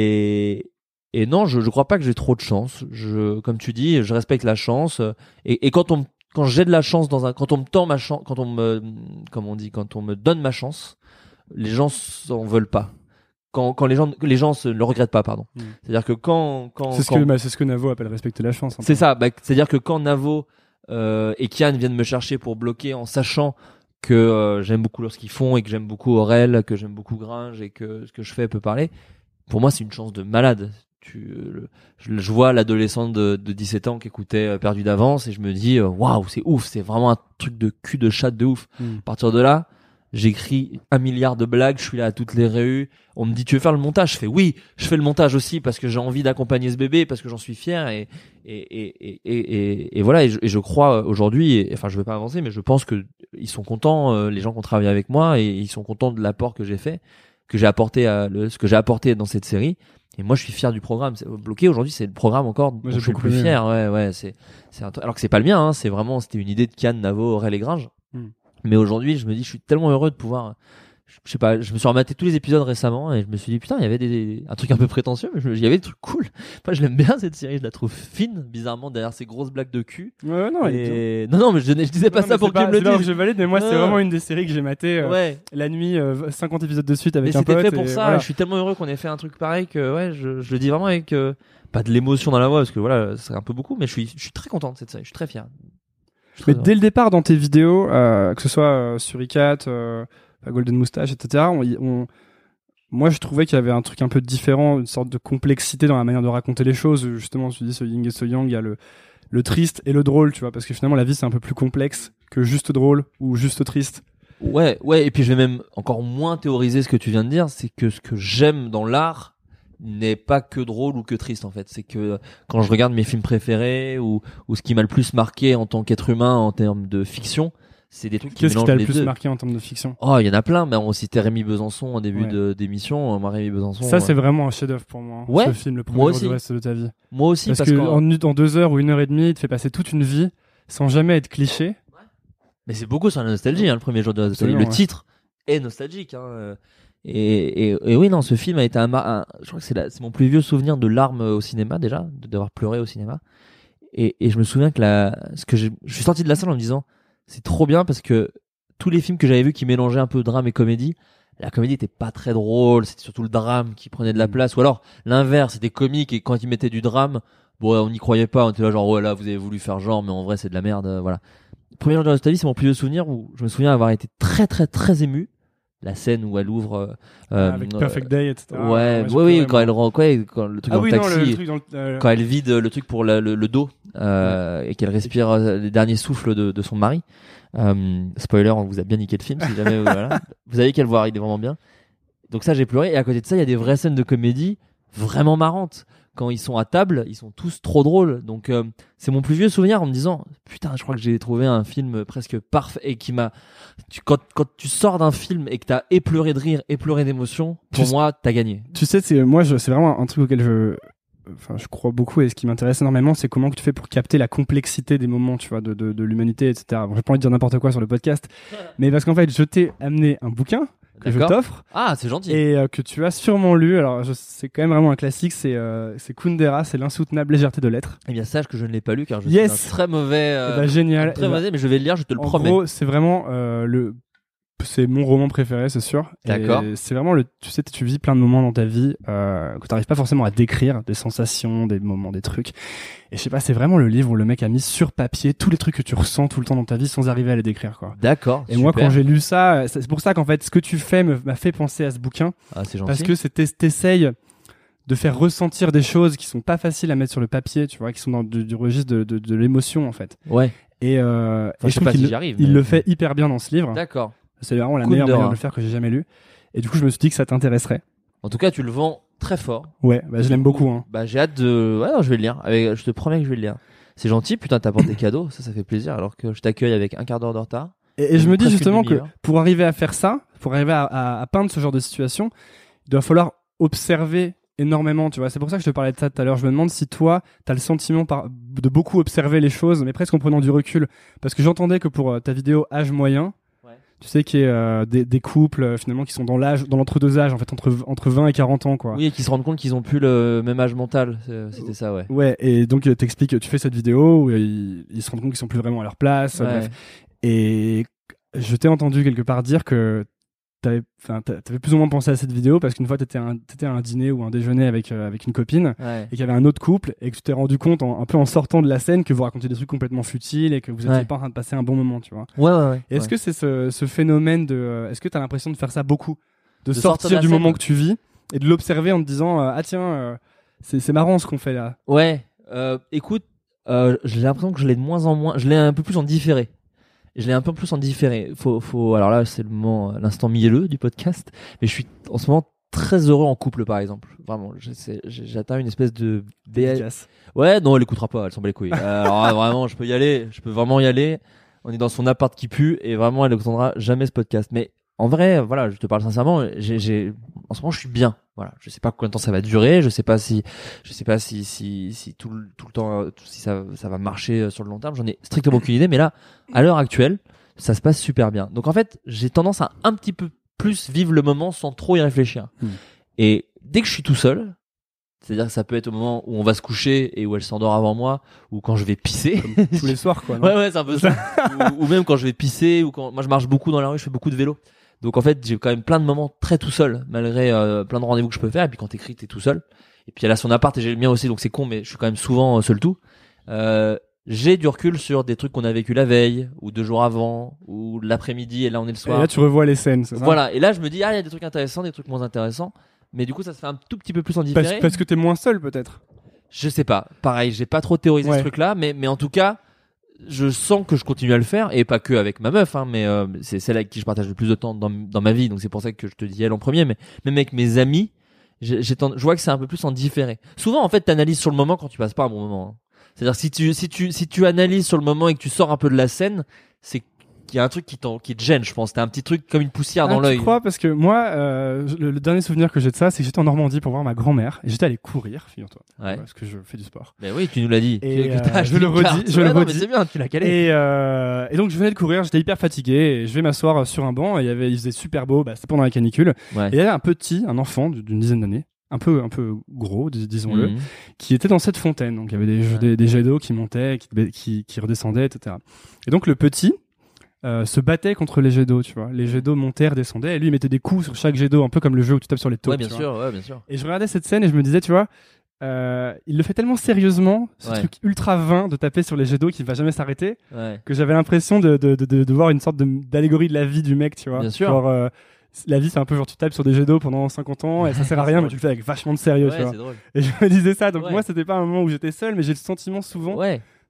Et et non, je je crois pas que j'ai trop de chance. Je, comme tu dis, je respecte la chance. Et, et quand on Quand j'ai de la chance dans un, quand on me tend ma chance, quand on me, comme on dit, quand on me donne ma chance, les gens s'en veulent pas. Quand, quand les gens, les gens se, ne le regrettent pas, pardon. Mmh. C'est-à-dire que quand, quand, c'est ce quand... que, bah, c'est ce que Navo appelle respecter la chance. C'est ça. Bah, c'est-à-dire que quand Navo euh, et Kian viennent me chercher pour bloquer, en sachant que euh, j'aime beaucoup leur ce qu'ils font et que j'aime beaucoup Aurel, que j'aime beaucoup Gringe et que ce que je fais peut parler. Pour moi, c'est une chance de malade. Tu, le, je, je vois l'adolescente de, de dix-sept ans qui écoutait euh, Perdu d'avance et je me dis waouh, wow, c'est ouf, c'est vraiment un truc de cul de chat de ouf. Mm. À partir de là, j'écris un milliard de blagues, je suis là à toutes les réus. On me dit tu veux faire le montage ? Je fais oui, je fais le montage aussi parce que j'ai envie d'accompagner ce bébé, parce que j'en suis fier et et et et et, et voilà. Et je, et je crois aujourd'hui, et, enfin je vais pas avancer, mais je pense que ils sont contents, euh, les gens qui ont travaillé avec moi, et ils sont contents de l'apport que j'ai fait, que j'ai apporté à le, ce que j'ai apporté dans cette série. Et moi, je suis fier du programme. C'est, Bloqué aujourd'hui, c'est le programme encore dont je suis le plus fier. Ouais, ouais, c'est, c'est un, alors que c'est pas le mien, hein. C'est vraiment, c'était une idée de Kian, Navo, Aurel et Gringe. Mm. Mais aujourd'hui, je me dis, je suis tellement heureux de pouvoir, je sais pas, je me suis rematé tous les épisodes récemment et je me suis dit, putain, il y avait des, un truc un peu prétentieux, mais il y avait des trucs cool. Enfin, je l'aime bien, cette série, je la trouve fine, bizarrement, derrière ces grosses blagues de cul. Ouais, non, et... non, non, mais je, je disais pas non, ça pour que tu me le dises. Que je valide, mais moi, non. C'est vraiment une des séries que j'ai maté, euh, ouais. la nuit, euh, cinquante épisodes de suite avec mais un pote. C'était fait pour et ça, voilà. Je suis tellement heureux qu'on ait fait un truc pareil que, ouais, je, je le dis vraiment avec, euh, pas de l'émotion dans la voix, parce que voilà, c'est un peu beaucoup, mais je suis, je suis très content de cette série, je suis très fier. Très mais heureux. Dès le départ, dans tes vidéos, euh, que ce soit euh, sur iCat, euh, Golden Moustache, et cetera, on, on, moi je trouvais qu'il y avait un truc un peu différent, une sorte de complexité dans la manière de raconter les choses. Justement, tu dis ce yin et ce yang, il y a le, le triste et le drôle, tu vois, parce que finalement la vie c'est un peu plus complexe que juste drôle ou juste triste. Ouais, ouais, et puis je vais même encore moins théoriser ce que tu viens de dire, c'est que ce que j'aime dans l'art n'est pas que drôle ou que triste en fait. C'est que quand je regarde mes films préférés ou, ou ce qui m'a le plus marqué en tant qu'être humain en termes de fiction, c'est des trucs qui Qu'est-ce mélangent qui t'a les le plus deux. marqué en termes de fiction ? Oh, il y en a plein, mais on citait Rémi Besançon en début ouais. de, d'émission. Moi, Rémi Besançon. Ça, ouais. c'est vraiment un chef-d'œuvre pour moi. Ouais. Ce film, le premier moi jour aussi. du reste de ta vie. Moi aussi, parce, parce que qu'en... en, en deux heures ou une heure et demie, il te fait passer toute une vie sans jamais être cliché. Ouais. Mais c'est beaucoup sur la nostalgie, hein, le premier jour de reste de ta vie. Le ouais. titre est nostalgique. Hein. Et, et, et oui, non, ce film a été un, un je crois que c'est, la, c'est mon plus vieux souvenir de larmes au cinéma déjà, de, d'avoir pleuré au cinéma. Et, et je me souviens que la, ce que j'ai, je suis sorti de la salle en me disant, c'est trop bien parce que tous les films que j'avais vus qui mélangeaient un peu drame et comédie, la comédie était pas très drôle, c'était surtout le drame qui prenait de la place, ou alors l'inverse, c'était comique et quand ils mettaient du drame, bon, on n'y croyait pas, on était là genre, ouais, là, vous avez voulu faire genre, mais en vrai, c'est de la merde, voilà. Premier jour de nostalgie, c'est mon plus vieux souvenir où je me souviens avoir été très, très, très ému. La scène où elle ouvre euh, avec euh, Perfect Day, et cetera. Ouais, ouais oui, oui, quand elle rentre, ouais, quand le truc ah dans oui, le taxi, non, le, le truc dans le, euh... quand elle vide le truc pour la, le, le dos euh, et qu'elle respire euh, les derniers souffles de, de son mari. Euh, spoiler, on vous a bien niqué le film. Si jamais voilà, vous avez qu'à le voir, il est vraiment bien. Donc ça, j'ai pleuré. Et à côté de ça, il y a des vraies scènes de comédie vraiment marrantes. Quand ils sont à table, ils sont tous trop drôles. Donc euh, c'est mon plus vieux souvenir en me disant putain, je crois que j'ai trouvé un film presque parfait et qui m'a. Tu, quand quand tu sors d'un film et que t'as épleuré de rire, épleuré d'émotion, pour tu moi, t'as gagné. Tu sais, c'est moi, je, c'est vraiment un truc auquel je, enfin, je crois beaucoup et ce qui m'intéresse énormément, c'est comment que tu fais pour capter la complexité des moments, tu vois, de de, de l'humanité, et cetera. Bon, j'ai pas envie de dire n'importe quoi sur le podcast, mais parce qu'en fait, je t'ai amené un bouquin. Que je t'offre. Ah, c'est gentil. Et euh, que tu as sûrement lu. Alors, je, c'est quand même vraiment un classique. C'est, euh, c'est Kundera, c'est l'insoutenable légèreté de l'être. Eh bien, sache que je ne l'ai pas lu car je yes. suis un très mauvais. Euh, eh ben, génial. Très eh mauvais, ben, mais je vais le lire, je te le en promets. En gros, c'est vraiment euh, le. C'est mon roman préféré, c'est sûr. D'accord. Et c'est vraiment le. Tu sais, tu vis plein de moments dans ta vie euh, que t'arrives pas forcément à décrire, des sensations, des moments, des trucs. Et je sais pas, c'est vraiment le livre où le mec a mis sur papier tous les trucs que tu ressens tout le temps dans ta vie sans arriver à les décrire, quoi. D'accord. Et super. moi, quand j'ai lu ça, c'est pour ça qu'en fait, ce que tu fais me, m'a fait penser à ce bouquin. Ah, c'est gentil. Parce que c'est t'essayes de faire ressentir des choses qui sont pas faciles à mettre sur le papier, tu vois, qui sont dans du, du registre de, de, de l'émotion, en fait. Ouais. Et, euh, enfin, et je sais pas qu'il si le, j'y arrive. il mais... le fait hyper bien dans ce livre. D'accord. C'est vraiment la Kundera. meilleure manière de le faire que j'ai jamais lu. Et du coup, je me suis dit que ça t'intéresserait. En tout cas, tu le vends très fort. Ouais, bah, je l'aime beaucoup. Hein. Bah, j'ai hâte de. Ouais, non, je vais le lire. Avec... Je te promets que je vais le lire. C'est gentil, putain, t'apportes des cadeaux, ça, ça fait plaisir. Alors que je t'accueille avec un quart d'heure de retard. Et, et je me dis justement que demi-heure. pour arriver à faire ça, pour arriver à, à, à peindre ce genre de situation, il doit falloir observer énormément, tu vois. C'est pour ça que je te parlais de ça tout à l'heure. Je me demande si toi, t'as le sentiment par... de beaucoup observer les choses, mais presque en prenant du recul. Parce que j'entendais que pour euh, ta vidéo âge moyen, tu sais qu'il y a euh, des, des couples euh, finalement qui sont dans l'âge, dans l'entre-deux âges en fait, entre entre vingt et quarante ans, quoi. Oui, et qui se rendent compte qu'ils ont plus le même âge mental. C'était ça, ouais. Ouais, et donc euh, t'expliques, tu fais cette vidéo où ils, ils se rendent compte qu'ils sont plus vraiment à leur place. Ouais. Euh, bref. Et je t'ai entendu quelque part dire que t'avais, enfin, t'avais plus ou moins pensé à cette vidéo parce qu'une fois t'étais à un, t'étais à un dîner ou un déjeuner avec euh, avec une copine Ouais. et qu'il y avait un autre couple et que tu t'es rendu compte en, un peu en sortant de la scène que vous racontiez des trucs complètement futiles et que vous étiez Ouais. pas en train de passer un bon moment, tu vois. Ouais, ouais, ouais. Et est-ce ouais. que c'est ce, ce phénomène de, euh, est-ce que t'as l'impression de faire ça beaucoup, de, De sortir sortir de la du scène. moment que tu vis et de l'observer en te disant euh, ah tiens euh, c'est c'est marrant ce qu'on fait là. Ouais, euh, écoute, euh, j'ai l'impression que je l'ai de moins en moins, je l'ai un peu plus en différé. Je l'ai un peu plus en différé. Faut, faut, alors là, c'est le moment, l'instant mielleux du podcast, mais je suis en ce moment très heureux en couple, par exemple. Vraiment, je sais, j'ai- j'atteins une espèce de B L. Efficace. Ouais, non, elle écoutera pas, elle s'en bat les couilles. Euh, alors là, vraiment, je peux y aller, je peux vraiment y aller. On est dans son appart qui pue et vraiment, elle n'entendra jamais ce podcast. Mais en vrai, voilà, je te parle sincèrement, j'ai, j'ai, en ce moment, je suis bien. Voilà, je sais pas combien de temps ça va durer, je sais pas si, je sais pas si, si, si tout le, tout le temps, euh, si ça, ça va marcher euh, sur le long terme. J'en ai strictement aucune idée, mais là, à l'heure actuelle, ça se passe super bien. Donc en fait, j'ai tendance à un petit peu plus vivre le moment sans trop y réfléchir. Mmh. Et dès que je suis tout seul, c'est-à-dire que ça peut être au moment où on va se coucher et où elle s'endort avant moi, ou quand je vais pisser. Tous les soirs quoi. Non Ouais, ouais, c'est un peu ça. ou, ou même quand je vais pisser, ou quand moi je marche beaucoup dans la rue, je fais beaucoup de vélo. Donc en fait, j'ai quand même plein de moments très tout seul, malgré euh, plein de rendez-vous que je peux faire. Et puis quand t'écris, t'es tout seul. Et puis elle a son appart et j'ai le mien aussi, donc c'est con, mais je suis quand même souvent euh, seul tout. Euh, j'ai du recul sur des trucs qu'on a vécu la veille, ou deux jours avant, ou l'après-midi, et là on est le Et soir. là tu revois les scènes, c'est ça. Voilà. Et là je me dis, ah, il y a des trucs intéressants, des trucs moins intéressants. Mais du coup, ça se fait un tout petit peu plus en différé. Parce, parce que t'es moins seul peut-être. Je sais pas. Pareil, j'ai pas trop théorisé Ouais. ce truc-là, mais mais en tout cas, je sens que je continue à le faire et pas que avec ma meuf, hein, mais euh, c'est celle avec qui je partage le plus de temps dans dans ma vie, donc c'est pour ça que je te dis elle en premier. Mais même avec mes amis, j'ai, j'ai tend- je vois que c'est un peu plus en différé. Souvent, en fait, t'analyses sur le moment quand tu passes pas un bon moment. Hein. C'est-à-dire si tu si tu si tu analyses sur le moment et que tu sors un peu de la scène, c'est qu'il y a un truc qui t'en, qui te gêne, je pense. T'as un petit truc comme une poussière Ah, dans l'œil. Tu crois parce que moi, euh, le, le dernier souvenir que j'ai de ça, c'est que j'étais en Normandie pour voir ma grand-mère et j'étais allé courir, figure-toi, Ouais. parce que je fais du sport. Ben oui, tu nous l'as dit. Et, Tu- que t'as euh, acheté je le une redis, carte. je Ouais, le non, mais redis. c'est bien, tu l'as calé. Et, euh, et donc je venais de courir, j'étais hyper fatigué et je vais m'asseoir sur un banc et il y avait, il faisait super beau, bah, c'était pendant la canicule. Ouais. Et il y avait un petit, un enfant d'une dizaine d'années, un peu, un peu gros, dis- disons-le, Mhm. qui était dans cette fontaine. Donc il y avait des, Ouais. des, des jets d'eau qui montaient, qui, qui, qui redescendaient, et cetera. Et donc le petit euh, se battait contre les jets d'eau, tu vois. Les jets d'eau montaient, redescendaient, et lui il mettait des coups sur chaque jet d'eau, un peu comme le jeu où tu tapes sur les taupes. Ouais, bien tu sûr, vois. ouais, bien sûr. Et je regardais cette scène et je me disais, tu vois, euh, il le fait tellement sérieusement, ce Ouais. truc ultra vain de taper sur les jets d'eau qui ne va jamais s'arrêter, Ouais. que j'avais l'impression de, de, de, de, de voir une sorte de, d'allégorie de la vie du mec, tu vois. Bien sûr. Genre, euh, la vie, c'est un peu genre tu tapes sur des jets d'eau pendant cinquante ans et ça sert à C'est rien, mais drôle. tu le fais avec vachement de sérieux, tu Ouais, vois. c'est drôle. Et je me disais ça, donc Ouais. moi, c'était pas un moment où j'étais seul, mais j'ai le sentiment souvent Ouais.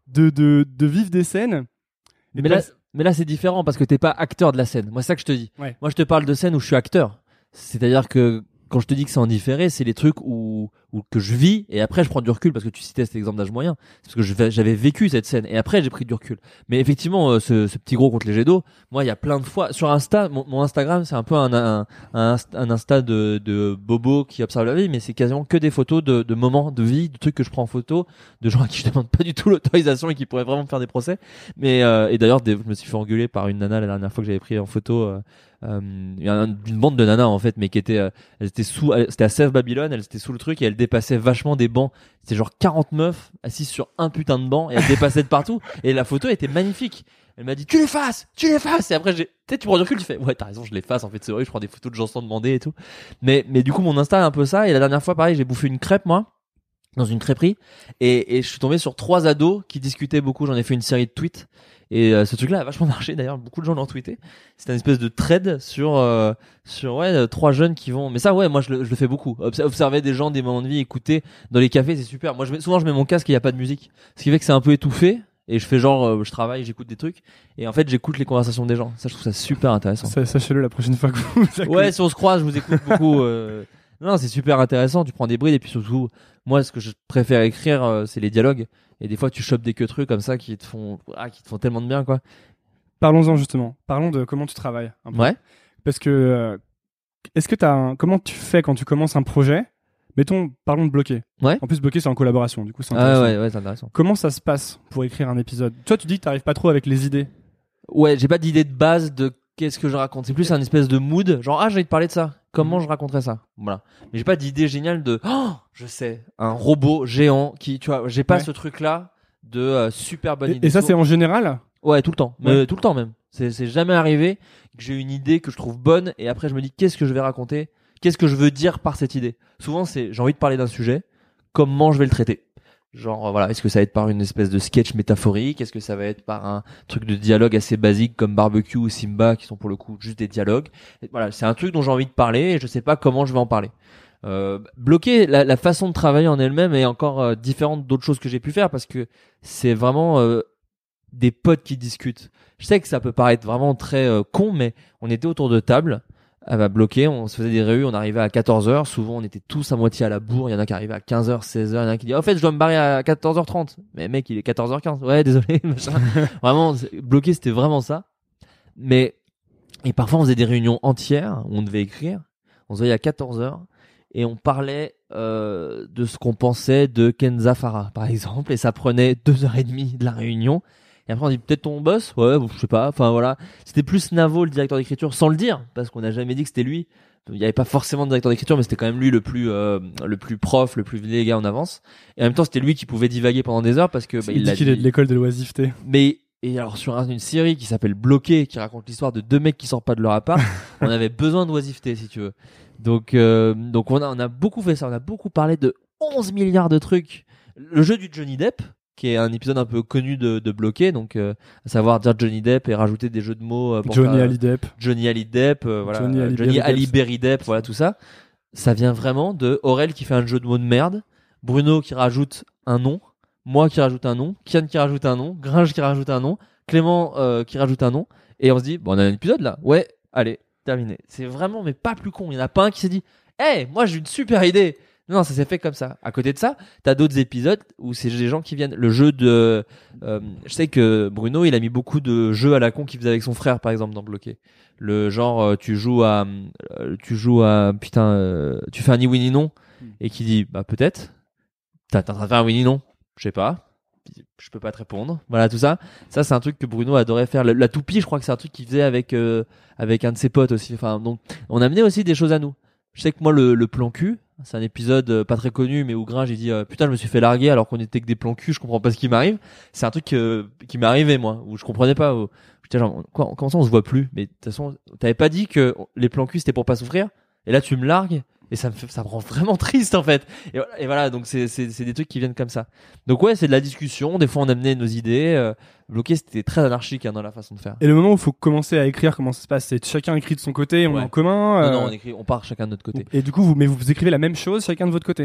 de, de, de vivre des scènes. Et Mais là, mais là, c'est différent parce que t'es pas acteur de la scène. Moi, c'est ça que je te dis. Ouais. Moi, je te parle de scène où je suis acteur. C'est-à-dire que quand je te dis que c'est en différé, c'est les trucs où, où que je vis et après je prends du recul parce que tu citais cet exemple d'âge moyen. C'est parce que je, j'avais vécu cette scène et après j'ai pris du recul. Mais effectivement, euh, ce, ce petit gros contre les jets d'eau, moi, il y a plein de fois sur Insta, mon, mon Instagram, c'est un peu un, un, un, un Insta de, de bobo qui observe la vie, mais c'est quasiment que des photos de, de moments de vie, de trucs que je prends en photo, de gens à qui je demande pas du tout l'autorisation et qui pourraient vraiment me faire des procès. Mais euh, et d'ailleurs, des, je me suis fait engueuler par une nana la dernière fois que j'avais pris en photo. Euh, Euh, une bande de nanas en fait, mais qui était, euh, elles étaient sous, elles, c'était à Sèvres Babylone, elles étaient sous le truc et elles dépassaient vachement des bancs. C'était genre quarante meufs assises sur un putain de banc et elles dépassaient de partout. Et la photo était magnifique. Elle m'a dit tu l'effaces, tu l'effaces. Et après j'ai, tu sais, tu prends du recul, tu fais ouais t'as raison, je l'efface. En fait c'est vrai, je prends des photos de gens sans demander et tout. Mais mais du coup mon Insta est un peu ça. Et la dernière fois pareil, j'ai bouffé une crêpe moi dans une crêperie et, et je suis tombé sur trois ados qui discutaient beaucoup. J'en ai fait une série de tweets. Et euh, ce truc-là a vachement marché d'ailleurs, beaucoup de gens l'ont tweeté. C'est une espèce de thread sur euh, sur ouais euh, trois jeunes qui vont. Mais ça ouais, moi je le, je le fais beaucoup. Obs- observer des gens, des moments de vie, écouter dans les cafés, c'est super. Moi je mets, souvent je mets mon casque et il y a pas de musique, ce qui fait que c'est un peu étouffé. Et je fais genre euh, je travaille, j'écoute des trucs et en fait j'écoute les conversations des gens. Ça je trouve ça super intéressant. Ça, sachez-le la prochaine fois que vous. Ouais, si on se croise, je vous écoute beaucoup. Euh... Non, c'est super intéressant. Tu prends des brides et puis surtout, moi ce que je préfère écrire, euh, c'est les dialogues. Et des fois, tu chopes des queues comme ça qui te font, ah, qui te font tellement de bien, quoi. Parlons-en justement. Parlons de comment tu travailles. Un peu. Ouais. Parce que, euh, est-ce que t'as un... comment tu fais quand tu commences un projet? Mettons, parlons de Bloqué. Ouais. En plus, Bloqué, c'est en collaboration. Du coup, c'est intéressant. Ah ouais, ouais, c'est intéressant. Comment ça se passe pour écrire un épisode? Toi, tu dis que t'arrives pas trop avec les idées. Ouais, j'ai pas d'idée de base de qu'est-ce que je raconte. C'est plus un espèce de mood. Genre, ah, j'ai envie de parler de ça. Comment je raconterais ça? Voilà. Mais j'ai pas d'idée géniale de, oh, je sais, un robot géant qui, tu vois, j'ai pas Ouais. ce truc-là de euh, super bonne Et, idée. et ça, c'est en général? Ouais, tout le temps. Mais Ouais. tout le temps même. C'est, c'est jamais arrivé que j'ai une idée que je trouve bonne et après je me dis qu'est-ce que je vais raconter? Qu'est-ce que je veux dire par cette idée? Souvent, c'est j'ai envie de parler d'un sujet. Comment je vais le traiter? Genre, euh, voilà, est-ce que ça va être par une espèce de sketch métaphorique? Est-ce que ça va être par un truc de dialogue assez basique comme Barbecue ou Simba qui sont pour le coup juste des dialogues? Et voilà, c'est un truc dont j'ai envie de parler et je sais pas comment je vais en parler. Euh, bloquer la, la façon de travailler en elle-même est encore euh, différente d'autres choses que j'ai pu faire parce que c'est vraiment euh, des potes qui discutent. Je sais que ça peut paraître vraiment très euh, con, mais on était autour de table. Elle va bloquer, on se faisait des réunions, on arrivait à quatorze heures, souvent on était tous à moitié à la bourre, il y en a qui arrivaient à quinze heures, seize heures, il y en a qui disent, oh, en fait je dois me barrer à quatorze heures trente, mais mec il est quatorze heures quinze, ouais désolé, machin. Vraiment, bloquer c'était vraiment ça. Mais, et parfois on faisait des réunions entières, où on devait écrire, on se voyait à quatorze heures, et on parlait euh, de ce qu'on pensait de Kenza Farah par exemple, et ça prenait deux heures et demie de la réunion. Et après on dit peut-être ton boss, ouais, bon, je sais pas. Enfin voilà, c'était plus Navo le directeur d'écriture, sans le dire, parce qu'on n'a jamais dit que c'était lui. Il n'y avait pas forcément de directeur d'écriture, mais c'était quand même lui le plus, euh, le plus prof, le plus les gars en avance. Et en même temps c'était lui qui pouvait divaguer pendant des heures parce que bah, il, il dit a qu'il est de l'école de l'oisiveté. Mais et alors sur un, une série qui s'appelle Bloqué, qui raconte l'histoire de deux mecs qui sortent pas de leur appart, on avait besoin d'oisiveté si tu veux. Donc euh, donc on a on a beaucoup fait ça, on a beaucoup parlé de onze milliards de trucs. Le jeu du Johnny Depp, qui est un épisode un peu connu de, de Bloqué, donc euh, à savoir dire Johnny Depp et rajouter des jeux de mots euh, pour Johnny faire, Ali Depp. Johnny Ali Depp, euh, voilà, Johnny Ali Johnny Berry Ali Depp. Berry Depp, voilà tout ça. Ça vient vraiment de Aurel qui fait un jeu de mots de merde, Bruno qui rajoute un nom, moi qui rajoute un nom, Kian qui rajoute un nom, Gringe qui rajoute un nom, Clément euh, qui rajoute un nom, et on se dit bon on a un épisode là, ouais, allez, terminé. C'est vraiment mais pas plus con. Il y en a pas un qui s'est dit, hey, moi j'ai une super idée. Non, ça s'est fait comme ça. À côté de ça, t'as d'autres épisodes où c'est des gens qui viennent. Le jeu de, euh, je sais que Bruno, il a mis beaucoup de jeux à la con qu'il faisait avec son frère, par exemple, dans Bloqué. Le genre, euh, tu joues à, euh, tu joues à, putain, euh, tu fais un ni oui ni non, et qui dit, bah peut-être. T'es en train de faire un oui ni non, je sais pas. Je peux pas te répondre. Voilà tout ça. Ça c'est un truc que Bruno adorait faire. La, la toupie, je crois que c'est un truc qu'il faisait avec euh, avec un de ses potes aussi. Enfin donc, on amenait aussi des choses à nous. Je sais que moi le, le plan cul, c'est un épisode euh, pas très connu, mais où Gringe j'ai dit euh, putain je me suis fait larguer alors qu'on était que des plans cul, je comprends pas ce qui m'arrive. C'est un truc euh, qui m'est arrivé moi, où je comprenais pas. Où, j'étais genre quoi, comment ça on se voit plus? Mais de toute façon t'avais pas dit que les plans cul c'était pour pas souffrir. Et là tu me largues. Et ça me fait, ça me rend vraiment triste en fait. Et voilà, et voilà donc c'est, c'est, c'est des trucs qui viennent comme ça. Donc ouais, c'est de la discussion. Des fois, on amenait nos idées. Euh, Bloqué, c'était très anarchique hein, dans la façon de faire. Et le moment où il faut commencer à écrire, comment ça se passe? C'est chacun écrit de son côté, on Ouais. est en commun. Non, euh, non, on écrit, on part chacun de notre côté. Et du coup, vous, mais vous écrivez la même chose chacun de votre côté.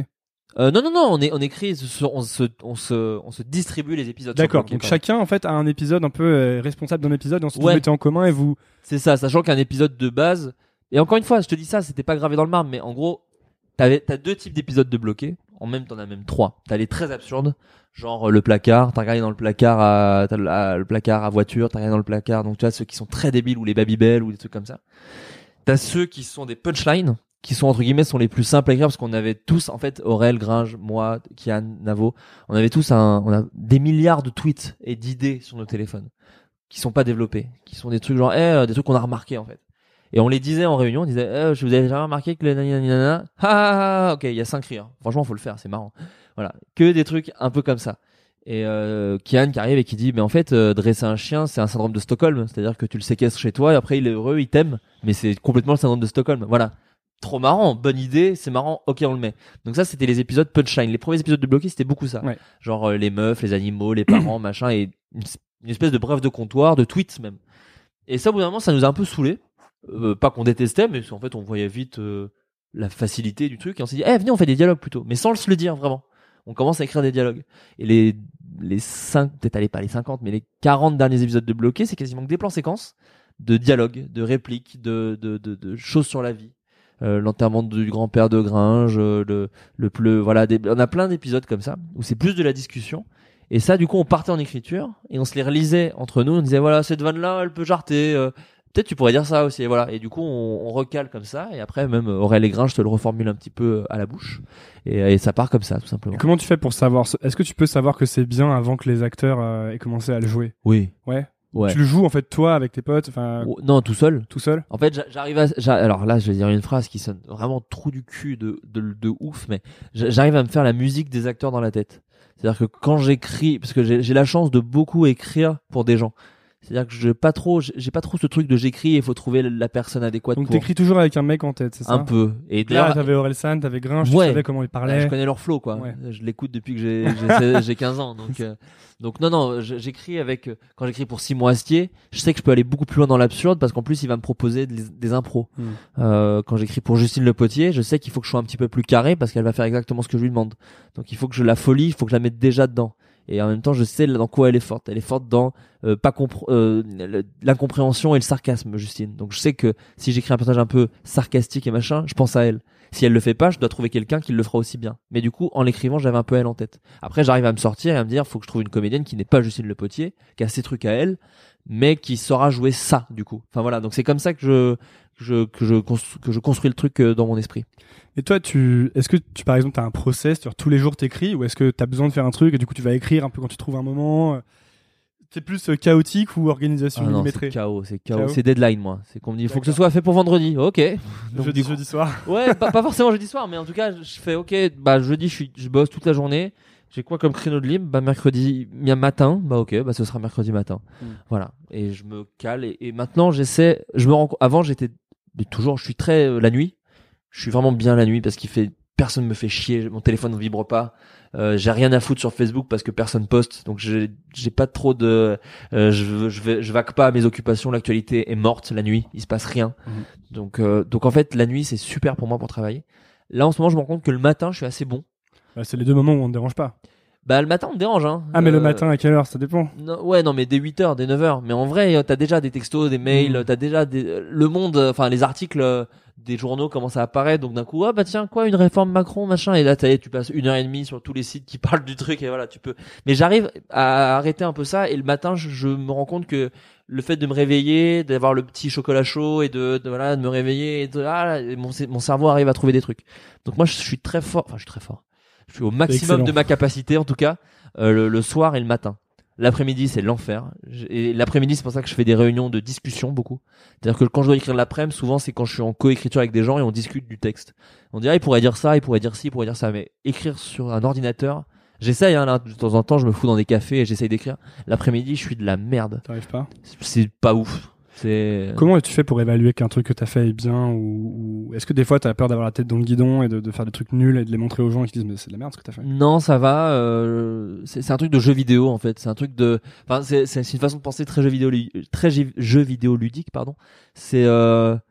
Euh, non, non, non, on est, on écrit, on se, on se, on se distribue les épisodes. D'accord. Bloqué, Donc pardon. chacun en fait a un épisode un peu euh, responsable d'un épisode et ensuite Ouais. vous mettez en commun et vous. C'est ça, sachant qu'un épisode de base, et encore une fois, je te dis ça, c'était pas gravé dans le marbre, mais en gros, t'avais, t'as deux types d'épisodes de bloqués. En même, t'en as même trois. T'as les très absurdes, genre euh, le placard, t'as regardé dans le placard à, t'as le, à- le placard à voiture, t'as regardé dans le placard, donc tu vois, ceux qui sont très débiles ou les Babybel ou des trucs comme ça. T'as ceux qui sont des punchlines, qui sont entre guillemets sont les plus simples à écrire parce qu'on avait tous, en fait, Aurel, Gringe, moi, Kian, Navo, on avait tous un, on a des milliards de tweets et d'idées sur nos téléphones qui sont pas développés, qui sont des trucs genre, eh, euh, des trucs qu'on a remarqués en fait. Et on les disait en réunion, on disait, eh, je vous avais jamais remarqué que le nanana, ah, ah, ah, ok, il y a cinq rires. Franchement, faut le faire, c'est marrant. Voilà, que des trucs un peu comme ça. Et euh, Kian qui arrive et qui dit, mais en fait, euh, dresser un chien, c'est un syndrome de Stockholm, c'est-à-dire que tu le séquestres chez toi et après il est heureux, il t'aime, mais c'est complètement le syndrome de Stockholm. Voilà. Trop marrant, bonne idée, c'est marrant, ok on le met. Donc ça c'était les épisodes punchline. Les premiers épisodes de Bloqué c'était beaucoup ça. Ouais. Genre euh, les meufs, les animaux, les parents, machin, et une, une espèce de bref de comptoir, de tweets même. Et ça au bout d'un moment ça nous a un peu saoulés. Euh, pas qu'on détestait, mais en fait on voyait vite euh, la facilité du truc et on s'est dit, eh venez on fait des dialogues plutôt. Mais sans se le dire vraiment. On commence à écrire des dialogues. Et les les cinq, peut-être allez pas les cinquante, mais les quarante derniers épisodes de Bloqué c'est quasiment que des plans séquences de dialogues, de répliques, de, de, de, de choses sur la vie. Euh, l'enterrement du grand-père de Gringe, euh, le, le pleu, voilà, des, on a plein d'épisodes comme ça où c'est plus de la discussion. Et ça, du coup, on partait en écriture et on se les relisait entre nous. On disait voilà, cette vanne-là, elle peut jarter. Euh, peut-être tu pourrais dire ça aussi. Et voilà. Et du coup, on, on recale comme ça. Et après, même Aurel et Gringe te le reformule un petit peu à la bouche. Et, et ça part comme ça, tout simplement. Et comment tu fais pour savoir ce- Est-ce que tu peux savoir que c'est bien avant que les acteurs euh, aient commencé à le jouer? Oui. Ouais. Ouais. Tu le joues en fait toi avec tes potes, enfin Oh, non, tout seul. tout seul. En fait, j'a- j'arrive à, j'a- alors là, je vais dire une phrase qui sonne vraiment trou du cul de, de, de ouf, mais j'a- j'arrive à me faire la musique des acteurs dans la tête. C'est-à-dire que quand j'écris, parce que j'ai j'ai la chance de beaucoup écrire pour des gens. C'est-à-dire que je pas trop, j'ai j'ai pas trop ce truc de j'écris et il faut trouver la personne adéquate Donc pour. t'écris toujours avec un mec en tête, c'est ça? Un peu. Et Là, d'ailleurs, t'avais Orelsan, t'avais Gringe, Ouais. tu savais comment il euh, parlait. je connais leur flow, quoi. Ouais. Je l'écoute depuis que j'ai j'ai j'ai quinze ans, donc euh, donc non non, je- j'écris avec quand j'écris pour Simon Astier, je sais que je peux aller beaucoup plus loin dans l'absurde parce qu'en plus il va me proposer des, des impros. Hmm. Euh, quand j'écris pour Justine Le Potier, je sais qu'il faut que je sois un petit peu plus carré parce qu'elle va faire exactement ce que je lui demande. Donc il faut que je la folie, il faut que je la mette déjà dedans. Et en même temps, je sais dans quoi elle est forte. Elle est forte dans euh, pas compr- euh, le- l'incompréhension et le sarcasme, Justine. Donc je sais que si j'écris un personnage un peu sarcastique et machin, je pense à elle. Si elle le fait pas, je dois trouver quelqu'un qui le fera aussi bien. Mais du coup, en l'écrivant, j'avais un peu elle en tête. Après, j'arrive à me sortir et à me dire, faut que je trouve une comédienne qui n'est pas Justine Le Potier, qui a ses trucs à elle, mais qui saura jouer ça, du coup. Enfin voilà. Donc c'est comme ça que je que je que je, constru- que je construis le truc euh, dans mon esprit. Et toi, tu, est-ce que tu, par exemple, t'as un process, tu tous les jours t'écris, ou est-ce que t'as besoin de faire un truc et du coup tu vas écrire un peu quand tu trouves un moment? euh, C'est plus euh, chaotique ou organisation Ah non, millimétrée? c'est chaos, c'est chaos, Chaos. c'est deadline, moi. C'est qu'on me dit, il faut que ce D'accord. soit fait pour vendredi. Ok. Donc, jeudi, du coup- jeudi soir. Ouais, pas, pas forcément jeudi soir, mais en tout cas, je fais ok, bah jeudi, je suis, je bosse toute la journée. J'ai quoi comme créneau de libre? Bah mercredi mi- matin. Bah ok, bah ce sera mercredi matin. Mm. Voilà. Et je me cale. Et, et maintenant, j'essaie. Je me rends. co- Avant, j'étais mais toujours. Je suis très euh, la nuit. Je suis vraiment bien la nuit parce qu'il fait. Personne me fait chier. Mon téléphone ne vibre pas. Euh, j'ai rien à foutre sur Facebook parce que personne poste. Donc j'ai, j'ai pas trop de. Euh, je, je vais, je vaque pas à mes occupations. L'actualité est morte la nuit. Il se passe rien. Mhm. Donc, euh, donc en fait, la nuit c'est super pour moi pour travailler. Là, en ce moment, je me rends compte que le matin, je suis assez bon. Bah, c'est les deux moments où on ne dérange pas. Bah le matin on me dérange hein. Ah, mais le Euh, matin, à quelle heure? Ça dépend. non, ouais non mais dès huit heures, dès neuf heures. Mais en vrai euh, t'as déjà des textos, des mails, Mm. t'as déjà des... euh, le monde, euh, enfin les articles euh, des journaux commencent à apparaître. Donc d'un coup ah bah tiens quoi une réforme Macron machin. Et là t'as, tu passes une heure et demie sur tous les sites qui parlent du truc et voilà tu peux. Mais j'arrive à arrêter un peu ça et le matin je, je me rends compte que le fait de me réveiller, d'avoir le petit chocolat chaud et de, de voilà de me réveiller et de ah, et mon, mon cerveau arrive à trouver des trucs. Donc moi je suis très fort, enfin je suis très fort. Je suis au maximum excellent. de ma capacité en tout cas. Euh, le, le soir et le matin. L'après-midi, c'est l'enfer. Et l'après-midi, c'est pour ça que je fais des réunions de discussion beaucoup. C'est-à-dire que quand je dois écrire l'après-midi, souvent, c'est quand je suis en coécriture avec des gens et on discute du texte. On dirait, ah, il pourrait dire ça, il pourrait dire ci, il pourrait dire ça. Mais écrire sur un ordinateur, j'essaye, hein, là, de temps en temps, je me fous dans des cafés et j'essaye d'écrire. L'après-midi, je suis de la merde. T'arrives pas? C'est pas ouf. C'est... Comment tu fais pour évaluer qu'un truc que t'as fait est bien ou, ou est-ce que des fois t'as peur d'avoir la tête dans le guidon et de, de faire des trucs nuls et de les montrer aux gens et qui disent mais c'est de la merde ce que t'as fait? Non, ça va. Euh, c'est, c'est un truc de jeu vidéo en fait. C'est un truc de. Enfin, c'est, c'est une façon de penser très jeu vidéo, très jeu jeu vidéo ludique, pardon. C'est. Euh,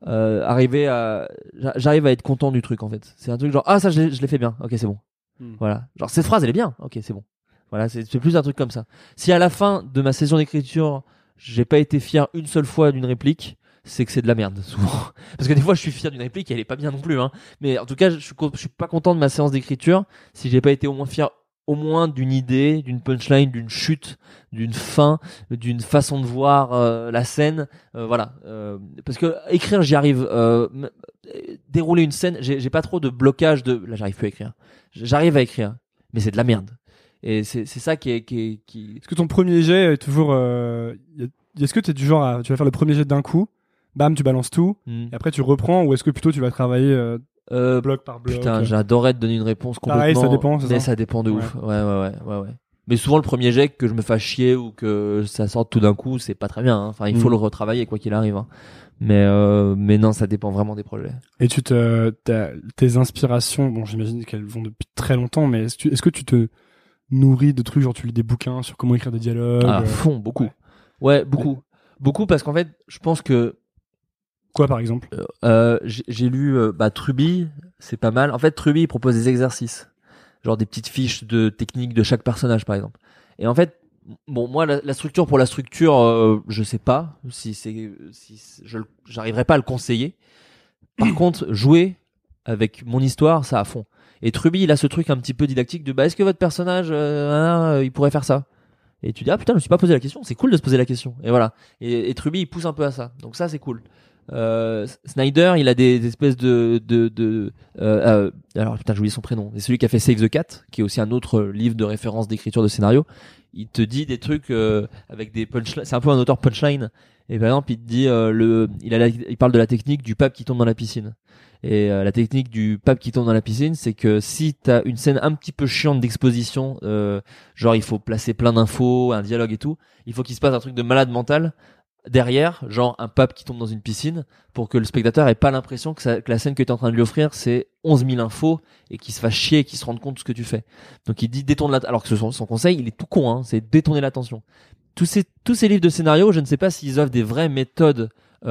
euh, arriver à, j'arrive à être content du truc en fait. C'est un truc genre ah ça je l'ai, je l'ai fait bien, ok c'est bon. Hmm. Voilà, genre cette phrase elle est bien, ok c'est bon. Voilà, c'est, c'est plus un truc comme ça. Si à la fin de ma session d'écriture j'ai pas été fier une seule fois d'une réplique, c'est que c'est de la merde souvent. Parce que des fois je suis fier d'une réplique et elle est pas bien non plus. Hein. Mais en tout cas je suis, je suis pas content de ma séance d'écriture si j'ai pas été au moins fier au moins d'une idée, d'une punchline, d'une chute, d'une fin, d'une façon de voir euh, la scène, euh, voilà. Euh, parce que écrire, j'y arrive. Euh, dérouler une scène, j'ai, j'ai pas trop de blocage de. Là, j'arrive plus à écrire. J'arrive à écrire, mais c'est de la merde. Et c'est c'est ça qui est qui est, qui. Est-ce que ton premier jet est toujours euh, est-ce que t'es du genre à tu vas faire le premier jet d'un coup, bam, tu balances tout, mm. et après tu reprends, ou est-ce que plutôt tu vas travailler euh, Euh, bloc par bloc. Putain, j'adorerais te donner une réponse complètement. Pareil, ça dépend, c'est mais ça, ça dépend de ouais. ouf. Ouais, ouais, ouais, ouais, ouais. Mais souvent, le premier jet, que je me fasse chier ou que ça sorte tout d'un coup, c'est pas très bien. Hein. Enfin, il faut mmh. le retravailler quoi qu'il arrive. Hein. Mais, euh, mais non, ça dépend vraiment des projets. Et tu te, tes inspirations, bon, j'imagine qu'elles vont depuis très longtemps, mais est-ce que, est-ce que tu te nourris de trucs, genre tu lis des bouquins sur comment écrire des dialogues? À fond, beaucoup. Ouais, ouais beaucoup. Ouais. Beaucoup parce qu'en fait, je pense que quoi par exemple? euh, j'ai, j'ai lu euh, bah, Truby, c'est pas mal. En fait, Truby il propose des exercices, genre des petites fiches de techniques de chaque personnage par exemple. Et en fait, bon moi la, la structure pour la structure, euh, je sais pas si c'est si je j'arriverai pas à le conseiller. Par contre, jouer avec mon histoire, ça à fond. Et Truby il a ce truc un petit peu didactique de bah est-ce que votre personnage euh, il pourrait faire ça? Et tu dis ah putain je me suis pas posé la question, c'est cool de se poser la question. Et voilà. Et, et Truby il pousse un peu à ça, donc ça c'est cool. Euh, Snyder, il a des, des espèces de, de, de euh, euh, alors putain j'ai oublié son prénom. C'est celui qui a fait Save the Cat, qui est aussi un autre livre de référence d'écriture de scénario. Il te dit des trucs euh, avec des punchlines. C'est un peu un auteur punchline. Et par exemple, il te dit euh, le, il a, la, il parle de la technique du pape qui tombe dans la piscine. Et euh, la technique du pape qui tombe dans la piscine, c'est que si t'as une scène un petit peu chiante d'exposition, euh, genre il faut placer plein d'infos, un dialogue et tout, il faut qu'il se passe un truc de malade mental derrière, genre un pape qui tombe dans une piscine, pour que le spectateur ait pas l'impression que, ça, que la scène que tu es en train de lui offrir c'est onze mille infos et qu'il se fasse chier et qu'il se rende compte de ce que tu fais. Donc il dit détourne la, alors que son, son conseil il est tout con, hein, c'est détourner l'attention. Tous ces tous ces livres de scénario, je ne sais pas s'ils offrent des vraies méthodes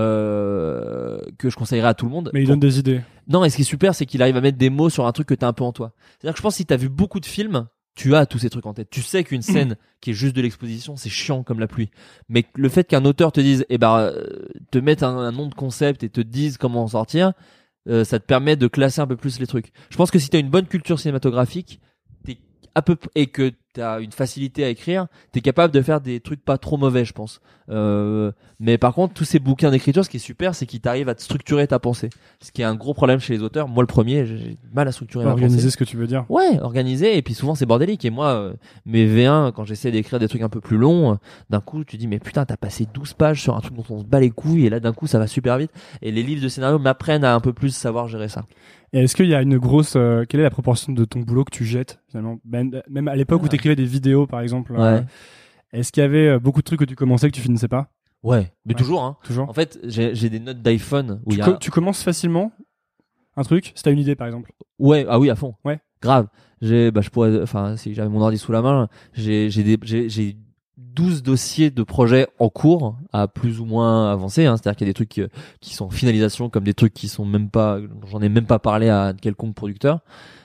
euh, que je conseillerais à tout le monde. Mais il donne des idées. Non, et ce qui est super, c'est qu'il arrive à mettre des mots sur un truc que t'as un peu en toi. C'est-à-dire que je pense que si t'as vu beaucoup de films, tu as tous ces trucs en tête. Tu sais qu'une scène qui est juste de l'exposition, c'est chiant comme la pluie. Mais le fait qu'un auteur te dise, eh ben, euh, te mette un, un nom de concept et te dise comment en sortir, euh, ça te permet de classer un peu plus les trucs. Je pense que si t'as une bonne culture cinématographique, t'es à peu et que t'as une facilité à écrire, t'es capable de faire des trucs pas trop mauvais, je pense. Euh, mais par contre, tous ces bouquins d'écriture, ce qui est super, c'est qu'ils t'arrivent à te structurer ta pensée. Ce qui est un gros problème chez les auteurs. Moi, le premier, j'ai du mal à structurer ma pensée. Organiser ce que tu veux dire. Ouais, organiser. Et puis souvent, c'est bordélique. Et moi, euh, mes V un, quand j'essaie d'écrire des trucs un peu plus longs, euh, d'un coup, tu dis, mais putain, t'as passé douze pages sur un truc dont on se bat les couilles. Et là, d'un coup, ça va super vite. Et les livres de scénario m'apprennent à un peu plus savoir gérer ça. Et est-ce qu'il y a une grosse, euh, quelle est la proportion de ton boulot que tu jettes finalement, même, même à l'époque ouais. où tu écrivais des vidéos par exemple, ouais. euh, est-ce qu'il y avait euh, beaucoup de trucs que tu commençais que tu finissais pas? Ouais, mais ouais. toujours hein. Toujours. En fait, j'ai, j'ai des notes d'iPhone où tu, il y a... co- tu commences facilement un truc si t'as une idée par exemple. Ouais, ah oui à fond. Ouais. Grave. J'ai, bah je pourrais, enfin si j'avais mon ordi sous la main, j'ai, j'ai des, j'ai, j'ai douze dossiers de projets en cours à plus ou moins avancés, hein. C'est-à-dire qu'il y a des trucs qui, qui sont en finalisation comme des trucs qui sont même pas, j'en ai même pas parlé à quelconque producteur.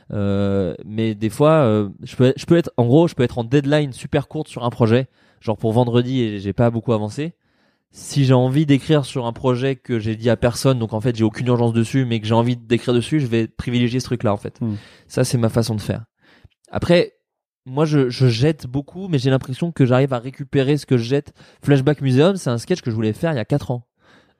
Euh, mais des fois, euh, je peux, je peux être, en gros, je peux être en deadline super courte sur un projet, genre pour vendredi et j'ai pas beaucoup avancé. Si j'ai envie d'écrire sur un projet que j'ai dit à personne, donc en fait j'ai aucune urgence dessus, mais que j'ai envie d'écrire dessus, je vais privilégier ce truc-là en fait. Mmh. Ça c'est ma façon de faire. Après, moi je, je jette beaucoup, mais j'ai l'impression que j'arrive à récupérer ce que je jette. Flashback Museum, c'est un sketch que je voulais faire il y a quatre ans.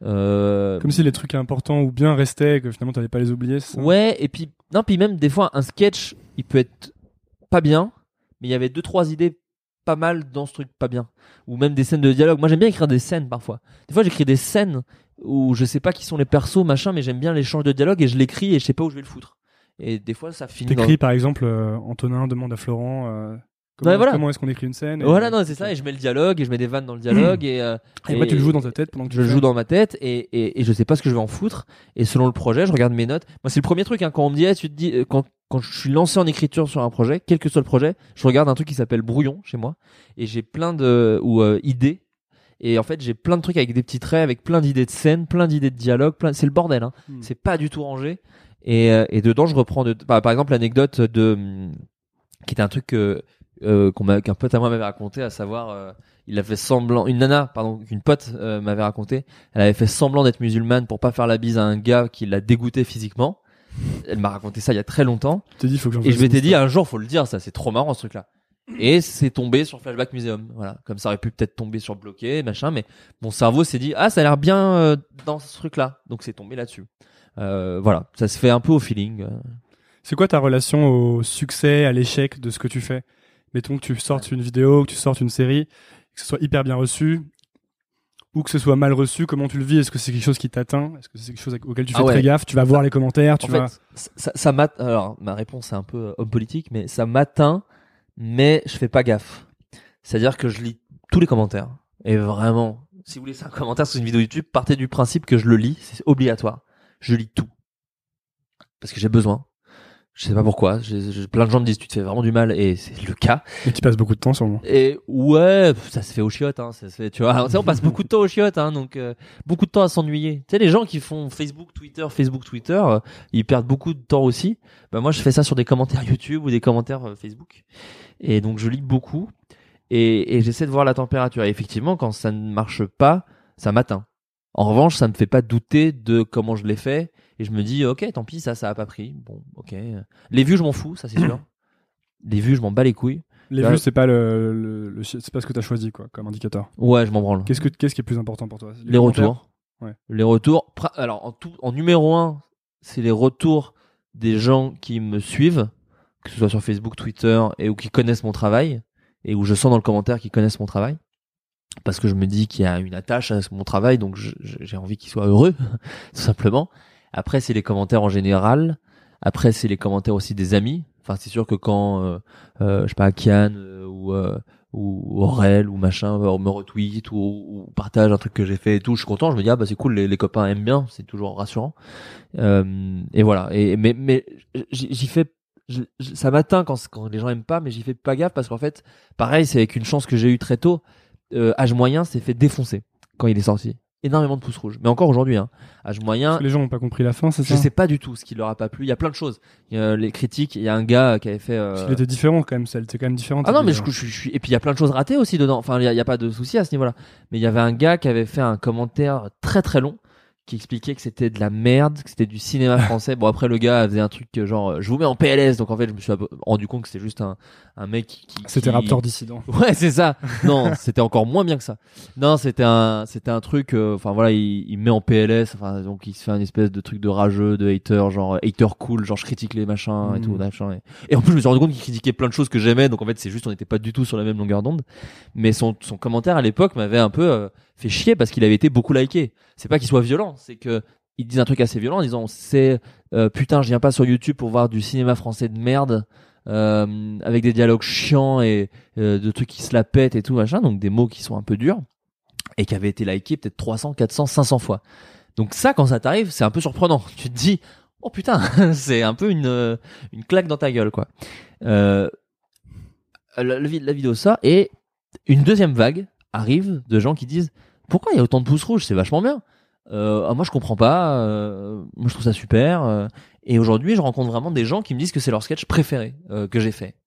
Euh... Comme si les trucs importants ou bien restaient et que finalement t'allais pas les oublier. C'est ça ouais, et puis non, puis même des fois un sketch, il peut être pas bien, mais il y avait deux trois idées pas mal dans ce truc pas bien, ou même des scènes de dialogue. Moi j'aime bien écrire des scènes parfois. Des fois j'écris des scènes où je sais pas qui sont les persos machin, mais j'aime bien l'échange de dialogue et je l'écris et je sais pas où je vais le foutre. Et des fois ça finit. T'écris dans... par exemple euh, Antonin demande à Florent. Euh... Comment, ouais, voilà. comment est-ce qu'on écrit une scène et voilà, non, c'est ça, et je mets le dialogue, et je mets des vannes dans le dialogue, et, euh, et, et moi, tu le joues dans ta tête pendant que tu je le joue dans ma tête, et, et, et je sais pas ce que je vais en foutre, et selon le projet, je regarde mes notes. Moi, c'est le premier truc, hein, quand on me dit, eh, tu te dis, quand, quand je suis lancé en écriture sur un projet, quel que soit le projet, je regarde un truc qui s'appelle Brouillon chez moi, et j'ai plein de, ou, euh, idées, Et en fait, j'ai plein de trucs avec des petits traits, avec plein d'idées de scènes, plein d'idées de dialogue, plein... c'est le bordel, hein. Mm. C'est pas du tout rangé. Et, euh, et dedans, je reprends de... bah, par exemple l'anecdote de qui était un truc que euh, qu'on m'a qu'un pote à moi m'avait raconté, à savoir euh, il a fait semblant une nana pardon qu'une pote euh, m'avait raconté, elle avait fait semblant d'être musulmane pour pas faire la bise à un gars qui l'a dégoûté physiquement. Elle m'a raconté ça il y a très longtemps. Je t'ai dit, faut que j'en et je m'étais dit un jour faut le dire, ça c'est trop marrant ce truc là. Et c'est tombé sur Flashback Museum, voilà. Comme ça aurait pu peut-être tomber sur Bloqué, machin, mais mon cerveau s'est dit ah ça a l'air bien euh, dans ce truc là, donc c'est tombé là-dessus. Euh, voilà, ça se fait un peu au feeling. C'est quoi ta relation au succès, à l'échec de ce que tu fais? Mettons que tu sortes une vidéo, que tu sortes une série, que ce soit hyper bien reçu, ou que ce soit mal reçu, comment tu le vis? Est-ce que c'est quelque chose qui t'atteint? Est-ce que c'est quelque chose auquel tu fais ah ouais. très gaffe? Tu vas voir les commentaires, tu en vas... fait, ça, ça m'at... Alors, ma réponse est un peu homme politique, mais ça m'atteint, mais je fais pas gaffe. C'est-à-dire que je lis tous les commentaires. Et vraiment, si vous laissez un commentaire sur une vidéo YouTube, partez du principe que je le lis, c'est obligatoire. Je lis tout. Parce que j'ai besoin. Je sais pas pourquoi. J'ai, j'ai, plein de gens me disent tu te fais vraiment du mal et c'est le cas. Et tu passes beaucoup de temps sûrement. Et ouais, ça se fait au chiottes, hein. Ça se fait, tu vois. On passe beaucoup de temps au chiottes, hein. Donc euh, beaucoup de temps à s'ennuyer. Tu sais, les gens qui font Facebook, Twitter, Facebook, Twitter, euh, ils perdent beaucoup de temps aussi. Ben moi, je fais ça sur des commentaires YouTube ou des commentaires euh, Facebook. Et donc je lis beaucoup et, et j'essaie de voir la température. Et effectivement, quand ça ne marche pas, ça m'atteint. En revanche, ça me fait pas douter de comment je l'ai fait. Et je me dis, ok, tant pis, ça, ça a pas pris. Bon, ok. Les vues, je m'en fous, ça c'est sûr. Les vues, je m'en bats les couilles. Les Là, vues, c'est pas le, le, le, c'est pas ce que t'as choisi, quoi, comme indicateur. Ouais, je m'en branle. Qu'est-ce que, qu'est-ce qui est plus important pour toi? Les, les retours. Ouais. Les retours. Alors, en tout, en numéro un, c'est les retours des gens qui me suivent, que ce soit sur Facebook, Twitter, et ou qui connaissent mon travail, et où je sens dans le commentaire qu'ils connaissent mon travail. Parce que je me dis qu'il y a une attache à mon travail, donc je, j'ai envie qu'ils soient heureux, tout simplement. Après, c'est les commentaires en général. Après, c'est les commentaires aussi des amis. Enfin, c'est sûr que quand, euh, euh, je sais pas, Kian euh, ou euh, ou Aurel ou machin me retweet ou, ou partage un truc que j'ai fait et tout, je suis content. Je me dis ah bah c'est cool, les, les copains aiment bien, c'est toujours rassurant. Euh, et voilà. Et mais mais j'y fais, je, je, ça m'atteint quand quand les gens aiment pas, mais j'y fais pas gaffe parce qu'en fait, pareil, c'est avec une chance que j'ai eue très tôt. Euh, Âge moyen s'est fait défoncer quand il est sorti. Énormément de pouces rouges, mais encore aujourd'hui, hein.Âge moyen. Parce que les gens n'ont pas compris la fin, c'est ça? Je sais pas du tout ce qui leur a pas plu. Il y a plein de choses. Il y a les critiques. Il y a un gars qui avait fait. Euh... Il était différent quand même. Ça, était quand même différent. Ah non, mais je, je, je suis. Et puis il y a plein de choses ratées aussi dedans. Enfin, il y a, il y a pas de souci à ce niveau-là. Mais il y avait un gars qui avait fait un commentaire très très long qui expliquait que c'était de la merde, que c'était du cinéma français. Bon après le gars faisait un truc genre je vous mets en P L S, donc en fait je me suis rendu compte que c'était juste un un mec qui, qui c'était qui... Raptor dissident. Ouais, c'est ça. Non, c'était encore moins bien que ça. Non, c'était un c'était un truc enfin euh, voilà, il, il met en P L S, enfin donc il se fait un espèce de truc de rageux, de hater, genre hater cool, genre je critique les machins mmh. et tout machin et... et en plus je me suis rendu compte qu'il critiquait plein de choses que j'aimais, donc en fait c'est juste on n'était pas du tout sur la même longueur d'onde. Mais son son commentaire à l'époque m'avait un peu euh, fait chier parce qu'il avait été beaucoup liké. C'est pas qu'il soit violent, c'est que il disent un truc assez violent en disant c'est euh, putain je viens pas sur YouTube pour voir du cinéma français de merde euh, avec des dialogues chiants et euh, de trucs qui se la pètent et tout machin, donc des mots qui sont un peu durs et qui avaient été likés peut-être trois cents, quatre cents, cinq cents fois. Donc ça quand ça t'arrive c'est un peu surprenant, tu te dis oh putain c'est un peu une une claque dans ta gueule quoi. Euh, la, la, la vidéo ça et une deuxième vague arrive de gens qui disent pourquoi il y a autant de pouces rouges, c'est vachement bien. Euh, moi je comprends pas, euh, moi je trouve ça super euh, et aujourd'hui je rencontre vraiment des gens qui me disent que c'est leur sketch préféré euh, que j'ai fait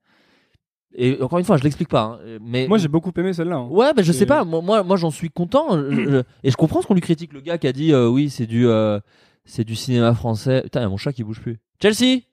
et encore une fois je l'explique pas hein, mais moi j'ai beaucoup aimé celle-là hein. Ouais bah je sais pas moi moi, moi j'en suis content je, je, et je comprends ce qu'on lui critique, le gars qui a dit euh, oui c'est du euh, c'est du cinéma français. Putain, il y a mon chat qui bouge plus. Chelsea.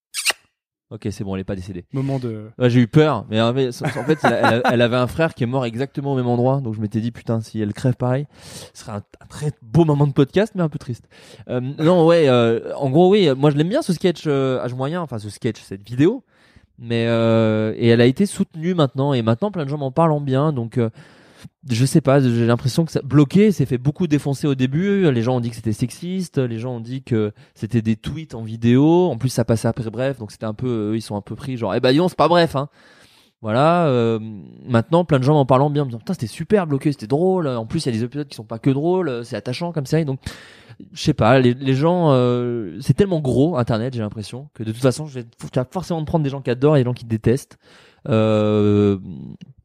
Ok, c'est bon, elle est pas décédée. Moment de. Ouais, j'ai eu peur, mais en fait, elle, elle, elle avait un frère qui est mort exactement au même endroit, donc je m'étais dit putain, si elle crève pareil, ce serait un, un très beau moment de podcast, mais un peu triste. Euh, non, ouais, euh, en gros, oui, moi je l'aime bien ce sketch euh, âge moyen, enfin ce sketch, cette vidéo, mais euh, et elle a été soutenue maintenant, et maintenant plein de gens m'en parlent en bien, donc. Euh, Je sais pas, j'ai l'impression que ça bloqué, s'est fait beaucoup défoncer au début. Les gens ont dit que c'était sexiste, les gens ont dit que c'était des tweets en vidéo. En plus, ça passait après bref, donc c'était un peu, eux, ils sont un peu pris, genre, eh ben, non, c'est pas bref, hein. Voilà. Euh, maintenant, plein de gens m'en parlant bien, me disant, putain, c'était super bloqué, c'était drôle. En plus, il y a des épisodes qui sont pas que drôles, c'est attachant comme série. Donc, je sais pas, les, les gens, euh, c'est tellement gros Internet, j'ai l'impression que de toute façon, je vais, tu vas forcément prendre des gens qui adorent et des gens qui détestent. Euh,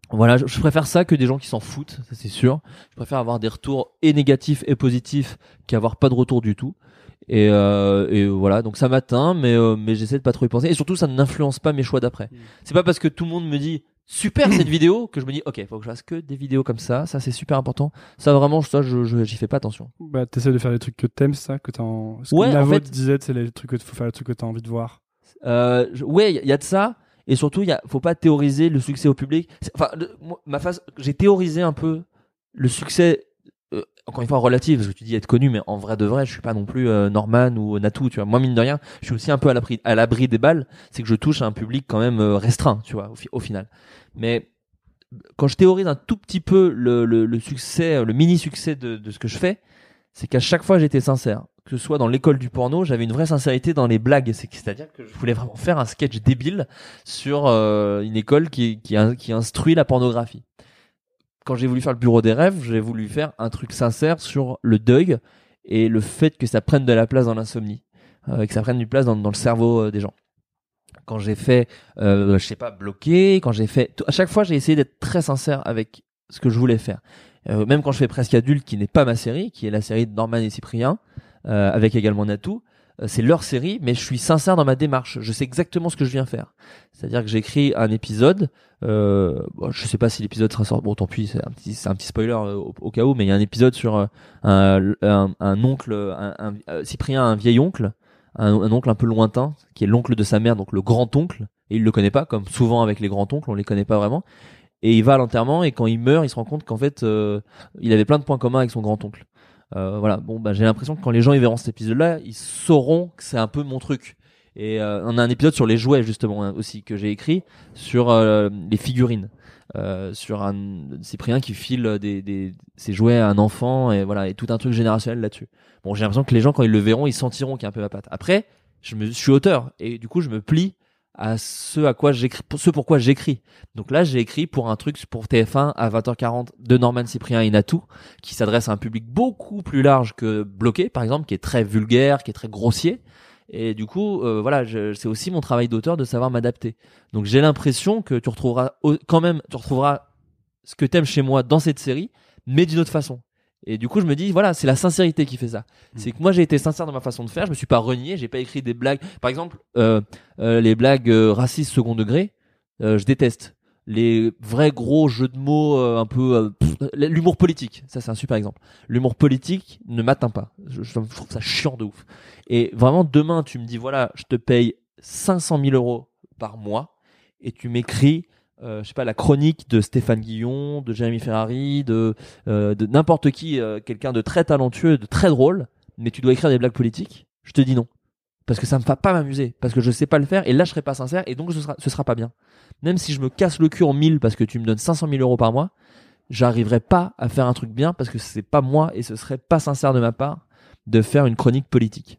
Voilà, je, je préfère ça que des gens qui s'en foutent, ça c'est sûr. Je préfère avoir des retours et négatifs et positifs qu'avoir pas de retour du tout. Et, euh, et voilà, donc ça m'atteint, mais euh, mais j'essaie de pas trop y penser. Et surtout, ça n'influence pas mes choix d'après. Mmh. C'est pas parce que tout le monde me dit super cette vidéo que je me dis ok, faut que je fasse que des vidéos comme ça. Ça c'est super important. Ça vraiment, ça je, je j'y fais pas attention. Bah t'essaies de faire les trucs que t'aimes, ça que t'as. En... Ce ouais, que Navo en fait, te disait, c'est les trucs que faut faire les trucs que t'as envie de voir. Euh, je, ouais, il y, y a de ça. Et surtout, il y a, faut pas théoriser le succès au public. C'est, enfin, le, moi, ma phase, j'ai théorisé un peu le succès. Euh, encore une fois relative, parce que tu dis être connu, mais en vrai de vrai, je suis pas non plus euh, Norman ou Natou, tu vois. Moi, mine de rien, je suis aussi un peu à l'abri, à l'abri des balles. C'est que je touche à un public quand même euh, restreint, tu vois, au, fi- au final. Mais quand je théorise un tout petit peu le, le, le succès, le mini succès de, de ce que je fais, c'est qu'à chaque fois j'étais sincère. Que ce soit dans l'école du porno, j'avais une vraie sincérité dans les blagues. C'est, c'est-à-dire que je voulais vraiment faire un sketch débile sur euh, une école qui, qui, qui instruit la pornographie. Quand j'ai voulu faire le bureau des rêves, j'ai voulu faire un truc sincère sur le deuil et le fait que ça prenne de la place dans l'insomnie, euh, que ça prenne du place dans, dans le cerveau euh, des gens. Quand j'ai fait, euh, je sais pas, bloqué, quand j'ai fait, à chaque fois j'ai essayé d'être très sincère avec ce que je voulais faire. Euh, même quand je fais Presque Adulte, qui n'est pas ma série, qui est la série de Norman et Cyprien, euh, avec également Natou, euh, c'est leur série, mais je suis sincère dans ma démarche. Je sais exactement ce que je viens faire. C'est-à-dire que j'écris un épisode, euh, bon, je sais pas si l'épisode sera sorti, bon tant pis, c'est un petit, c'est un petit spoiler euh, au, au cas où, mais il y a un épisode sur euh, un, un, un oncle, un, un, un, Cyprien a un vieil oncle, un, un oncle un peu lointain, qui est l'oncle de sa mère, donc le grand-oncle, et il le connaît pas, comme souvent avec les grands-oncles, on les connaît pas vraiment. Et il va à l'enterrement et quand il meurt, il se rend compte qu'en fait, euh, il avait plein de points communs avec son grand-oncle. Euh, voilà. Bon, bah j'ai l'impression que quand les gens ils verront cet épisode-là, ils sauront que c'est un peu mon truc. Et euh, on a un épisode sur les jouets justement hein, aussi que j'ai écrit sur euh, les figurines, euh, sur un Cyprien qui file des, des ses jouets à un enfant et voilà et tout un truc générationnel là-dessus. Bon, j'ai l'impression que les gens quand ils le verront, ils sentiront qu'il y a un peu ma patte. Après, je me je suis auteur et du coup je me plie à ce à quoi j'écris, ce pourquoi j'écris. Donc là, j'ai écrit pour un truc pour T F un à vingt heures quarante de Norman, Cyprien et Natou, qui s'adresse à un public beaucoup plus large que Bloqué, par exemple, qui est très vulgaire, qui est très grossier. Et du coup, euh, voilà, je, c'est aussi mon travail d'auteur de savoir m'adapter. Donc j'ai l'impression que tu retrouveras quand même, tu retrouveras ce que t'aimes chez moi dans cette série, mais d'une autre façon. Et du coup, je me dis, voilà, c'est la sincérité qui fait ça. Mmh. C'est que moi, j'ai été sincère dans ma façon de faire. Je me suis pas renié. J'ai pas écrit des blagues. Par exemple, euh, euh, les blagues euh, racistes second degré, euh, je déteste. Les vrais gros jeux de mots, euh, un peu euh, pff, l'humour politique. Ça, c'est un super exemple. L'humour politique ne m'atteint pas. Je, je trouve ça chiant de ouf. Et vraiment, demain, tu me dis, voilà, je te paye cinq cent mille euros par mois et tu m'écris. Euh, je sais pas, la chronique de Stéphane Guillon, de Jérémy Ferrari, de, euh, de n'importe qui, euh, quelqu'un de très talentueux, de très drôle, mais tu dois écrire des blagues politiques, je te dis non. Parce que ça me va pas m'amuser, parce que je sais pas le faire, et là je serai pas sincère, et donc ce sera, ce sera pas bien. Même si je me casse le cul en mille parce que tu me donnes cinq cent mille euros par mois, j'arriverai pas à faire un truc bien parce que c'est pas moi, et ce serait pas sincère de ma part de faire une chronique politique.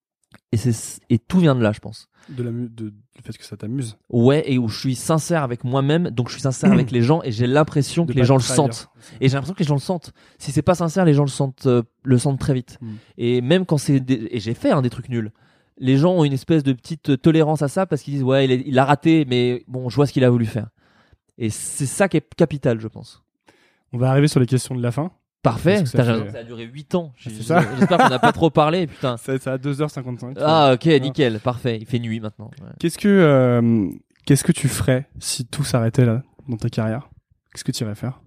Et c'est, et tout vient de là, je pense. De la, de, du fait que ça t'amuse. Ouais, et où je suis sincère avec moi-même, donc je suis sincère avec les gens, et j'ai l'impression de que les gens le sentent. Et j'ai l'impression que les gens le sentent. Si c'est pas sincère, les gens le sentent, euh, le sentent très vite. Mm. Et même quand c'est, des... et j'ai fait hein, des trucs nuls. Les gens ont une espèce de petite tolérance à ça parce qu'ils disent ouais, il, est... il a raté, mais bon, je vois ce qu'il a voulu faire. Et c'est ça qui est capital, je pense. On va arriver sur les questions de la fin. Parfait, ça, fait... ça a duré huit ans. C'est ça. J'espère qu'on n'a pas trop parlé, putain. Ça, ça a deux heures cinquante-cinq. Ah, ok, nickel, parfait. Il fait nuit maintenant. Ouais. Qu'est-ce que, euh, qu'est-ce que tu ferais si tout s'arrêtait là, dans ta carrière? Qu'est-ce que tu irais faire?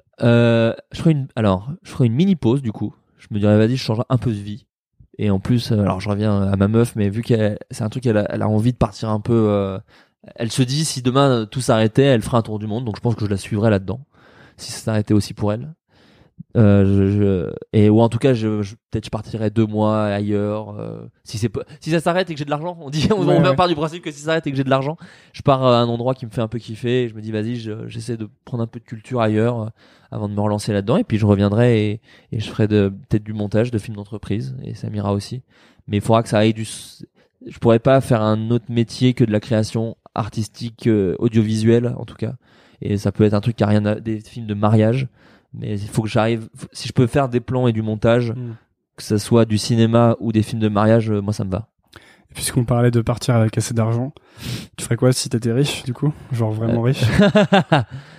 euh, je ferais une, alors, je ferais une mini pause, du coup. Je me dirais, vas-y, je changerai un peu de vie. Et en plus, euh, alors je reviens à ma meuf, mais vu qu'elle, c'est un truc, elle a, elle a envie de partir un peu, euh, elle se dit, si demain tout s'arrêtait, elle ferait un tour du monde. Donc je pense que je la suivrais là-dedans. Si ça s'arrêtait aussi pour elle. Euh, je, je, et ou en tout cas je, je peut-être je partirai deux mois ailleurs euh, si c'est si ça s'arrête et que j'ai de l'argent, on dit on, ouais, on ouais. part du principe que si ça s'arrête et que j'ai de l'argent, je pars à un endroit qui me fait un peu kiffer et je me dis vas-y je, j'essaie de prendre un peu de culture ailleurs euh, avant de me relancer là-dedans et puis je reviendrai et, et je ferai de, peut-être du montage de films d'entreprise et ça m'ira aussi, mais il faudra que ça aille du, je pourrais pas faire un autre métier que de la création artistique euh, audiovisuelle en tout cas, et ça peut être un truc qui a rien à, des films de mariage. Mais il faut que j'arrive, si je peux faire des plans et du montage, mmh. que ça soit du cinéma ou des films de mariage, moi ça me va. Et puisqu'on parlait de partir avec assez d'argent, tu ferais quoi si t'étais riche du coup? Genre vraiment euh... riche?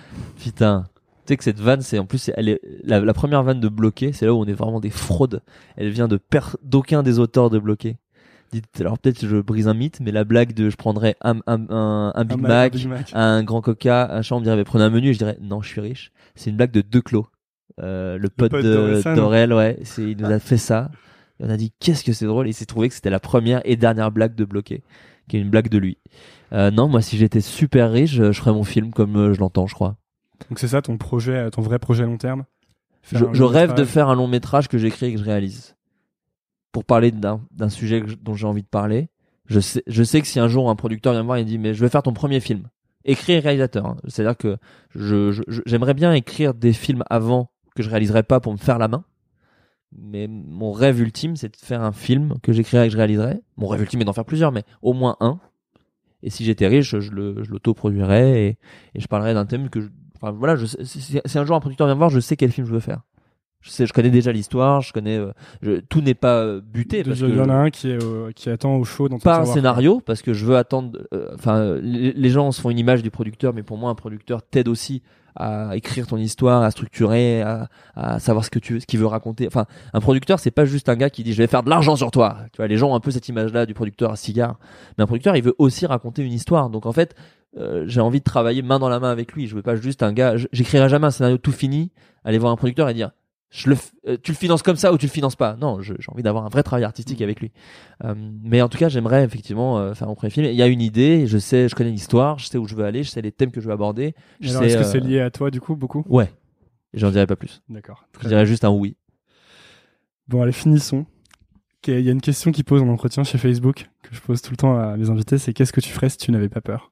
Putain. Tu sais que cette vanne, c'est en plus, c'est, elle est la, la première vanne de Bloqué, c'est là où on est vraiment des fraudes. Elle vient de per, d'aucun des auteurs de Bloqué. Dites, alors peut-être que je brise un mythe, mais la blague de je prendrais un, un, un, un Big Un Mac, un Big Mac. un grand Coca, un chat, on me dirait mais prenez un menu, et je dirais non, je suis riche. C'est une blague de Declos, euh, le pote, pote de d'Orelsan. d'Aurel, ouais. C'est, il nous a fait ça. Et on a dit qu'est-ce que c'est drôle, et il s'est trouvé que c'était la première et dernière blague de Bloqué, qui est une blague de lui. Euh, non, moi si j'étais super riche, je ferais mon film comme euh, je l'entends, je crois. Donc c'est ça ton projet, ton vrai projet à long terme? Faire Je, un je long rêve de métrage. faire un long métrage que j'écris et que je réalise. Pour parler d'un, d'un sujet que je- dont j'ai envie de parler. Je sais, je sais que si un jour un producteur vient me voir et dit mais je vais faire ton premier film, écrit et réalisateur, hein. C'est-à-dire que je, je, je- j'aimerais bien écrire des films avant que je réaliserais pas pour me faire la main. Mais mon rêve ultime, c'est de faire un film que j'écrirais et que je réaliserais. Mon rêve ultime est d'en faire plusieurs, mais au moins un. Et si j'étais riche, je, le, je l'auto-produirais et, et je parlerais d'un thème que je, enfin voilà, je sais, si, si un jour un producteur vient me voir, je sais quel film je veux faire. Je sais, je connais déjà l'histoire, je connais, euh, je, tout n'est pas euh, buté parce Il y que en a un qui, est, euh, qui attend au chaud dans ton pas un tiroir, scénario parce que je veux attendre. Enfin, euh, les, les gens se font une image du producteur, mais pour moi, un producteur t'aide aussi à écrire ton histoire, à structurer, à, à savoir ce que tu, ce qu'il veut raconter. Enfin, un producteur, c'est pas juste un gars qui dit je vais faire de l'argent sur toi. Tu vois, les gens ont un peu cette image-là du producteur à cigare. Mais un producteur, il veut aussi raconter une histoire. Donc en fait, euh, j'ai envie de travailler main dans la main avec lui. Je veux pas juste un gars. J'écrirai jamais un scénario tout fini, aller voir un producteur et dire je le, euh, tu le finances comme ça ou tu le finances pas. Non, je, j'ai envie d'avoir un vrai travail artistique avec lui. Euh, mais en tout cas, j'aimerais effectivement euh, faire mon premier film. Il y a une idée, je sais, je connais l'histoire, je sais où je veux aller, je sais les thèmes que je veux aborder. Je Alors, sais, est-ce que euh, c'est lié à toi du coup beaucoup? Ouais. J'en dirais pas plus. D'accord. Je Très dirais juste un oui. Bon, allez, finissons. Ok, il y a une question qui pose en entretien chez Facebook que je pose tout le temps à mes invités, c'est qu'est-ce que tu ferais si tu n'avais pas peur?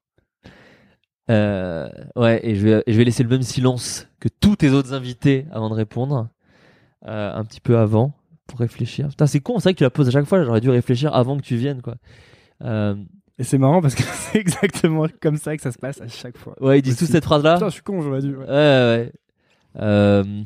Euh, ouais, et je vais, et je vais laisser le même silence que tous tes autres invités avant de répondre. Euh, un petit peu avant pour réfléchir. Putain, c'est con, c'est vrai que tu la poses à chaque fois. J'aurais dû réfléchir avant que tu viennes, quoi. Euh, Et c'est marrant parce que c'est exactement comme ça que ça se passe à chaque fois. ouais, ils disent Aussi. tous cette phrase-là. Putain, je suis con, j'aurais dû. Ouais. Ouais, ouais. Euh...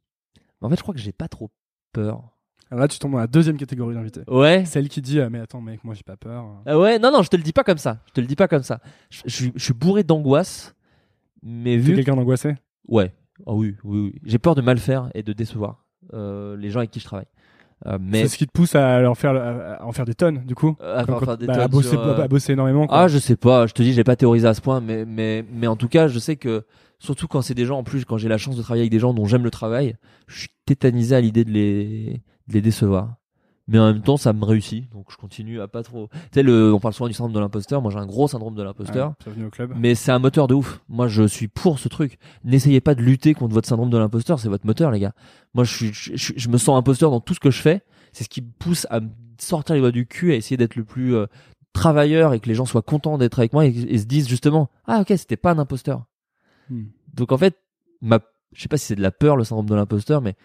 En fait, je crois que j'ai pas trop peur. Alors là, tu tombes dans la deuxième catégorie d'invités. Ouais. Celle qui dit ah, mais attends mec, moi j'ai pas peur. Ah ouais, non, non, je te le dis pas comme ça. Je te le dis pas comme ça. Je, je suis, je suis bourré d'angoisse, mais T'es vu. quelqu'un d'angoissé? Ouais. Ah oui, oui, oui. J'ai peur de mal faire et de décevoir euh, les gens avec qui je travaille. Euh, mais C'est ce qui te pousse à leur faire à en faire des tonnes du coup. à Quand- faire quand- des bah, à tonnes bosser sur, euh, à bosser énormément. Quoi. Ah, je sais pas. Je te dis, j'ai pas théorisé à ce point, mais mais mais en tout cas, je sais que surtout quand c'est des gens, en plus, quand j'ai la chance de travailler avec des gens dont j'aime le travail, je suis tétanisé à l'idée de les de les décevoir. Mais en même temps, ça me réussit, donc je continue à pas trop. Tu sais, le, on parle souvent du syndrome de l'imposteur. Moi, j'ai un gros syndrome de l'imposteur. Ouais, bienvenue au club. Mais c'est un moteur de ouf. Moi, je suis pour ce truc. N'essayez pas de lutter contre votre syndrome de l'imposteur. C'est votre moteur, les gars. Moi, je suis, je, je, je me sens imposteur dans tout ce que je fais. C'est ce qui me pousse à me sortir les doigts du cul, à essayer d'être le plus euh, travailleur et que les gens soient contents d'être avec moi et, et se disent justement, ah ok, c'était pas un imposteur. Hmm. Donc en fait, ma, je sais pas si c'est de la peur, le syndrome de l'imposteur, mais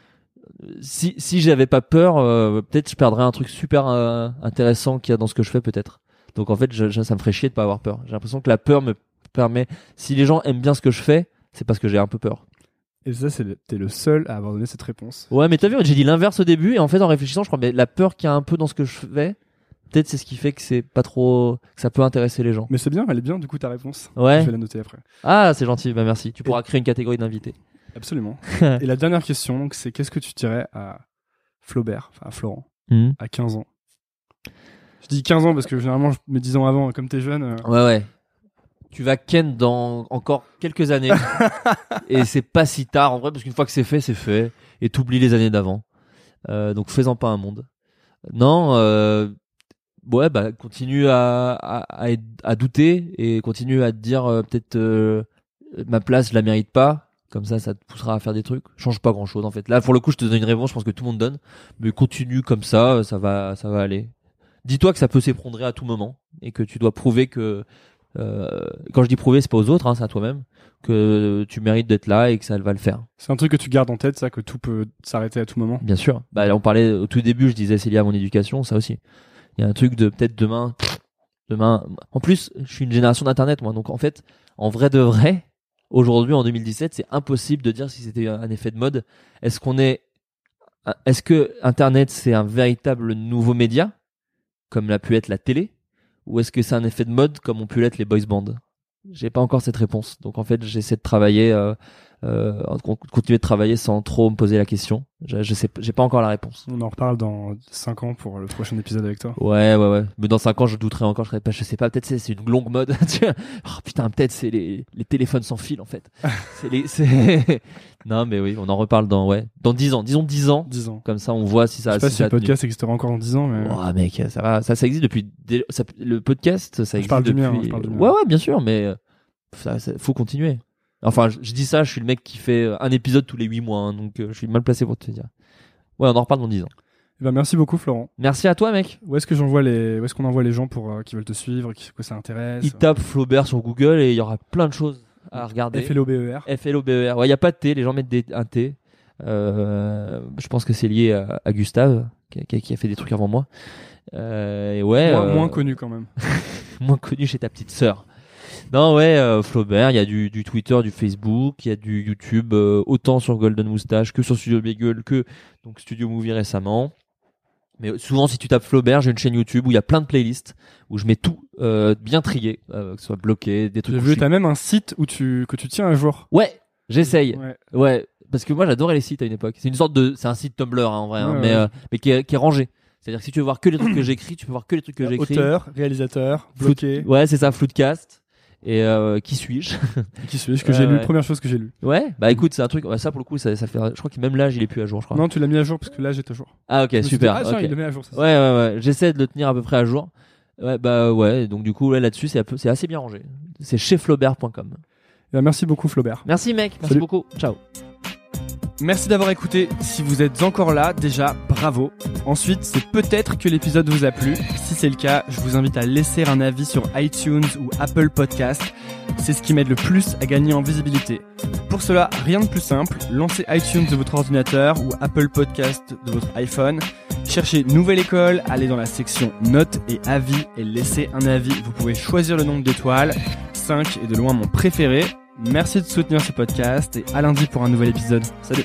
si si j'avais pas peur, euh, peut-être je perdrais un truc super euh, intéressant qu'il y a dans ce que je fais, peut-être. Donc en fait, je, je, ça me ferait chier de pas avoir peur. J'ai l'impression que la peur me permet. Si les gens aiment bien ce que je fais, c'est parce que j'ai un peu peur. Et ça, c'est le- t'es le seul à avoir donné cette réponse. Ouais, mais t'as vu, j'ai dit l'inverse au début, et en fait, en réfléchissant, je crois, mais la peur qu'il y a un peu dans ce que je fais, peut-être c'est ce qui fait que c'est pas trop, que ça peut intéresser les gens. Mais c'est bien, elle est bien du coup ta réponse. Ouais. Je vais la noter après. Ah, c'est gentil, bah merci. Tu pourras créer une catégorie d'invités. Absolument. Et la dernière question, donc, c'est qu'est-ce que tu dirais à Flaubert, enfin à Florent, Mhm. à quinze ans? Je dis quinze ans parce que généralement, je- mes dix ans avant, comme t'es jeune. euh, Ouais, ouais. Tu vas ken dans encore quelques années. Et c'est pas si tard en vrai, parce qu'une fois que c'est fait, c'est fait. Et t'oublies les années d'avant. Euh, donc fais-en pas un monde. Non, euh, ouais, bah continue à, à, à, être- à douter et continue à te dire euh, peut-être euh, ma place, je la mérite pas. Comme ça, ça te poussera à faire des trucs. Change pas grand-chose en fait. Là, pour le coup, je te donne une réponse, je pense que tout le monde donne. Mais continue comme ça, ça va, ça va aller. Dis-toi que ça peut s'effondrer à tout moment et que tu dois prouver que euh, quand je dis prouver, c'est pas aux autres, hein, c'est à toi-même, que tu mérites d'être là et que ça va le faire. C'est un truc que tu gardes en tête, ça, que tout peut s'arrêter à tout moment. Bien sûr. Bah, là, on parlait au tout début, je disais c'est lié à mon éducation, ça aussi. Il y a un truc de peut-être demain, demain. En plus, je suis une génération d'internet, moi, donc en fait, en vrai de vrai, aujourd'hui en deux mille dix-sept, c'est impossible de dire si c'était un effet de mode. Est-ce qu'on est, est-ce que Internet c'est un véritable nouveau média, comme l'a pu être la télé, ou est-ce que c'est un effet de mode comme ont pu l'être les boys bands? j'ai pas encore cette réponse. Donc en fait, j'essaie de travailler, euh, euh, continuer de travailler sans trop me poser la question. Je, je sais, j'ai pas encore la réponse. On en reparle dans cinq ans pour le prochain épisode avec toi. Ouais, ouais, ouais. Mais dans cinq ans, je douterai encore. Je serai pas, je sais pas. Peut-être c'est, c'est une longue mode. Oh putain, peut-être c'est les, les téléphones sans fil en fait. c'est les, c'est. Non, mais oui, on en reparle dans, ouais, dans dix ans. Disons dix ans. dix ans. Comme ça, on voit si ça. Je sais pas si, si ça le podcast existera encore dans dix ans, mais. Oh mec, ça va, ça, ça existe depuis. Ça, le podcast, ça existe je parle depuis. Du mien, je parle du mien. Ouais, ouais, bien sûr, mais ça, ça faut continuer. Enfin, je, je dis ça, je suis le mec qui fait un épisode tous les huit mois, hein, donc euh, je suis mal placé pour te dire. Ouais, on en reparle dans dix ans. Eh ben, merci beaucoup, Florent. Merci à toi, mec. Où est-ce que j'envoie les, où est-ce qu'on envoie les gens pour euh, qui veulent te suivre, qui, que ça intéresse? Ils tapent Flaubert sur Google et il y aura plein de choses à regarder. F L O B E R. F L O B E R. Ouais, il y a pas de T. Les gens mettent des, un T. Euh, je pense que c'est lié à, à Gustave, qui a, qui a fait des trucs avant moi. Euh, et ouais. Moins, euh, moins connu quand même. moins connu chez ta petite sœur. Non, ouais, euh, Flaubert, il y a du, du Twitter, du Facebook, il y a du YouTube, euh, autant sur Golden Moustache que sur Studio Bagel, que donc Studio Movie récemment. Mais souvent, si tu tapes Flaubert, j'ai une chaîne YouTube où il y a plein de playlists, où je mets tout euh, bien trié, euh, que ce soit bloqué, des trucs. J'ai vu, t'as même un site où tu, que tu tiens à jour. Ouais, j'essaye. Ouais. Ouais, parce que moi j'adorais les sites à une époque. C'est une sorte de, c'est un site Tumblr hein, en vrai, hein, ouais, mais ouais. euh, mais qui est, qui est rangé. C'est-à-dire que si tu veux voir que les trucs que j'écris, tu peux voir que les trucs que j'écris. Auteur, réalisateur, bloqué. Flood... Ouais, c'est ça, Floodcast. Et euh, qui suis-je? Qui suis-je que euh, j'ai lu, ouais. Première chose que j'ai lu. Ouais, bah écoute, c'est un truc. Ouais, ça pour le coup, ça, ça fait. Je crois que même l'âge, il est plus à jour, je crois. Non, tu l'as mis à jour parce que là j'étais à jour. Ah ok, Je me suis super. dit, ah tiens, okay. il le met à jour. Ça, ouais, ouais, ouais. J'essaie de le tenir à peu près à jour. Ouais, bah ouais. Donc du coup, là, là-dessus, c'est, un peu, c'est assez bien rangé. C'est chez flaubert point com. Eh ben, merci beaucoup, Flaubert. Merci, mec. Merci Salut. beaucoup. Ciao. Merci d'avoir écouté. Si vous êtes encore là, déjà, bravo. Ensuite, c'est peut-être que l'épisode vous a plu. Si c'est le cas, je vous invite à laisser un avis sur iTunes ou Apple Podcast. C'est ce qui m'aide le plus à gagner en visibilité. Pour cela, rien de plus simple. Lancez iTunes de votre ordinateur ou Apple Podcast de votre iPhone. Cherchez Nouvelle École, allez dans la section Notes et Avis et laissez un avis. Vous pouvez choisir le nombre d'étoiles. cinq est de loin mon préféré. Merci de soutenir ce podcast et à lundi pour un nouvel épisode. Salut!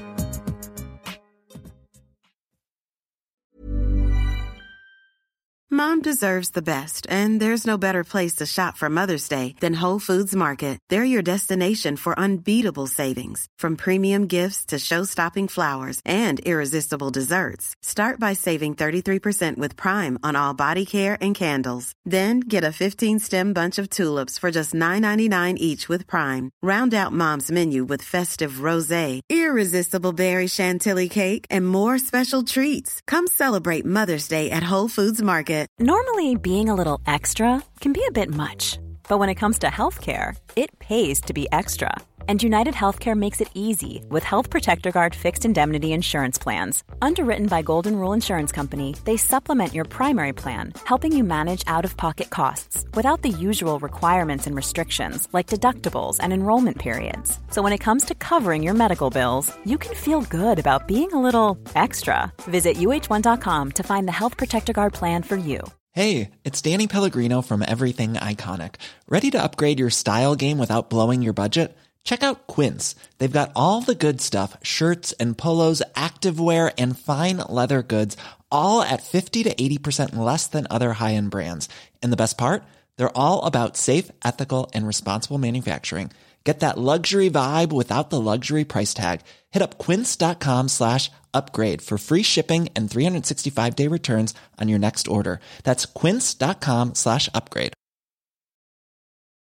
Mom deserves the best, and there's no better place to shop for Mother's Day than Whole Foods Market. They're your destination for unbeatable savings, from premium gifts to show-stopping flowers and irresistible desserts. Start by saving thirty-three percent with Prime on all body care and candles. Then get a fifteen-stem bunch of tulips for just nine ninety-nine each with Prime. Round out Mom's menu with festive rosé, irresistible berry chantilly cake, and more special treats. Come celebrate Mother's Day at Whole Foods Market. Normally, being a little extra can be a bit much, but when it comes to healthcare, it pays to be extra. And United Healthcare makes it easy with Health Protector Guard fixed indemnity insurance plans. Underwritten by Golden Rule Insurance Company, they supplement your primary plan, helping you manage out-of-pocket costs without the usual requirements and restrictions like deductibles and enrollment periods. So when it comes to covering your medical bills, you can feel good about being a little extra. Visit U H one dot com to find the Health Protector Guard plan for you. Hey, it's Danny Pellegrino from Everything Iconic. Ready to upgrade your style game without blowing your budget? Check out Quince. They've got all the good stuff, shirts and polos, activewear, and fine leather goods, all at fifty to eighty percent less than other high-end brands. And the best part? They're all about safe, ethical, and responsible manufacturing. Get that luxury vibe without the luxury price tag. Hit up quince.com slash upgrade for free shipping and three sixty-five day returns on your next order. That's quince.com slash upgrade.